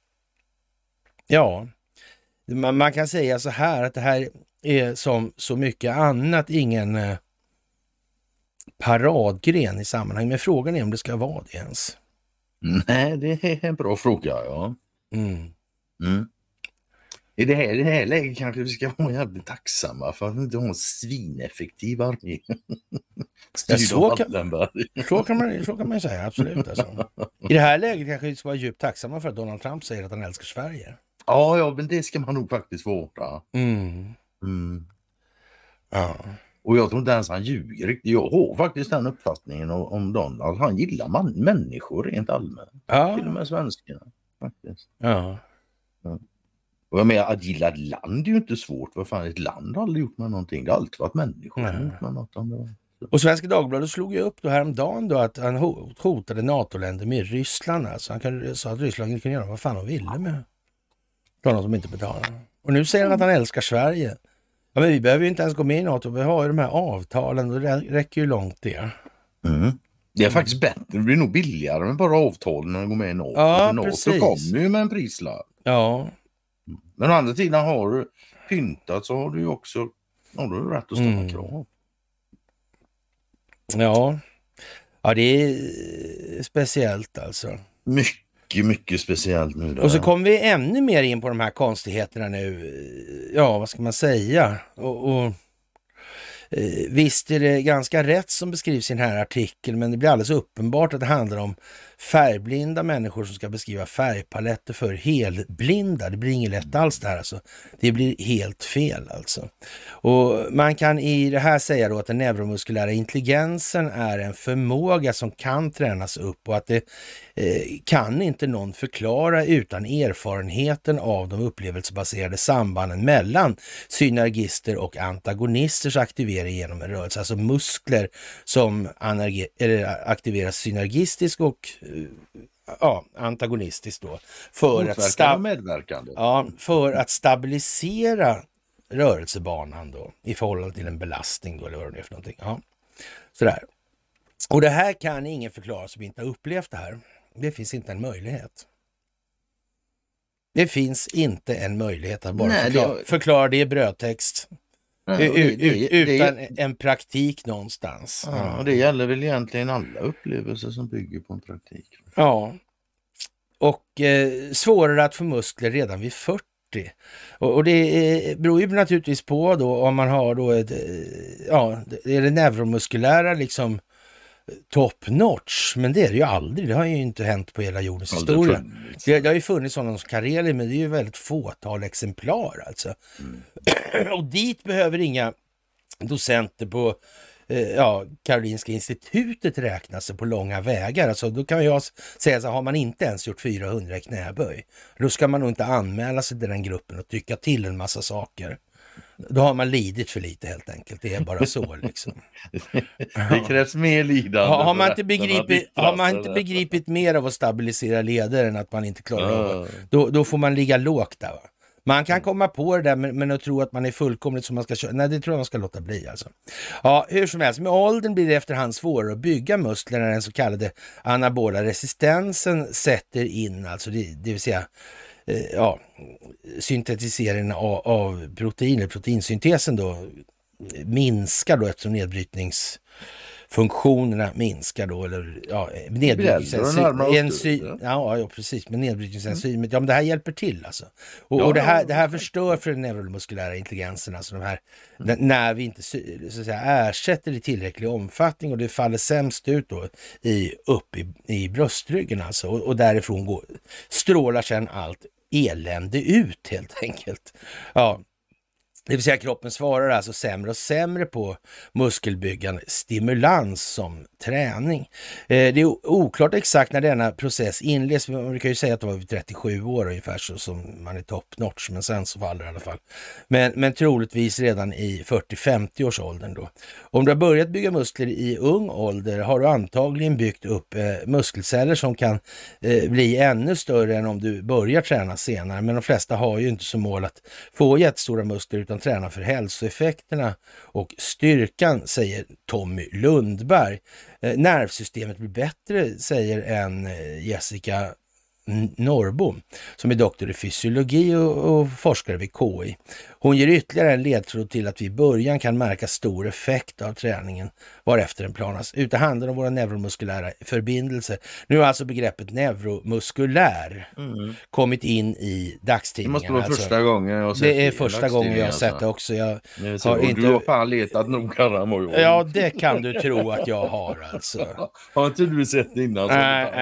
Ja, man kan säga så här att det här är som så mycket annat ingen paradgren i sammanhang. Men frågan är om det ska vara det ens.
Nej, det är en bra fråga, ja. I det här läget kanske vi ska vara jävligt tacksamma för att vi inte har en svineffektiv armé.
Så kan man säga, absolut. Alltså. I det här läget kanske vi ska vara djupt tacksamma för att Donald Trump säger att han älskar Sverige.
Ja, men det ska man nog faktiskt vara.
Ja.
Och jag tror inte ens han ljuger riktigt. Jag har faktiskt den uppfattningen om Donald. Han gillar människor rent allmänt.
Ja.
Till och med svenskarna. Faktiskt.
Ja.
Och jag menar, att gilla ett land är ju inte svårt. Vad fan, ett land har aldrig gjort med någonting. Det har alltid varit människor som gjort med något annat.
Och Svenska Dagbladet slog ju upp då häromdagen då att han hotade NATO-länder med Ryssland. Alltså han sa att Ryssland kunde göra vad fan de ville med sådana som inte betalar. Och nu säger han att han älskar Sverige. Ja, men vi behöver ju inte ens gå med i NATO. Vi har ju de här avtalen och det räcker ju långt det.
Det är faktiskt bättre. Det blir nog billigare med bara avtalen när de går med i NATO.
Ja,
NATO
precis.
kommer ju med en prislapp.
Ja.
Men å andra sidan har du pyntat så har du ju också rätt att ställa krav.
Ja, det är speciellt alltså.
mycket, mycket speciellt nu. Då.
Och så kommer vi ännu mer in på de här konstigheterna nu. Ja, vad ska man säga? Visst är det ganska rätt som beskrivs i den här artikeln, men det blir alldeles uppenbart att det handlar om färgblinda människor som ska beskriva färgpaletter för helblinda. Det blir inget lätt alls det här alltså. Det blir helt fel alltså. Och man kan i det här säga då att den neuromuskulära intelligensen är en förmåga som kan tränas upp och att det kan inte någon förklara utan erfarenheten av de upplevelsebaserade sambanden mellan synergister och antagonisters aktivering genom en rörelse. Alltså muskler som aktiveras synergistiskt och antagonistiskt då. För att stabilisera rörelsebanan då i förhållande till en belastning då, eller vad det är för någonting. Ja. Sådär. Och det här kan ingen förklara som inte har upplevt det här. Det finns inte en möjlighet. Det finns inte en möjlighet att bara förklara det i brödtext. Utan en praktik någonstans.
Ja, och det gäller väl egentligen alla upplevelser som bygger på en praktik.
Ja. Och svårare att få muskler redan vid 40. Och det beror ju naturligtvis på då om man har då är det neuromuskulära liksom top notch, men det är det ju aldrig. Det har ju inte hänt på hela jordens historia. Det har ju funnits sådana som Kareli, men det är ju väldigt fåtal exemplar alltså. Och dit behöver inga docenter på Karolinska institutet räkna sig på långa vägar. Alltså, då kan jag säga så har man inte ens gjort 400 knäböj, då ska man nog inte anmäla sig till den gruppen och tycka till en massa saker. Då har man lidit för lite helt enkelt. Det är bara så liksom.
Det krävs mer lidande.
Har man inte begripit mer av att stabilisera leder än att man inte klarar av då får man ligga lågt där, va? Man kan komma på det där men att tro att man är fullkomligt som man ska köra. Nej, det tror jag man ska låta bli alltså. Ja, hur som helst. Med åldern blir det efterhand svårare att bygga muskler när den så kallade anabola resistensen sätter in. Alltså det vill säga syntetiseringen av proteiner, proteinsyntesen då minskar då eftersom nedbrytningsfunktionerna minskar då, eller precis, men nedbrytningsenzymet, men det här hjälper till alltså. Och det här förstör för den neuromuskulära intelligensen, alltså de här, när vi inte så att säga ersätter i tillräcklig omfattning, och det faller sämst ut då upp i bröstryggen alltså, och därifrån strålar sedan allt elände ut helt enkelt. Ja. Det vill säga kroppen svarar alltså sämre och sämre på muskelbyggande stimulans som träning. Det är oklart exakt när denna process inleds. Man kan ju säga att det var vid 37 år ungefär så som man är top notch, men sen så faller det i alla fall. Men troligtvis redan i 40-50 års åldern då. Om du har börjat bygga muskler i ung ålder har du antagligen byggt upp muskelceller som kan bli ännu större än om du börjar träna senare. Men de flesta har ju inte som mål att få jättestora muskler utan träna för hälsoeffekterna och styrkan, säger Tommy Lundberg. Nervsystemet blir bättre, säger en Jessica Norrbom som är doktor i fysiologi och forskare vid KI. Hon ger ytterligare en ledtråd till att vi i början kan märka stor effekt av träningen varefter den planas ut. Det handlar om våra neuromuskulära förbindelser. Nu har alltså begreppet neuromuskulär kommit in i dagstidningarna.
Det måste vara första gången jag har sett det.
Det är första gången jag har sett det också. Du
har fan letat noga.
Ja, det kan du tro att jag har alltså.
Har inte du sett det innan?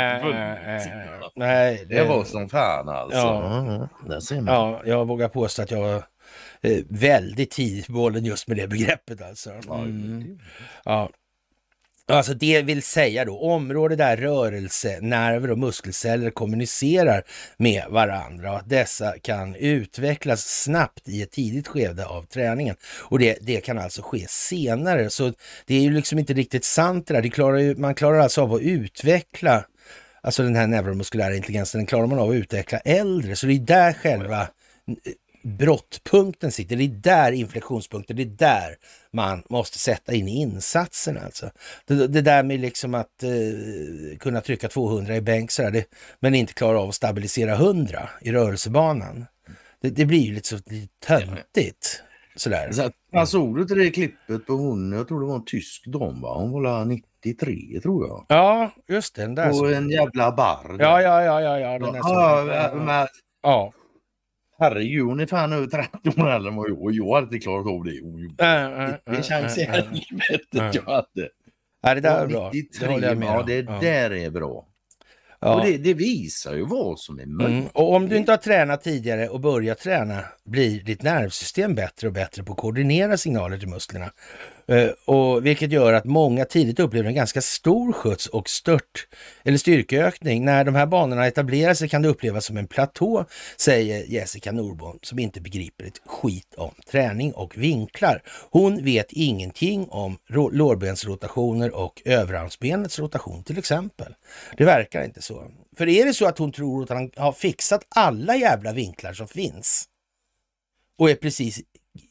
Nej,
det var som fan alltså.
Ja, jag vågar påstå att jag var väldigt tidigt på bollen just med det begreppet alltså. Ja. Alltså det vill säga då område där rörelse, nerver och muskelceller kommunicerar med varandra och att dessa kan utvecklas snabbt i ett tidigt skede av träningen. Och det kan alltså ske senare. Så det är ju liksom inte riktigt sant det där. Man klarar alltså av att utveckla, alltså den här neuromuskulära intelligensen, den klarar man av att utveckla äldre. Så det är där själva brottpunkten sitter, det är där inflektionspunkten, det är där man måste sätta in insatsen alltså. Det där med liksom att kunna trycka 200 i bänk sådär, men inte klara av att stabilisera 100 i rörelsebanan. Det blir ju lite töntigt. sådär.
Så jag såg du inte det klippet på hon, jag tror det var en tysk dam, va? Hon var 93 tror jag.
Ja, just det. Den där
på en jävla bar.
Ja. Den där
men,
ja.
Herregud, hon är fan över 30 år äldre än vad jag hade inte klarat av det. Det är chans i helvetet jag hade.
Ja, det där är bra.
93,
det håller jag med om.
det där är bra.
Ja.
Och det visar ju vad som är möjligt.
Och om du inte har tränat tidigare och börjar träna blir ditt nervsystem bättre och bättre på att koordinera signaler till musklerna. Och vilket gör att många tidigt upplever en ganska stor skjuts och styrkeökning. När de här banorna etablerar sig kan det upplevas som en platå, säger Jessica Norbom, som inte begriper ett skit om träning och vinklar. Hon vet ingenting om lårbensrotationer och överarmsbenets rotation till exempel. Det verkar inte så. För är det så att hon tror att han har fixat alla jävla vinklar som finns och är precis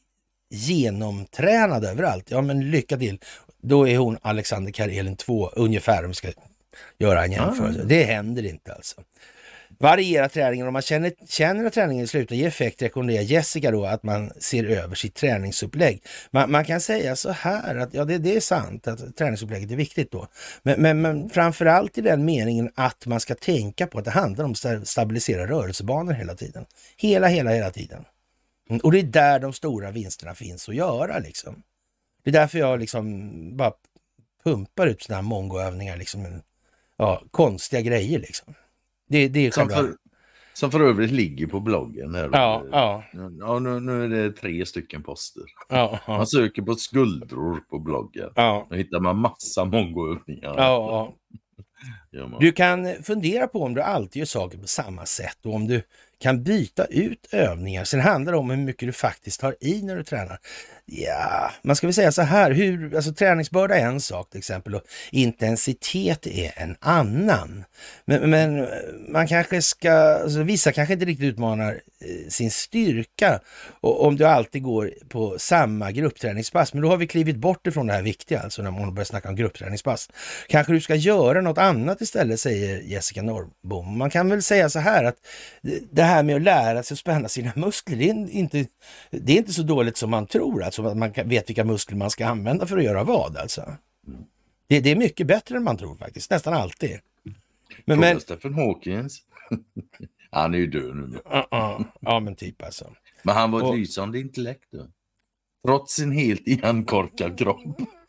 genomtränad överallt, ja men lycka till. Då är hon Alexander Karelin 2 ungefär, om vi ska göra en jämförelse. Det händer inte alltså. Variera träningen. Om man känner att träningen slutar ge effekt, rekommenderar Jessica då att man ser över sitt träningsupplägg. Man kan säga så här att ja, det är sant att träningsupplägget är viktigt då. Men framförallt i den meningen att man ska tänka på att det handlar om att stabilisera rörelsebanor hela tiden. Hela tiden. Och det är där de stora vinsterna finns att göra liksom. Det är därför jag liksom bara pumpar ut sådana här mongoövningar liksom. Ja, konstiga grejer liksom. Det är
som för övrigt ligger på bloggen. Här.
Ja.
Nu är det 3 stycken poster.
Ja.
Man söker på skuldror på bloggen.
Ja.
Då hittar man massa mongoövningar.
Ja. Du kan fundera på om du alltid gör saker på samma sätt och om du kan byta ut övningar. Sen handlar det om hur mycket du faktiskt har i när du tränar. Ja, man ska väl säga så här, alltså träningsbörda är en sak till exempel och intensitet är en annan. Men man kanske ska, alltså vissa kanske inte riktigt utmanar sin styrka och om du alltid går på samma gruppträningspass. Men då har vi klivit bort ifrån det här viktiga, alltså när man börjar snacka om gruppträningspass. Kanske du ska göra något annat istället, säger Jessica Norbom. Man kan väl säga så här att det här med att lära sig att spänna sina muskler, det är inte så dåligt som man tror, alltså att man vet vilka muskler man ska använda för att göra vad alltså. Det är mycket bättre än man tror faktiskt, nästan alltid. Men
Stephen Hawkins, han är ju död nu.
Ja men typ alltså.
Men han var ett lysande intellekt då. Trots sin helt igenkorkad kropp.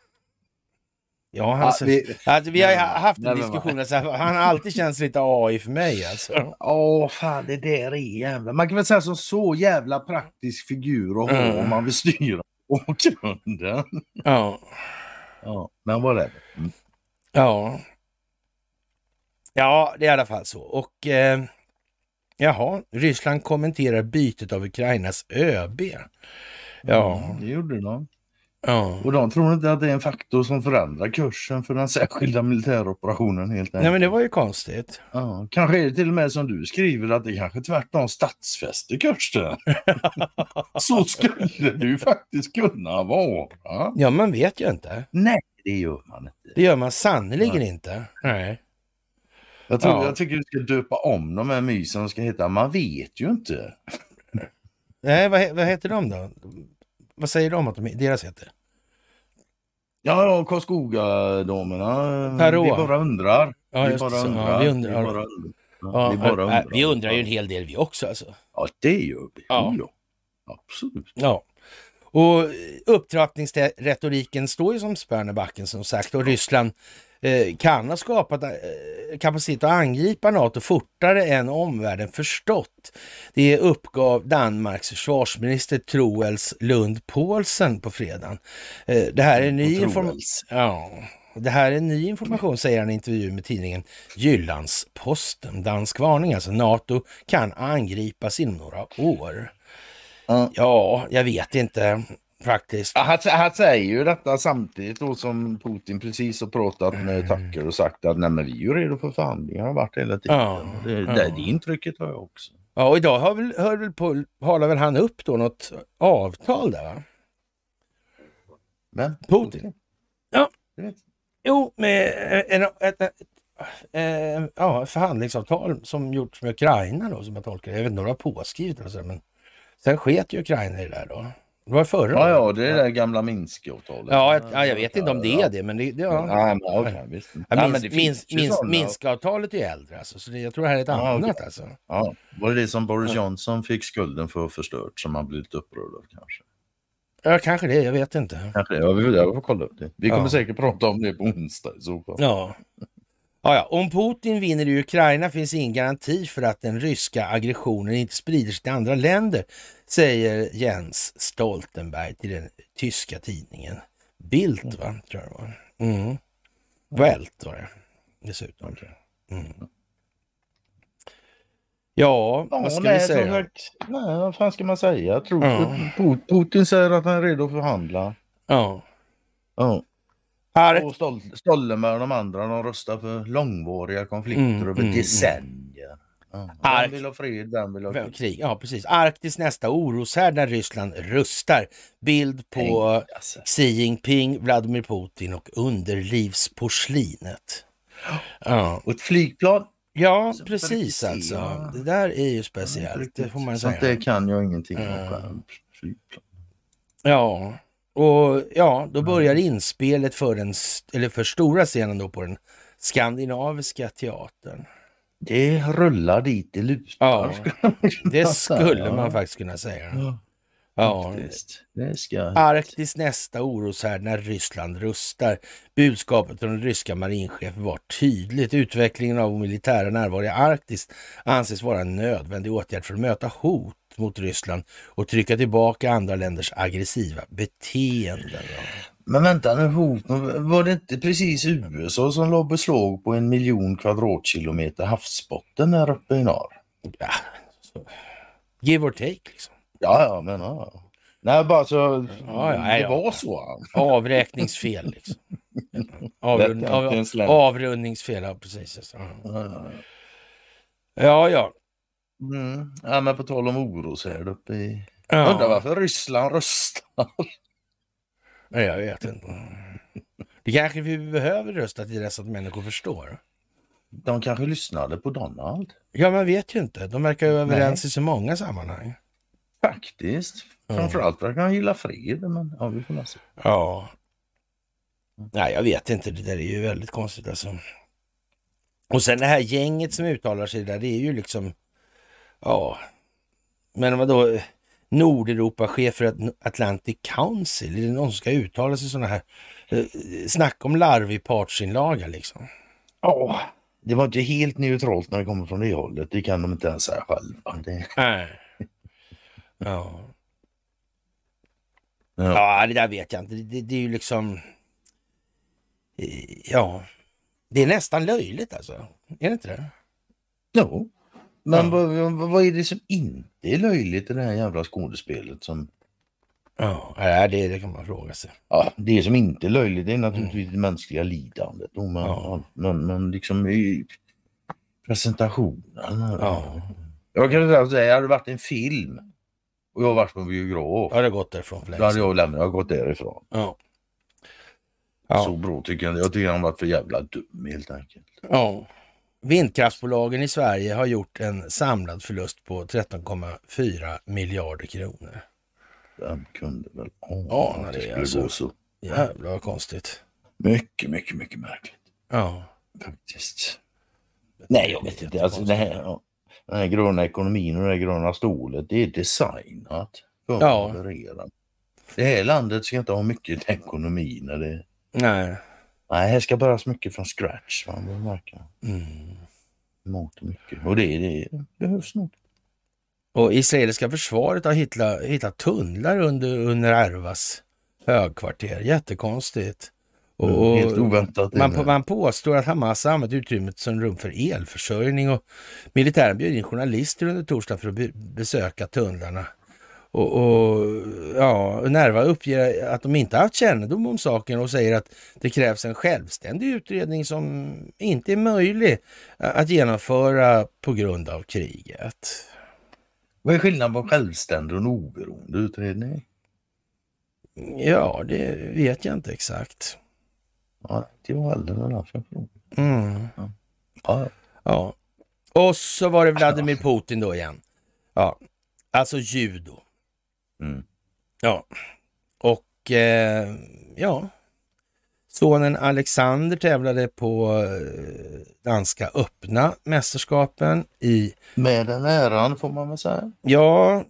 Ja, vi har haft en diskussion, alltså, han har alltid känns lite AI för mig alltså.
Fan, det där är jävla. Man kan väl säga som så jävla praktisk figur att ha om man vill styra bakgrunden. Ja, men vad är det?
Ja, det är i alla fall så. Och Ryssland kommenterar bytet av Ukrainas ÖB. Ja,
det gjorde de.
Ja.
Och de tror inte att det är en faktor som förändrar kursen för den särskilda militäroperationen helt enkelt.
Nej, men det var ju konstigt.
Ja, kanske är det till och med som du skriver att det kanske tvärtom statsfäster kursen. Så skulle det ju faktiskt kunna vara.
Ja, man vet ju inte.
Nej, det gör man inte.
Det gör man sannoliken inte. Nej.
Jag tycker du ska döpa om de här mysen och ska heta man vet ju inte.
Nej, vad heter de då? Vad säger de att deras heter?
Ja, Karlskoga-damerna. Vi bara undrar.
Vi undrar ju en hel del vi också alltså.
Ja, det gör vi. Ja. Absolut.
Ja. Och upptrappningsretoriken står ju som spärren i backen som sagt. Och Ryssland kan ha skapat kapacitet att angripa NATO fortare än omvärlden förstått. Det uppgav Danmarks försvarsminister Troels Lund Poulsen på fredagen. Det här är ny information. Ja. Det här är ny information, säger han i en intervju med tidningen Jyllandsposten. Dansk varning, alltså NATO kan angripas inom några år. Ja, jag vet inte faktiskt.
Han säger ju detta samtidigt då som Putin precis har pratat med Tucker och sagt att nej, men vi är ju redo för förhandlingar, har varit hela tiden. Det intrycket har jag också.
Ja, och idag håller väl han upp då något avtal där, va?
Men
Putin? Ja. Jo, med ett förhandlingsavtal som gjorts med Ukraina då, som jag tolkar det. Jag vet inte om det var påskrivet eller så, men sen sket ju Ukraina i det där då. Det var förra
Ja,
året.
det är det gamla Minsk-avtalet.
Ja, jag vet inte om det är det, men det ja.
Nej, men okej, visst.
Minsk-avtalet är ju äldre, alltså, så jag tror det här är ett annat.
Okay.
Alltså.
Ja, var det som Boris Johnson fick skulden för förstört som man blivit lite upprörd av kanske?
Ja, kanske det, jag vet inte.
Kanske det, jag får kolla upp det. Vi kommer säkert prata om det på onsdag i så fall.
Ja. Om Putin vinner i Ukraina finns ingen garanti för att den ryska aggressionen inte sprider sig till andra länder, säger Jens Stoltenberg till den tyska tidningen Bild, va? Tror jag det var. Welt var det dessutom. Ja, vad ska vi säga?
Nej, vad fan ska man säga? Putin säger att han är redo att förhandla.
Ja.
Och Stoltenberg och de andra, de röstar för långvariga konflikter över decennier. Vem vill ha fred, vem vill ha krig?
Ja, precis. Arktis nästa oroshärd när Ryssland rustar. Bild på Xi Jinping, Vladimir Putin och underlivsporslinet. Ja.
Och ett flygplan.
Ja, precis alltså. Det där är ju speciellt, det får man säga.
Så det kan jag ingenting om. Flygplan.
Ja, och då börjar inspelet för stora scenen då på den skandinaviska teatern.
Det rullar dit i lutar.
Ja, det skulle man faktiskt kunna säga. Ja,
det ska
Arktis nästa oroshärd när Ryssland rustar. Budskapet från den ryska marinchefen var tydligt. Utvecklingen av militära närvaro i Arktis anses vara en nödvändig åtgärd för att möta hot mot Ryssland och trycka tillbaka andra länders aggressiva beteenden.
Men vänta nu, var det inte precis USA som låg beslag på 1 miljon kvadratkilometer havsbotten där uppe i norr?
Ja, så. Give or take liksom.
Ja, men ja. Nej, bara så det var så.
Avräkningsfel liksom. Avrundningsfel, ja, precis. Ja.
Ja, men på tal om oro så är det uppe i... Jag undrar varför Ryssland röstar.
Nej, jag vet inte. Det kanske vi behöver rösta till dess att människor förstår.
De kanske lyssnade på Donald.
Ja, man vet ju inte. De verkar ju överens i så många sammanhang.
Faktiskt. Framförallt verkar han gilla fred. Men ja, vi får läsa.
Ja. Nej, jag vet inte. Det där är ju väldigt konstigt alltså. Och sen det här gänget som uttalar sig där, det är ju liksom... Ja. Men vadå... Nordeuropa-chef för Atlantic Council. Är det någon som ska uttala sig sådana här... Snack om larvig partsinlaga liksom.
Ja. Det var inte helt neutralt när det kommer från det hållet. Det kan de inte ens säga själva.
Nej. Ja, det där vet jag inte. Det är ju liksom... Ja. Det är nästan löjligt alltså. Är det inte det?
Jo. Men vad är det som inte är löjligt i det här jävla skådespelet som...
Ja, det kan man fråga sig.
Ja, det som inte är löjligt det är naturligtvis det mänskliga lidandet. Men liksom i presentationen.
Ja.
Jag kan säga att det hade varit en film och jag har varit på biograf.
Jag hade gått därifrån för länge
sedan. Jag har gått därifrån.
Ja.
Så bra tycker jag. Jag tycker han varit för jävla dum helt enkelt.
Ja. Vindkraftsbolagen i Sverige har gjort en samlad förlust på 13,4 miljarder kronor.
Vem kunde väl
ana det skulle gå så? Jävla konstigt.
Mycket märkligt.
Ja.
Faktiskt. Nej, jag vet inte. Alltså den här gröna ekonomin och det här gröna stålet, det är designat för att leverera. Det här landet ska inte ha mycket ekonomi när det...
Nej,
här ska börjas mycket från scratch. Man märker. Mångt och mycket. Och det behövs nog.
Och israeliska försvaret har hittat tunnlar under Ervas högkvarter. Jättekonstigt. Och
helt oväntat.
Man påstår att Hamas har använt utrymmet som rum för elförsörjning och militären bjöd in journalister under torsdag för att besöka tunnlarna. Och Nerva uppger att de inte haft kännedom om saken och säger att det krävs en självständig utredning som inte är möjlig att genomföra på grund av kriget.
Vad är skillnaden på självständig och en oberoende utredning?
Ja, det vet jag inte exakt.
Ja, det var aldrig därför.
Ja. Och så var det Vladimir Putin då igen. Ja, alltså judo. Ja, och ja, sonen Alexander tävlade på danska öppna mästerskapen i...
Med den äran får man väl säga.
Ja,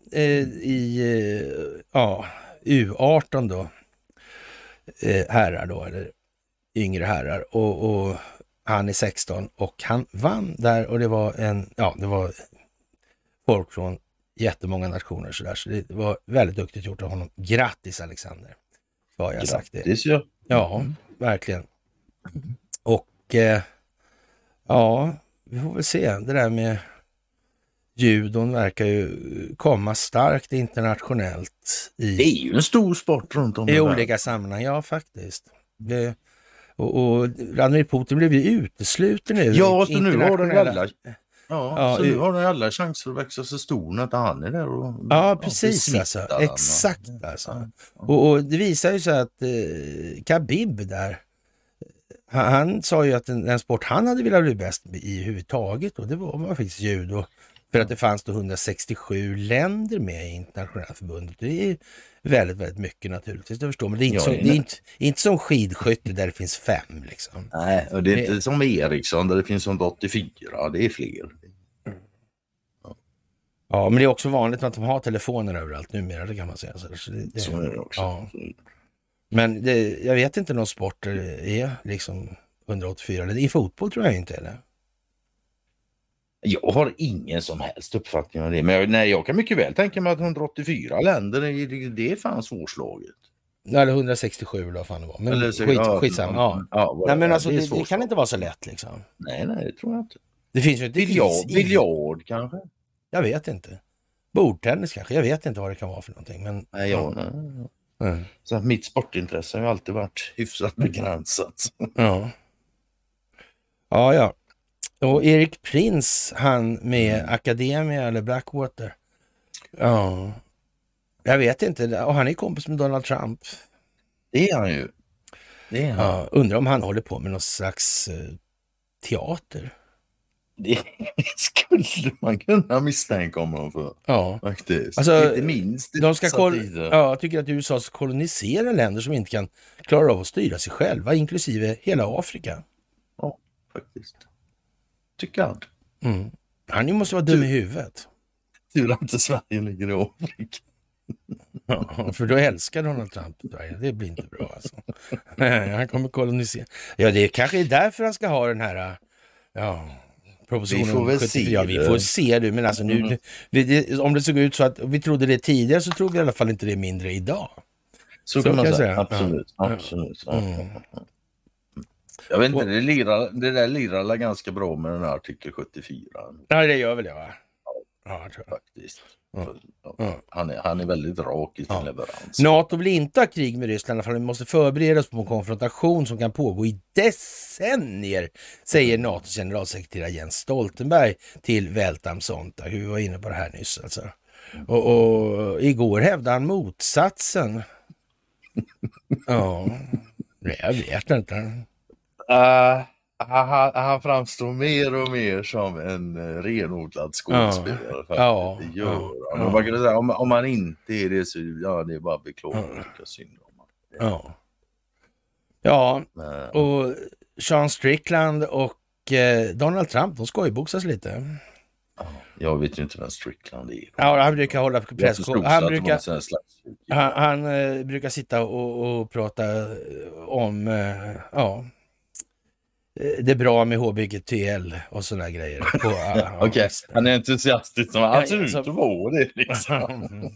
U18 då. Herrar då, eller yngre herrar. Och han är 16 och han vann där och det var det var folk från jättemånga nationer så det var väldigt duktigt gjort av honom. Grattis Alexander, så har jag sagt det.
Grattis, ja.
Ja, verkligen. Och vi får väl se. Det där med judon verkar ju komma starkt internationellt
det är ju en stor sport runt om
i olika sammanhang. Ja, faktiskt. Och Vladimir Putin blev ju utesluten nu.
Ja, så nu har de alla... så nu har de alla chanser att växa så stor när han är där och...
Ja, precis alltså. Exakt alltså. Och det visar ju så att Khabib där, han sa ju att den sport han hade velat bli bäst i huvudtaget och det var faktiskt judo. För att det fanns då 167 länder med i internationella förbundet. Det är väldigt, väldigt mycket naturligtvis. Det förstår man. Det är inte som skidskytte där det finns 5 liksom.
Nej, och det är inte som Eriksson där det finns 184. Det är fler.
Ja, men det är också vanligt att de har telefoner överallt numera, det kan man säga.
Så är det också.
Ja. Men jag vet inte någon sport där det är liksom 184. I fotboll tror jag inte är det.
Jag har ingen som helst uppfattning om det. Men jag kan mycket väl tänka mig att 184 länder, det är fan svårslaget.
Eller 167 då fan det var. Men skitsamma. Nej, men alltså det kan inte vara så lätt liksom.
Nej, det tror jag inte.
Det finns ju inte
biljard kanske.
Jag vet inte. Bordtennis kanske. Jag vet inte vad det kan vara för någonting. Men,
nej. Så att mitt sportintresse har ju alltid varit hyfsat begränsat.
Ja. Och Erik Prince, han med Academia eller Blackwater. Ja. Jag vet inte. Och han är kompis med Donald Trump.
Det är han ju.
Ja, undrar om han håller på med någon slags teater.
Det skulle man kunna misstänka om honom för.
Ja.
Faktiskt.
Alltså,
inte minst
de ska jag tycker att USA ska kolonisera länder som inte kan klara av att styra sig själva, inklusive hela Afrika.
Ja, faktiskt. Tycker jag.
Han måste vara dum i huvudet.
Tur att inte Sverige ligger i Afrika.
Ja, för då älskar Donald Trump Sverige. Det blir inte bra alltså. Han kommer kolonisera. Ja, det är kanske därför han ska ha den här propositionen 74. Vi får se det. Men alltså nu, om det såg ut så att vi trodde det tidigare så tror vi i alla fall inte det är mindre idag.
Så kan man säga. Absolut. Jag vet inte, det där lirar ganska bra med den här artikel 74.
Ja, det gör väl det, va? Ja, jag tror jag.
Faktiskt. Han är väldigt rak i sin leverans.
NATO vill inte ha krig med Ryssland, i alla fall vi måste förbereda oss på en konfrontation som kan pågå i decennier, säger NATOs generalsekreterare Jens Stoltenberg till Welt am Sonntag. Vi var inne på det här nyss alltså. Och igår hävdade han motsatsen. Jag vet inte.
Han framstår mer och mer som en renodlad skådespelare. Det gör han. Man kan säga, om han inte är det så det är bara beklagligt. Synd om
han. Och Sean Strickland och Donald Trump, de skojboxas lite.
Jag vet ju inte vem Strickland är.
Ja, han brukar hålla han brukar sitta och prata om det är bra med HBGTL och sådana grejer.
Okej, han är entusiastisk som absolut att vara det liksom.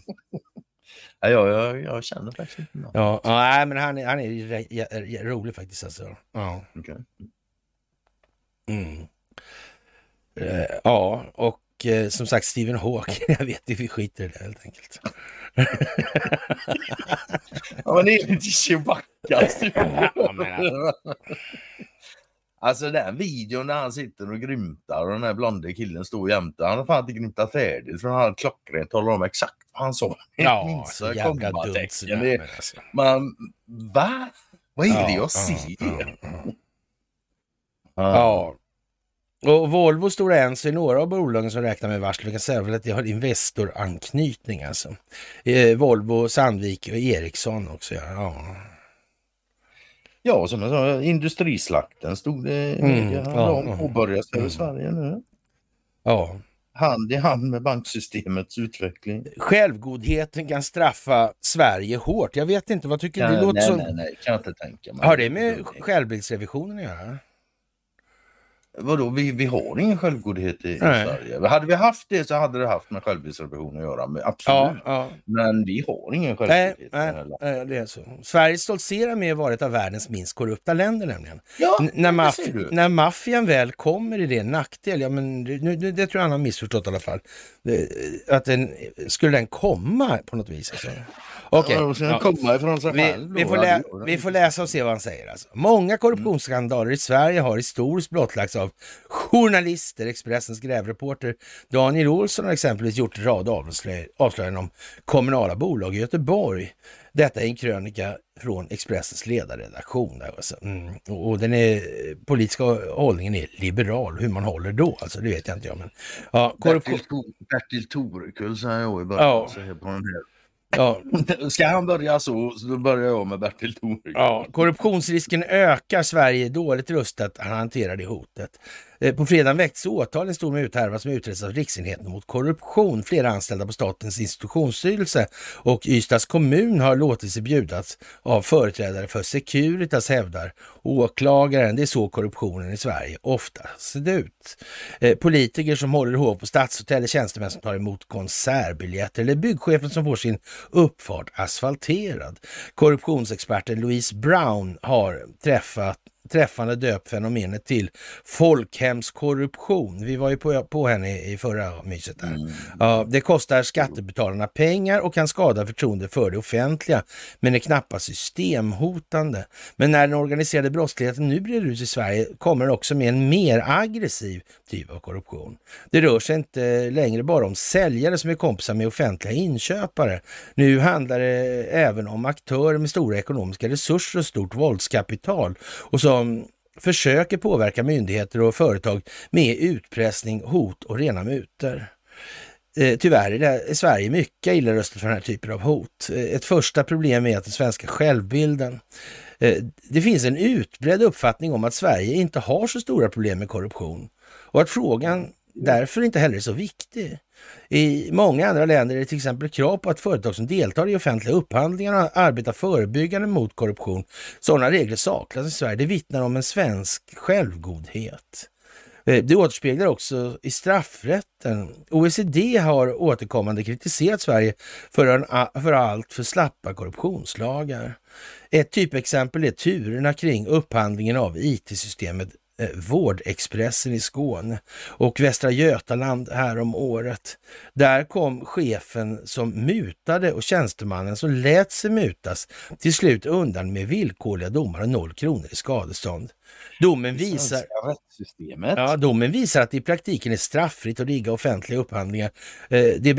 Jag känner faktiskt inte något.
Nej, men han är rolig faktiskt alltså.
Okay.
Och som sagt Stephen Hawking, jag vet inte, vi skiter i det helt enkelt.
Men det är lite Chewbacca. Alltså den videon när han sitter och grymtar och den här blonde killen står jämte. Han har fan inte grymtat färdigt för han hade klockrent talar om exakt vad han sa.
Så jävla dumt.
Man, vad är det jag ser?
Och Volvo, Stora Enso är några av bolagen som räknar med varsel. Vi kan säga att det har investoranknytning alltså. Volvo, Sandvik och Ericsson också.
Ja, som jag sa, industrislakten stod det påbörjas över Sverige nu.
Ja.
Hand i hand med banksystemets utveckling.
Självgodheten kan straffa Sverige hårt. Jag vet inte, vad tycker du? Det låter som...
Nej, kan jag inte tänka mig.
Har det med självbildsrevisionen att göra?
Vadå, vi har ingen självgodhet i Sverige. Hade vi haft det så hade det haft med självbildsrevision att göra. Men absolut. Ja. Men vi har ingen självgodhet.
Nej, det är så. Sverige stoltserar med att vara ett av världens minst korrupta länder nämligen.
Ja,
när maffian väl kommer i det nackdel, ja men det tror jag han har missförstått i alla fall. Att skulle den komma på något vis alltså. Okej.
Komma ifrån sig själv.
Vi får läsa och se vad han säger alltså. Många korruptionsskandaler i Sverige har historiskt blottlagts av journalister. Expressens grävreporter Daniel Olsson har exempelvis gjort en rad avslöjanden om kommunala bolag i Göteborg. Detta är en krönika från Expressens ledarredaktion. Alltså. Och den politiska hållningen är liberal. Hur man håller då, alltså det vet jag inte. Men, ja,
Bertil Torekull säger jag i början. Ja. På den här. Ja. Ska han börja så då börjar jag med Bertil Torekull.
Ja, korruptionsrisken ökar. Sverige är dåligt rustat att hantera det hotet. På fredagen väcktes åtal en stor muthärva som utreds av Riksenheten mot korruption. Flera anställda på Statens institutionsstyrelse och Ystads kommun har låtit sig bjudas av företrädare för Securitas, hävdar åklagaren. Det är så korruptionen i Sverige ofta ser ut. Politiker som håller ihop på stadshotell, tjänstemän som tar emot konsertbiljetter eller byggchefen som får sin uppfart asfalterad. Korruptionsexperten Louise Brown har träffande döpt fenomenet till folkhemskorruption. Vi var ju på henne i förra myset där. Ja, det kostar skattebetalarna pengar och kan skada förtroende för det offentliga, men är knappast systemhotande. Men när den organiserade brottsligheten nu breder ut i Sverige kommer den också med en mer aggressiv typ av korruption. Det rör sig inte längre bara om säljare som är kompisar med offentliga inköpare. Nu handlar det även om aktörer med stora ekonomiska resurser och stort våldskapital och som försöker påverka myndigheter och företag med utpressning, hot och rena mutor. Tyvärr är Sverige mycket illa rustat för den här typen av hot. Ett första problem är att den svenska självbilden. Det finns en utbredd uppfattning om att Sverige inte har så stora problem med korruption och att frågan därför inte heller är så viktig. I många andra länder är det till exempel krav på att företag som deltar i offentliga upphandlingar arbetar förebyggande mot korruption. Sådana regler saknas i Sverige. Det vittnar om en svensk självgodhet. Det återspeglar också i straffrätten. OECD har återkommande kritiserat Sverige för allt för slappa korruptionslagar. Ett typexempel är turerna kring upphandlingen av IT-systemet Vårdexpressen i Skåne och Västra Götaland här om året. Där kom chefen som mutade och tjänstemannen som lät sig mutas till slut undan med villkorliga domar och 0 kronor i skadestånd. Domen visar att det i praktiken är straffritt att rigga offentliga upphandlingar. Det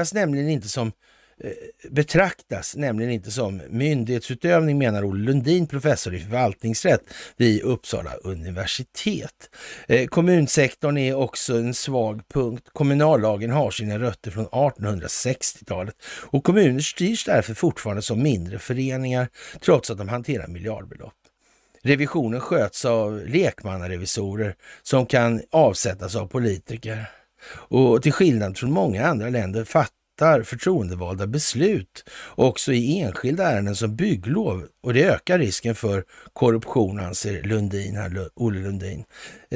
betraktas nämligen inte som myndighetsutövning, menar Olle Lundin, professor i förvaltningsrätt vid Uppsala universitet. Kommunsektorn är också en svag punkt. Kommunallagen har sina rötter från 1860-talet och kommuner styrs därför fortfarande som mindre föreningar trots att de hanterar miljardbelopp. Revisionen sköts av lekmannarevisorer som kan avsättas av politiker. Och till skillnad från många andra länder fattar förtroendevalda beslut också i enskilda ärenden som bygglov. Och det ökar risken för korruption, anser Olle Lundin.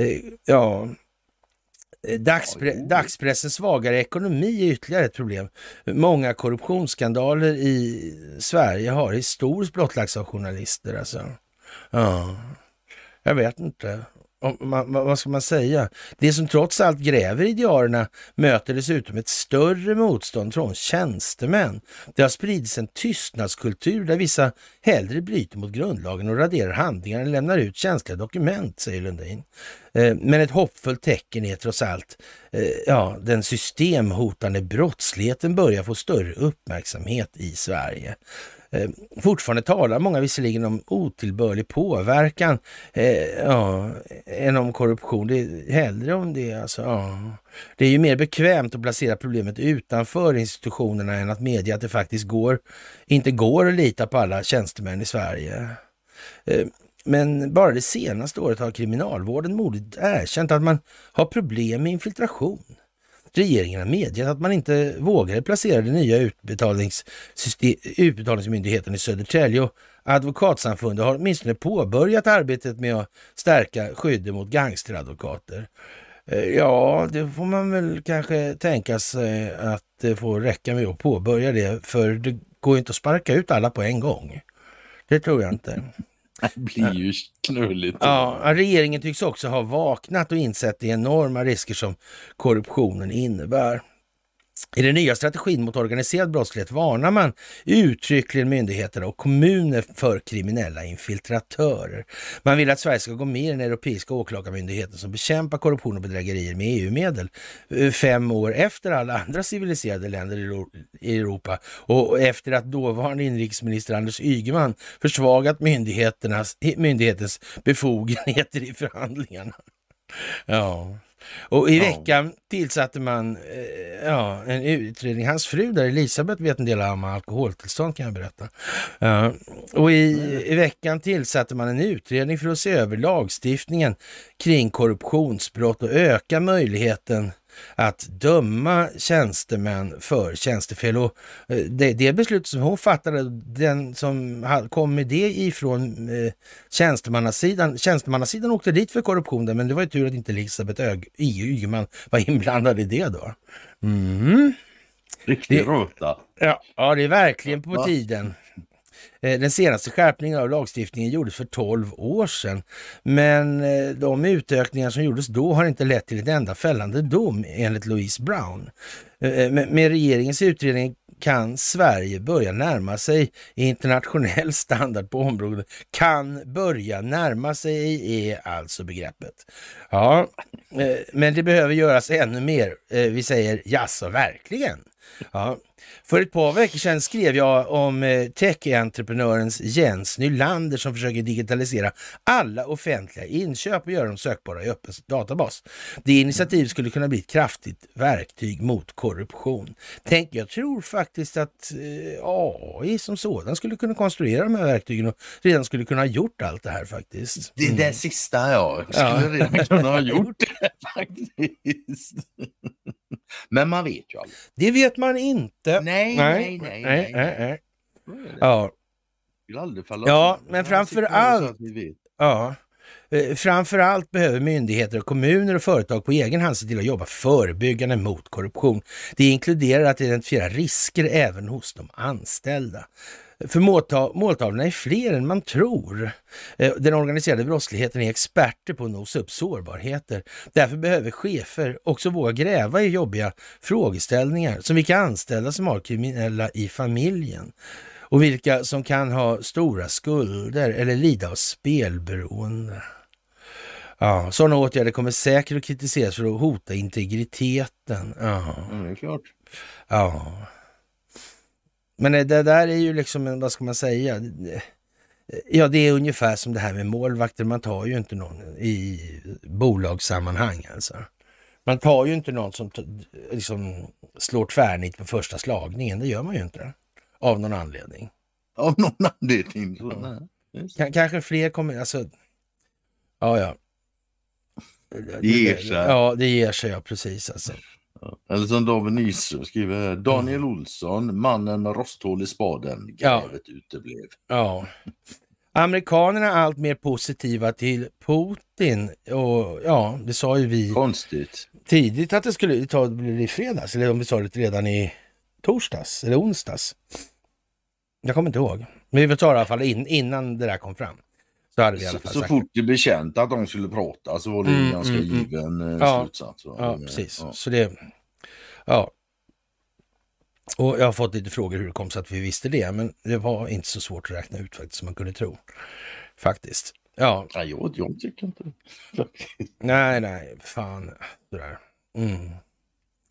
Dagspressens svagare ekonomi är ytterligare ett problem. Många korruptionsskandaler i Sverige har historiskt blottlagts av journalister. Alltså. Ja, jag vet inte. Vad ska man säga? Det som trots allt gräver i diarierna möter dessutom ett större motstånd från tjänstemän. Det har spridits en tystnadskultur där vissa hellre bryter mot grundlagen och raderar handlingar än lämnar ut känsliga dokument, säger Lundin. Men ett hoppfullt tecken är trots allt den systemhotande brottsligheten börjar få större uppmärksamhet i Sverige. Fortfarande talar många visserligen om otillbörlig påverkan än om korruption. Det är hellre om det. Alltså, det är ju mer bekvämt att placera problemet utanför institutionerna än att medge att det faktiskt inte går att lita på alla tjänstemän i Sverige. Men bara det senaste året har kriminalvården modigt erkänt att man har problem med infiltration. Regeringen har medgett att man inte vågade placera den nya utbetalningsmyndigheten i Södertälje, och Advokatsamfundet har åtminstone påbörjat arbetet med att stärka skyddet mot gangsteradvokater. Ja, det får man väl kanske tänka sig att det får räcka med att påbörja det, för det går ju inte att sparka ut alla på en gång. Det tror jag inte.
Det blir ju knulligt.
Ja, regeringen tycks också ha vaknat och insett de enorma risker som korruptionen innebär. I den nya strategin mot organiserad brottslighet varnar man uttryckligen myndigheter och kommuner för kriminella infiltratörer. Man vill att Sverige ska gå med i den europeiska åklagarmyndigheten som bekämpar korruption och bedrägerier med EU-medel 5 år efter alla andra civiliserade länder i Europa, och efter att dåvarande inrikesminister Anders Ygeman försvagat myndighetens befogenheter i förhandlingarna. Ja. Och i veckan tillsatte man en utredning. Hans fru där, Elisabeth, vet en del om alkoholtillstånd, kan jag berätta. Och i veckan tillsatte man en utredning för att se över lagstiftningen kring korruptionsbrott och öka möjligheten att döma tjänstemän för tjänstefel. Och det beslutet som hon fattade, den som kom med det ifrån tjänstemannasidan åkte dit för korruption, men det var ju tur att inte Elisabeth Ygeman var inblandad i det då.
Riktigt röta.
Ja, det är verkligen på tiden. Den senaste skärpningen av lagstiftningen gjordes för 12 år sedan, men de utökningar som gjordes då har inte lett till ett enda fällande dom enligt Louise Brown. Med regeringens utredning kan Sverige börja närma sig internationell standard på området. Kan börja närma sig är alltså begreppet. Ja, men det behöver göras ännu mer. Vi säger jaså, verkligen. Ja. För ett par veckor sedan skrev jag om tech-entreprenören Jens Nylander som försöker digitalisera alla offentliga inköp och göra dem sökbara i öppen databas. Det initiativ skulle kunna bli ett kraftigt verktyg mot korruption. Jag tror faktiskt att AI som sådan skulle kunna konstruera de här verktygen och redan skulle kunna ha gjort allt det här faktiskt.
Det är det sista jag skulle redan kunna ha gjort det faktiskt. Men man vet ju aldrig.
Det vet man inte.
Nej.
Ja.
Vill aldrig falla
men framför allt behöver myndigheter och kommuner och företag på egen hand se till att jobba förebyggande mot korruption. Det inkluderar att identifiera risker även hos de anställda. För måltavlorna är fler än man tror. Den organiserade brottsligheten är experter på att nosa upp sårbarheter. Därför behöver chefer också våga gräva i jobbiga frågeställningar, som vilka anställda som har kriminella i familjen och vilka som kan ha stora skulder eller lida av spelberoende. Ja, sådana åtgärder kommer säkert att kritiseras för att hota integriteten. Ja,
det är klart.
Ja. Men det där är ju liksom, vad ska man säga? Ja, det är ungefär som det här med målvakter. Man tar ju inte någon i bolagssammanhang alltså. Man tar ju inte någon som liksom slår tvärnit på första slagningen. Det gör man ju inte. Av någon anledning.
Av någon anledning.
Kanske fler kommer, alltså. Ja.
Det ger sig.
Ja, det ger sig, ja, precis alltså.
Eller som David Nyström skriver, Daniel Olsson, mannen med rosthål i spaden, grävet uteblev. Ja.
Amerikanerna är allt mer positiva till Putin, och ja, det sa ju vi
konstigt
tidigt att det skulle bli i fredags, eller om vi sa det redan i torsdags eller onsdags. Jag kommer inte ihåg. Men vi tar i alla fall innan det där kom fram. Så hade vi i alla fall
så
sagt.
Fort det blev känt att de skulle prata så var det en ganska given slutsats.
Ja, precis. Ja. Så det, ja. Och jag har fått lite frågor hur det kom så att vi visste det, men det var inte så svårt att räkna ut faktiskt som man kunde tro. Faktiskt. Ja.
Jag tycker inte.
Nej, fan. Sådär.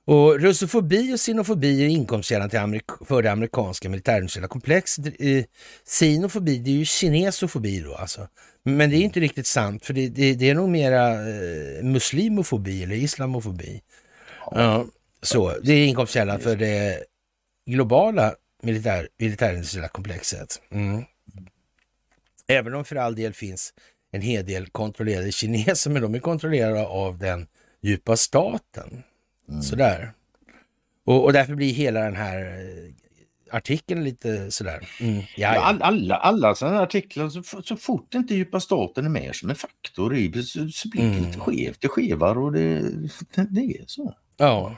Och russofobi och sinofobi är inkomstkällan för det amerikanska militärindustriella komplexet. Sinofobi, det är ju kinesofobi då alltså. Men det är inte riktigt sant, för det är nog mera muslimofobi eller islamofobi. Ja, så det är inkomstkällan för det globala militärindustriella komplexet. Även om för all del finns en hel del kontrollerade kineser, men de är kontrollerade av den djupa staten. Sådär. Och därför blir hela den här artikeln lite sådär.
Alla sådana artiklar, så fort inte djupa staten är med som en faktor i, så blir det lite skevt. Det skevar och det är så.
Ja.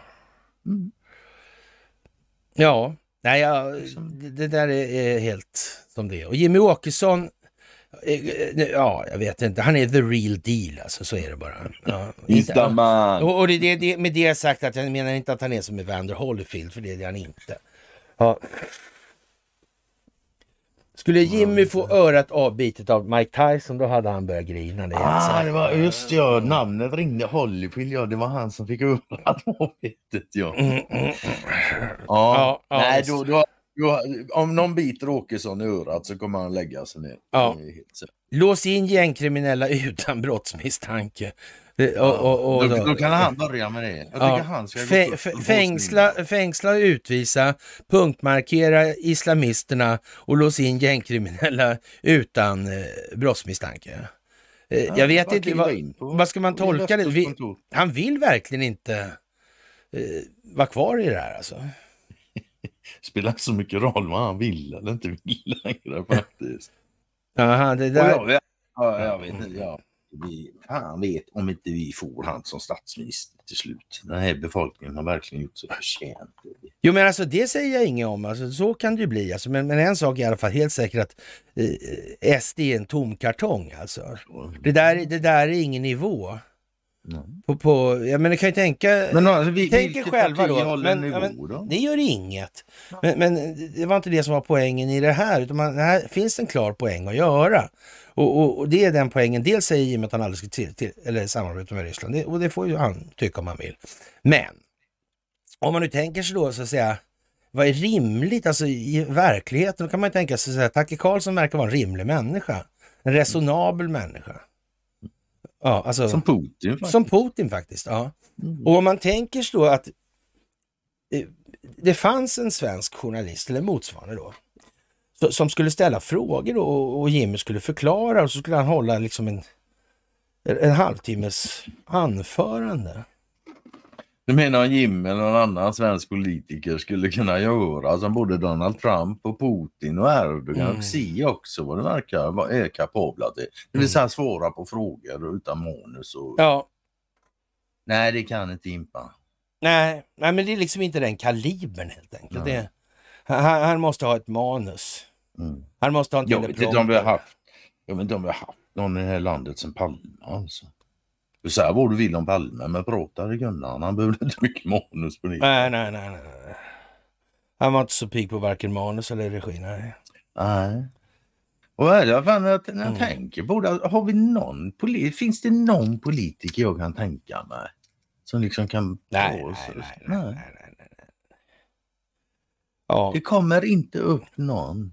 Ja. Nej, det där är helt som det är. Och Jimmy Åkesson, ja, jag vet inte. Han är the real deal, alltså, så är det bara. Ja, och det, med det sagt att jag menar inte att han är som Evander Holyfield, för det är han inte. Ja. Skulle Jimmy få örat avbitet av Mike Tyson, då hade han börjat grina.
Det var just namnet ringde Holyfield, ja, det var han som fick örat avbitet, ja. Nej, då om någon biter Åkesson i örat så kommer han lägga sig ner.
Ja. Lås in gängkriminella utan brottsmisstanke.
Då kan han börja med det. Jag tycker han ska
fängsla och utvisa, punktmarkera islamisterna och lås in gängkriminella utan brottsmisstanke. Jag vet inte, vad ska man tolka det? Han vill verkligen inte vara kvar i det här alltså.
Spelar inte så mycket roll vad han vill eller inte vill längre faktiskt.
Jaha, det där...
Jag vet inte, han vet om inte vi får han som statsminister till slut. Den här befolkningen har verkligen gjort så förtjänt.
Jo, men alltså det säger jag inget om. Alltså, så kan det ju bli. Alltså, men en sak är i alla fall helt säker, att SD är en tom kartong. Alltså. Det där är ingen nivå. Jag menar, kan ju tänka... Men alltså, tänk er själva då. Men det gör inget. Men det var inte det som var poängen i det här. Utan här finns en klar poäng att göra. Och det är den poängen. Dels säger Jimmy att han aldrig ska eller samarbeta med Ryssland. Och det får ju han tycka om han vill. Men om man nu tänker sig då, så att säga, vad är rimligt? Alltså i verkligheten, då kan man ju tänka sig att Tacke Karlsson verkar vara en rimlig människa. En resonabel människa. Ja, alltså, som Putin faktiskt. Ja. Och om man tänker så att det fanns en svensk journalist eller motsvarande då, som skulle ställa frågor då, och Jimmy skulle förklara, och så skulle han hålla liksom en halvtimmes anförande.
Du menar Jimmy eller någon annan svensk politiker skulle kunna göra som både Donald Trump och Putin och Erdogan och se också vad det verkar vara är kapabla till. Det vill säga svara på frågor utan manus. Och... Ja. Nej, det kan inte Impa.
Nej, men det är liksom inte den kalibern helt enkelt. Han måste ha ett manus. Han måste ha en teleprompter.
Jag vet inte om vi har haft någon i det här landet som Palme alltså. Du säger vad du vill om Palme, men pratar i Gunnar. Han behövde inte mycket manus på det.
Nej. Han var inte så pigg på varken manus eller regi, nej.
Och när jag tänker på det, har vi finns det någon politiker jag kan tänka mig som liksom kan...
Nej. Ja.
Det kommer inte upp någon.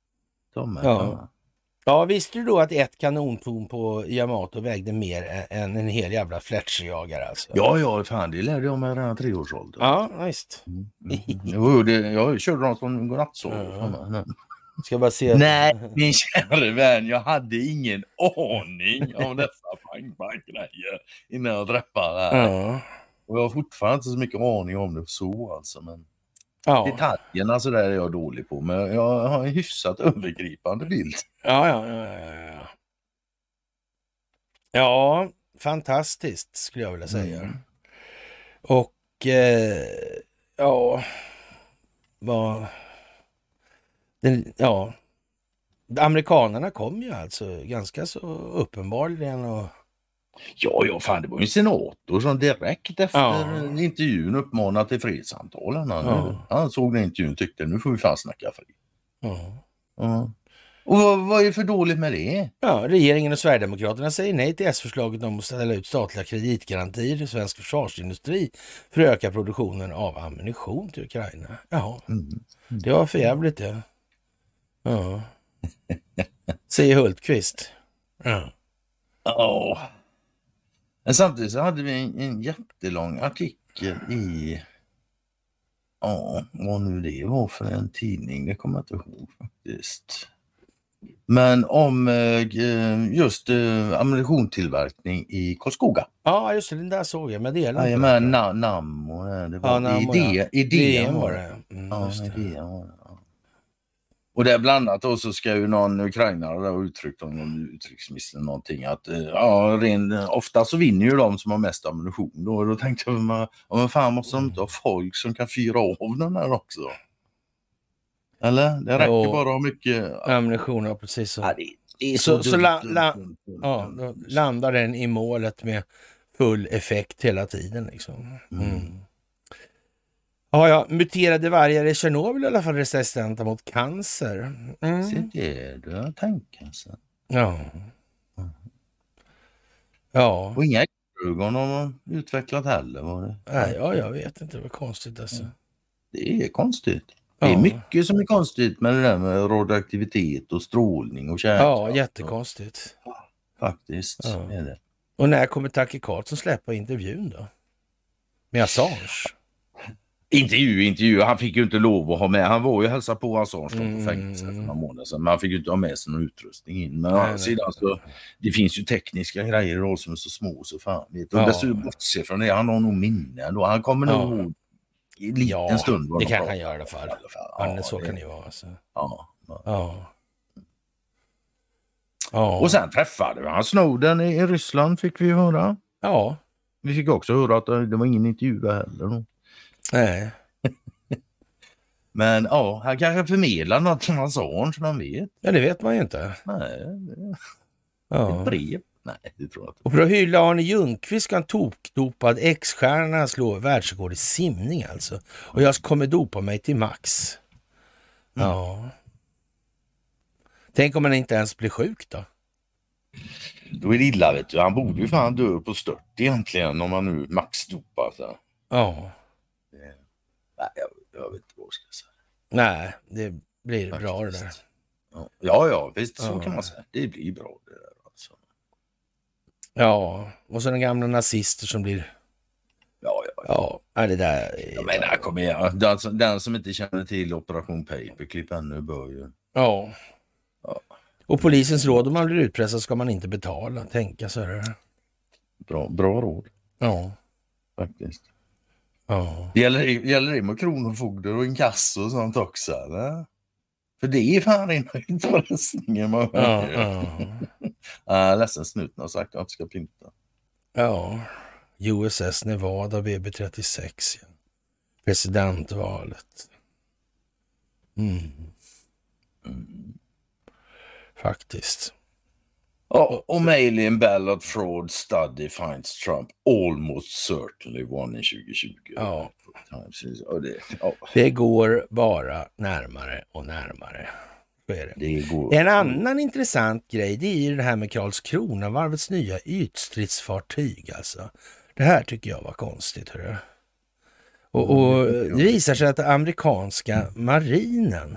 Ja, visste du då att ett kanontorn på Yamato vägde mer än en hel jävla Fletcherjagare alltså?
Ja, fan, det lärde jag mig redan 3 års ålder.
Ja, visst.
Jag körde dem som godnattsov.
Ska bara se.
Nej, min kära vän, jag hade ingen aning om dessa pang-pang-grejer innan jag träffade det här. Och jag har fortfarande inte så mycket aning om det så alltså, men... Detaljerna så där är jag dålig på, men jag har en hyfsat övergripande bild.
Ja, fantastiskt skulle jag vilja säga. Och amerikanerna kom ju alltså ganska så uppenbarligen och...
Ja, fan, det var ju en senator som direkt efter intervjun uppmanade till fredssamtalen. Han såg den intervjun och tyckte nu får vi fan snacka fri. Och vad är det för dåligt med det?
Ja, regeringen och Sverigedemokraterna säger nej till S-förslaget om att ställa ut statliga kreditgarantier till svensk försvarsindustri för att öka produktionen av ammunition till Ukraina. Ja, det var för jävligt det. Ja. Säger Hultqvist. Ja.
Ja. Men samtidigt så hade vi en jättelång artikel i, ja, vad nu det var för en tidning, det kommer jag inte ihåg faktiskt. Men om just ammunitionstillverkning i Karlskoga.
Ja, just det, den där såg jag. Men det är
ja, men Nammo, det var
Nammo,
idén var det. Idén var det. Och det är bland annat då så ska ju någon ukrainare ha uttryckt om någon utrikesminister någonting att ofta så vinner ju de som har mest ammunition då. Och då tänkte jag, men fan måste de inte ha folk som kan fyra av den här också? Eller? Det räcker bara att ha mycket
ammunition, ja, precis så.
Ja, det är så
då landar den i målet med full effekt hela tiden liksom. Ja, muterade vargar i Tjernobyl i alla fall resistenta mot cancer.
Se det, du har tandcancer.
Ja. Ja.
Och inga ögon har man utvecklat heller, var det?
Nej, jag vet inte, det var konstigt alltså.
Det är konstigt. Det är mycket som är konstigt med det där med radioaktivitet och strålning och kärnkraft.
Ja, jättekonstigt.
Faktiskt är det.
Och när kommer Tucker Carlson släppa intervjun då? Med Assange?
Intervju. Han fick ju inte lov att ha med. Han var ju hälsa på Assange på fängelset för några månader sedan. Men han fick ju inte ha med sig någon utrustning in. Men sedan så, det finns ju tekniska grejer då som är så små så fan vet. Och dessutom bortse från det. Han har nog minne då. Han kommer nog ihåg i en liten stund.
Det kan han göra i alla fall. Ja, så kan det ju vara. Alltså. Ja.
Och sen träffade vi han Snowden i Ryssland fick vi höra.
Ja.
Vi fick också höra att det var ingen intervju heller då. Nej. Men han kanske förmedlar något som han sa, som man vet.
Ja, det vet man ju inte.
Nej. Ett brev. Nej, det tror jag inte.
Och för att hylla Arne Ljungqvist ska en tokdopad ex-stjärna slå världsrekord i simning alltså. Och jag kommer dopa mig till max. Ja. Tänk om man inte ens blir sjuk då?
Då är det illa, vet du. Han borde ju fan dö på stört egentligen om man nu maxdopar så.
Ja.
Nej, jag vet inte vad jag ska säga.
Nej, det blir faktiskt bra det där.
Ja, visst så kan man säga. Det blir bra det där alltså.
Ja, och så den gamla nazister som blir... Ja, det där...
Jag menar, kom igen. Den som inte känner till Operation Paperclip ännu bör ju...
Ja. Och polisens råd om man blir utpressad ska man inte betala. Tänka så här.
Bra råd.
Ja.
Faktiskt.
Ja.
Gäller det med kronofogder och inkasso och sånt också, eller? För det är fan inte på röstningen. Ledsen snuten har sagt att jag inte ska pynta.
Ja. USS Nevada BB36. Ja. Presidentvalet. Faktiskt.
Och Mail-in ballot fraud study finds Trump almost certainly won in 2020.
Ja.
Och
det går bara närmare och närmare. Så är det. En annan intressant grej, det är ju det här med Karlskronavarvets nya ytstridsfartyg alltså. Det här tycker jag var konstigt, hörru. Och det visar sig att amerikanska marinen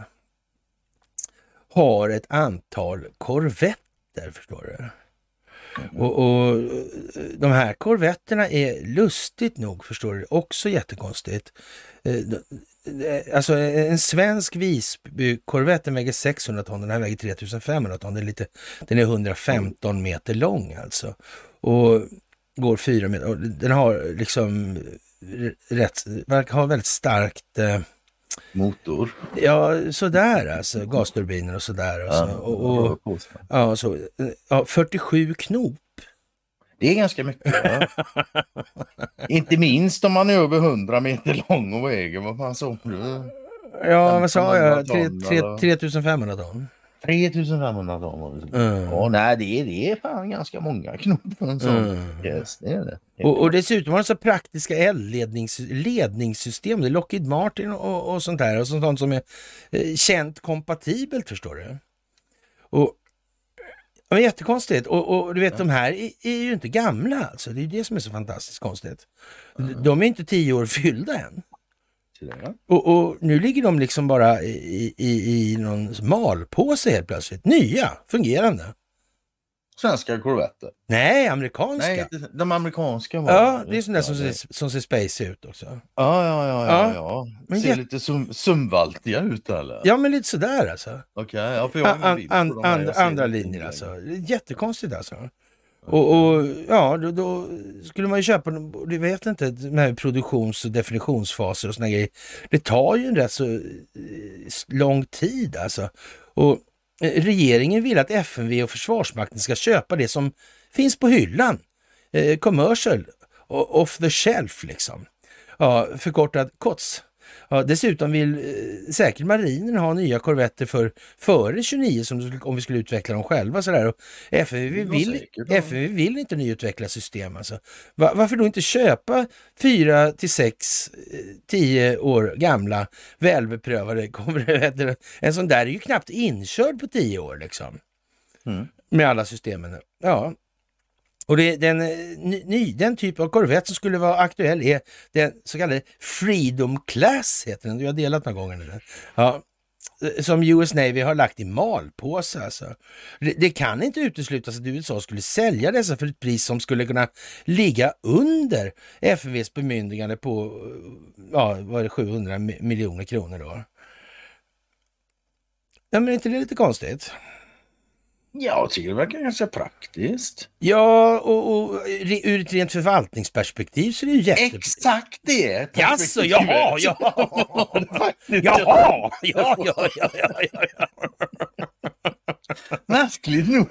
har ett antal korvetter, förstår du. Och de här korvetterna är lustigt nog, förstår du, också jättekonstigt. Alltså en svensk Visby-korvett, den väger 600 ton, den här väger 3500 ton, den är 115 meter lång alltså. Och går 4 meter, och den har liksom har väldigt starkt
motor.
Ja, sådär alltså, gasturbiner och sådär. Alltså. 47 knop.
Det är ganska mycket. Inte minst om man är över 100 meter lång och väger. Vad fan sa du?
Ja, vad sa jag? 3500 ton.
3500 ton var det. Ja, nej, det är fan ganska många knop på en sån. Yes, det är det.
Och dessutom har det så praktiska ledningssystem. Det är Lockheed Martin och sånt där. Och sånt som är känt kompatibelt, förstår du. Och ja, jättekonstigt. Och du vet, de här är ju inte gamla alltså. Det är det som är så fantastiskt konstigt. De är inte 10 år fyllda än. Och nu ligger de liksom bara i någon malpåse helt plötsligt. Nya, fungerande.
Svenska korvetter?
Nej, amerikanska.
Nej, de amerikanska var
ja, det är sådana som ser space ut också.
Ja. Men ser lite sumvaltiga ut eller?
Ja, men lite sådär alltså.
Okej, ja, för jag har ingen bild på dem.
Andra linjer alltså. Jättekonstigt alltså. Och ja, då skulle man ju köpa, du vet inte, de här produktions- och definitionsfaser och såna grejer. Det tar ju en rätt så lång tid alltså. Och regeringen vill att FMV och Försvarsmakten ska köpa det som finns på hyllan. Commercial, off the shelf liksom. Ja, förkortad COTS. Ja, dessutom vill säkert marinen ha nya korvetter före 29 om vi skulle utveckla dem själva. Sådär. Och FMV vill inte nyutveckla system. Alltså. Varför då inte köpa 4 till 6, 10 år gamla välbeprövade konverter? En sån där är ju knappt inkörd på 10 år liksom. Med alla systemen. Ja. Och den typ av korvett som skulle vara aktuell är den så kallade Freedom Class, heter den. Du har delat några gånger nu. Ja, som US Navy har lagt i malpåse. Alltså. Det kan inte uteslutas att USA skulle sälja dessa för ett pris som skulle kunna ligga under FMVs bemyndigande på vad är det, 700 miljoner kronor då. Ja, men är inte det lite konstigt?
Ja, jag tycker det verkar ganska praktiskt.
Ja, och ur ett rent förvaltningsperspektiv så är det ju
Exakt det!
Jaså, jaha!
Märkligt nog.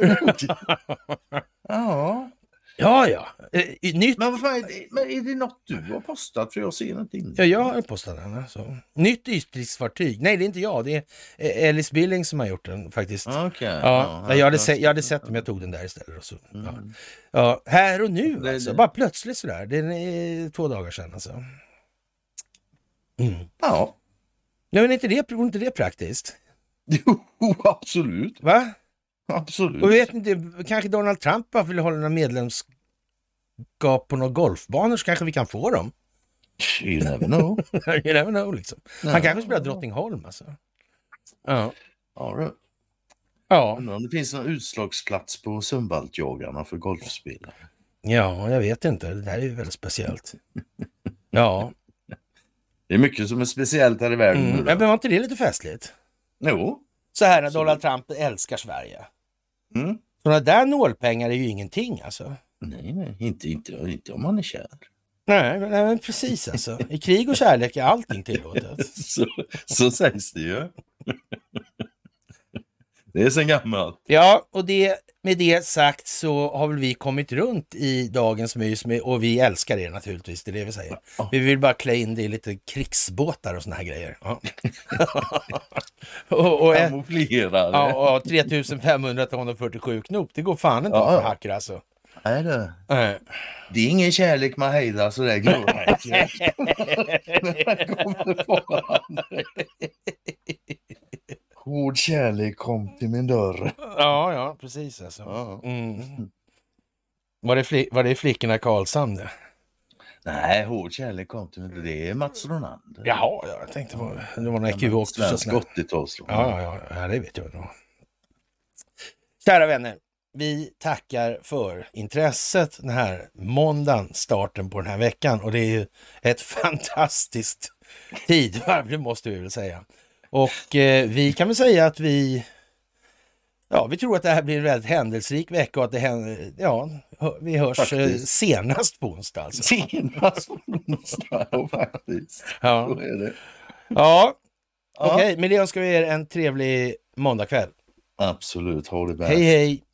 Ja. Nytt...
Men vad fan är det något du har postat? För jag ser inte in.
Ja, jag har postat den. Alltså. Nytt ytstridsfartyg. Nej, det är inte jag. Det är Ellis Billing som har gjort den faktiskt.
Okay.
Ja, jag hade sett om jag tog den där istället. Och så. Ja, här och nu alltså. Bara plötsligt sådär. Det är 2 dagar sedan alltså.
Ja.
Nej, men inte det praktiskt?
Jo, absolut.
Va?
Absolut.
Och vet inte, kanske Donald Trump bara vill hålla några medlemskap på några golfbanor, så kanske vi kan få dem.
You never know.
You never know liksom. Han kanske spelar Drottningholm alltså. Ja.
Undrar om det finns någon utslagsplats på Sundvaltjågarna för golfspelare.
Ja, jag vet inte. Det där är ju väldigt speciellt. Ja.
Det är mycket som är speciellt här i världen.
Men var inte det lite festligt?
Jo.
Så här när Donald Trump älskar Sverige. Sådana där nålpengar är ju ingenting alltså.
Nej, inte om man är kär.
Nej, men precis alltså. I krig och kärlek är allting tillåtet.
så sägs det ju. Det är så gammalt.
Ja, och med det sagt så har väl vi kommit runt i dagens mys och vi älskar det naturligtvis, det är det vi säger. Vi vill bara klä in det i lite krigsbåtar och såna här grejer. Ja. och 3547 knop, det går fan inte för hacker alltså.
Nej det. Det är ingen kärlek man hejdar så det går. Hård kärlek kom till min dörr.
Ja, precis alltså. Var det flickorna Karlshamn det?
Nej, hård kärlek kom till min dörr. Det är Mats Ronander.
Jaha, jag tänkte på det var när Q åkte så snabbt.
80-talslån.
Ja, det vet jag då. Kära vänner, vi tackar för intresset den här måndagen, starten på den här veckan. Och det är ju ett fantastiskt tidvarv, det måste vi väl säga. Och vi kan väl säga att vi tror att det här blir en väldigt händelserik vecka och att vi hörs senast på onsdag. Alltså.
Senast på onsdag, faktiskt.
Ja,
så är det.
Ja. Okej, med det önskar vi er en trevlig måndagkväll.
Absolut, ha det bäst.
Hej.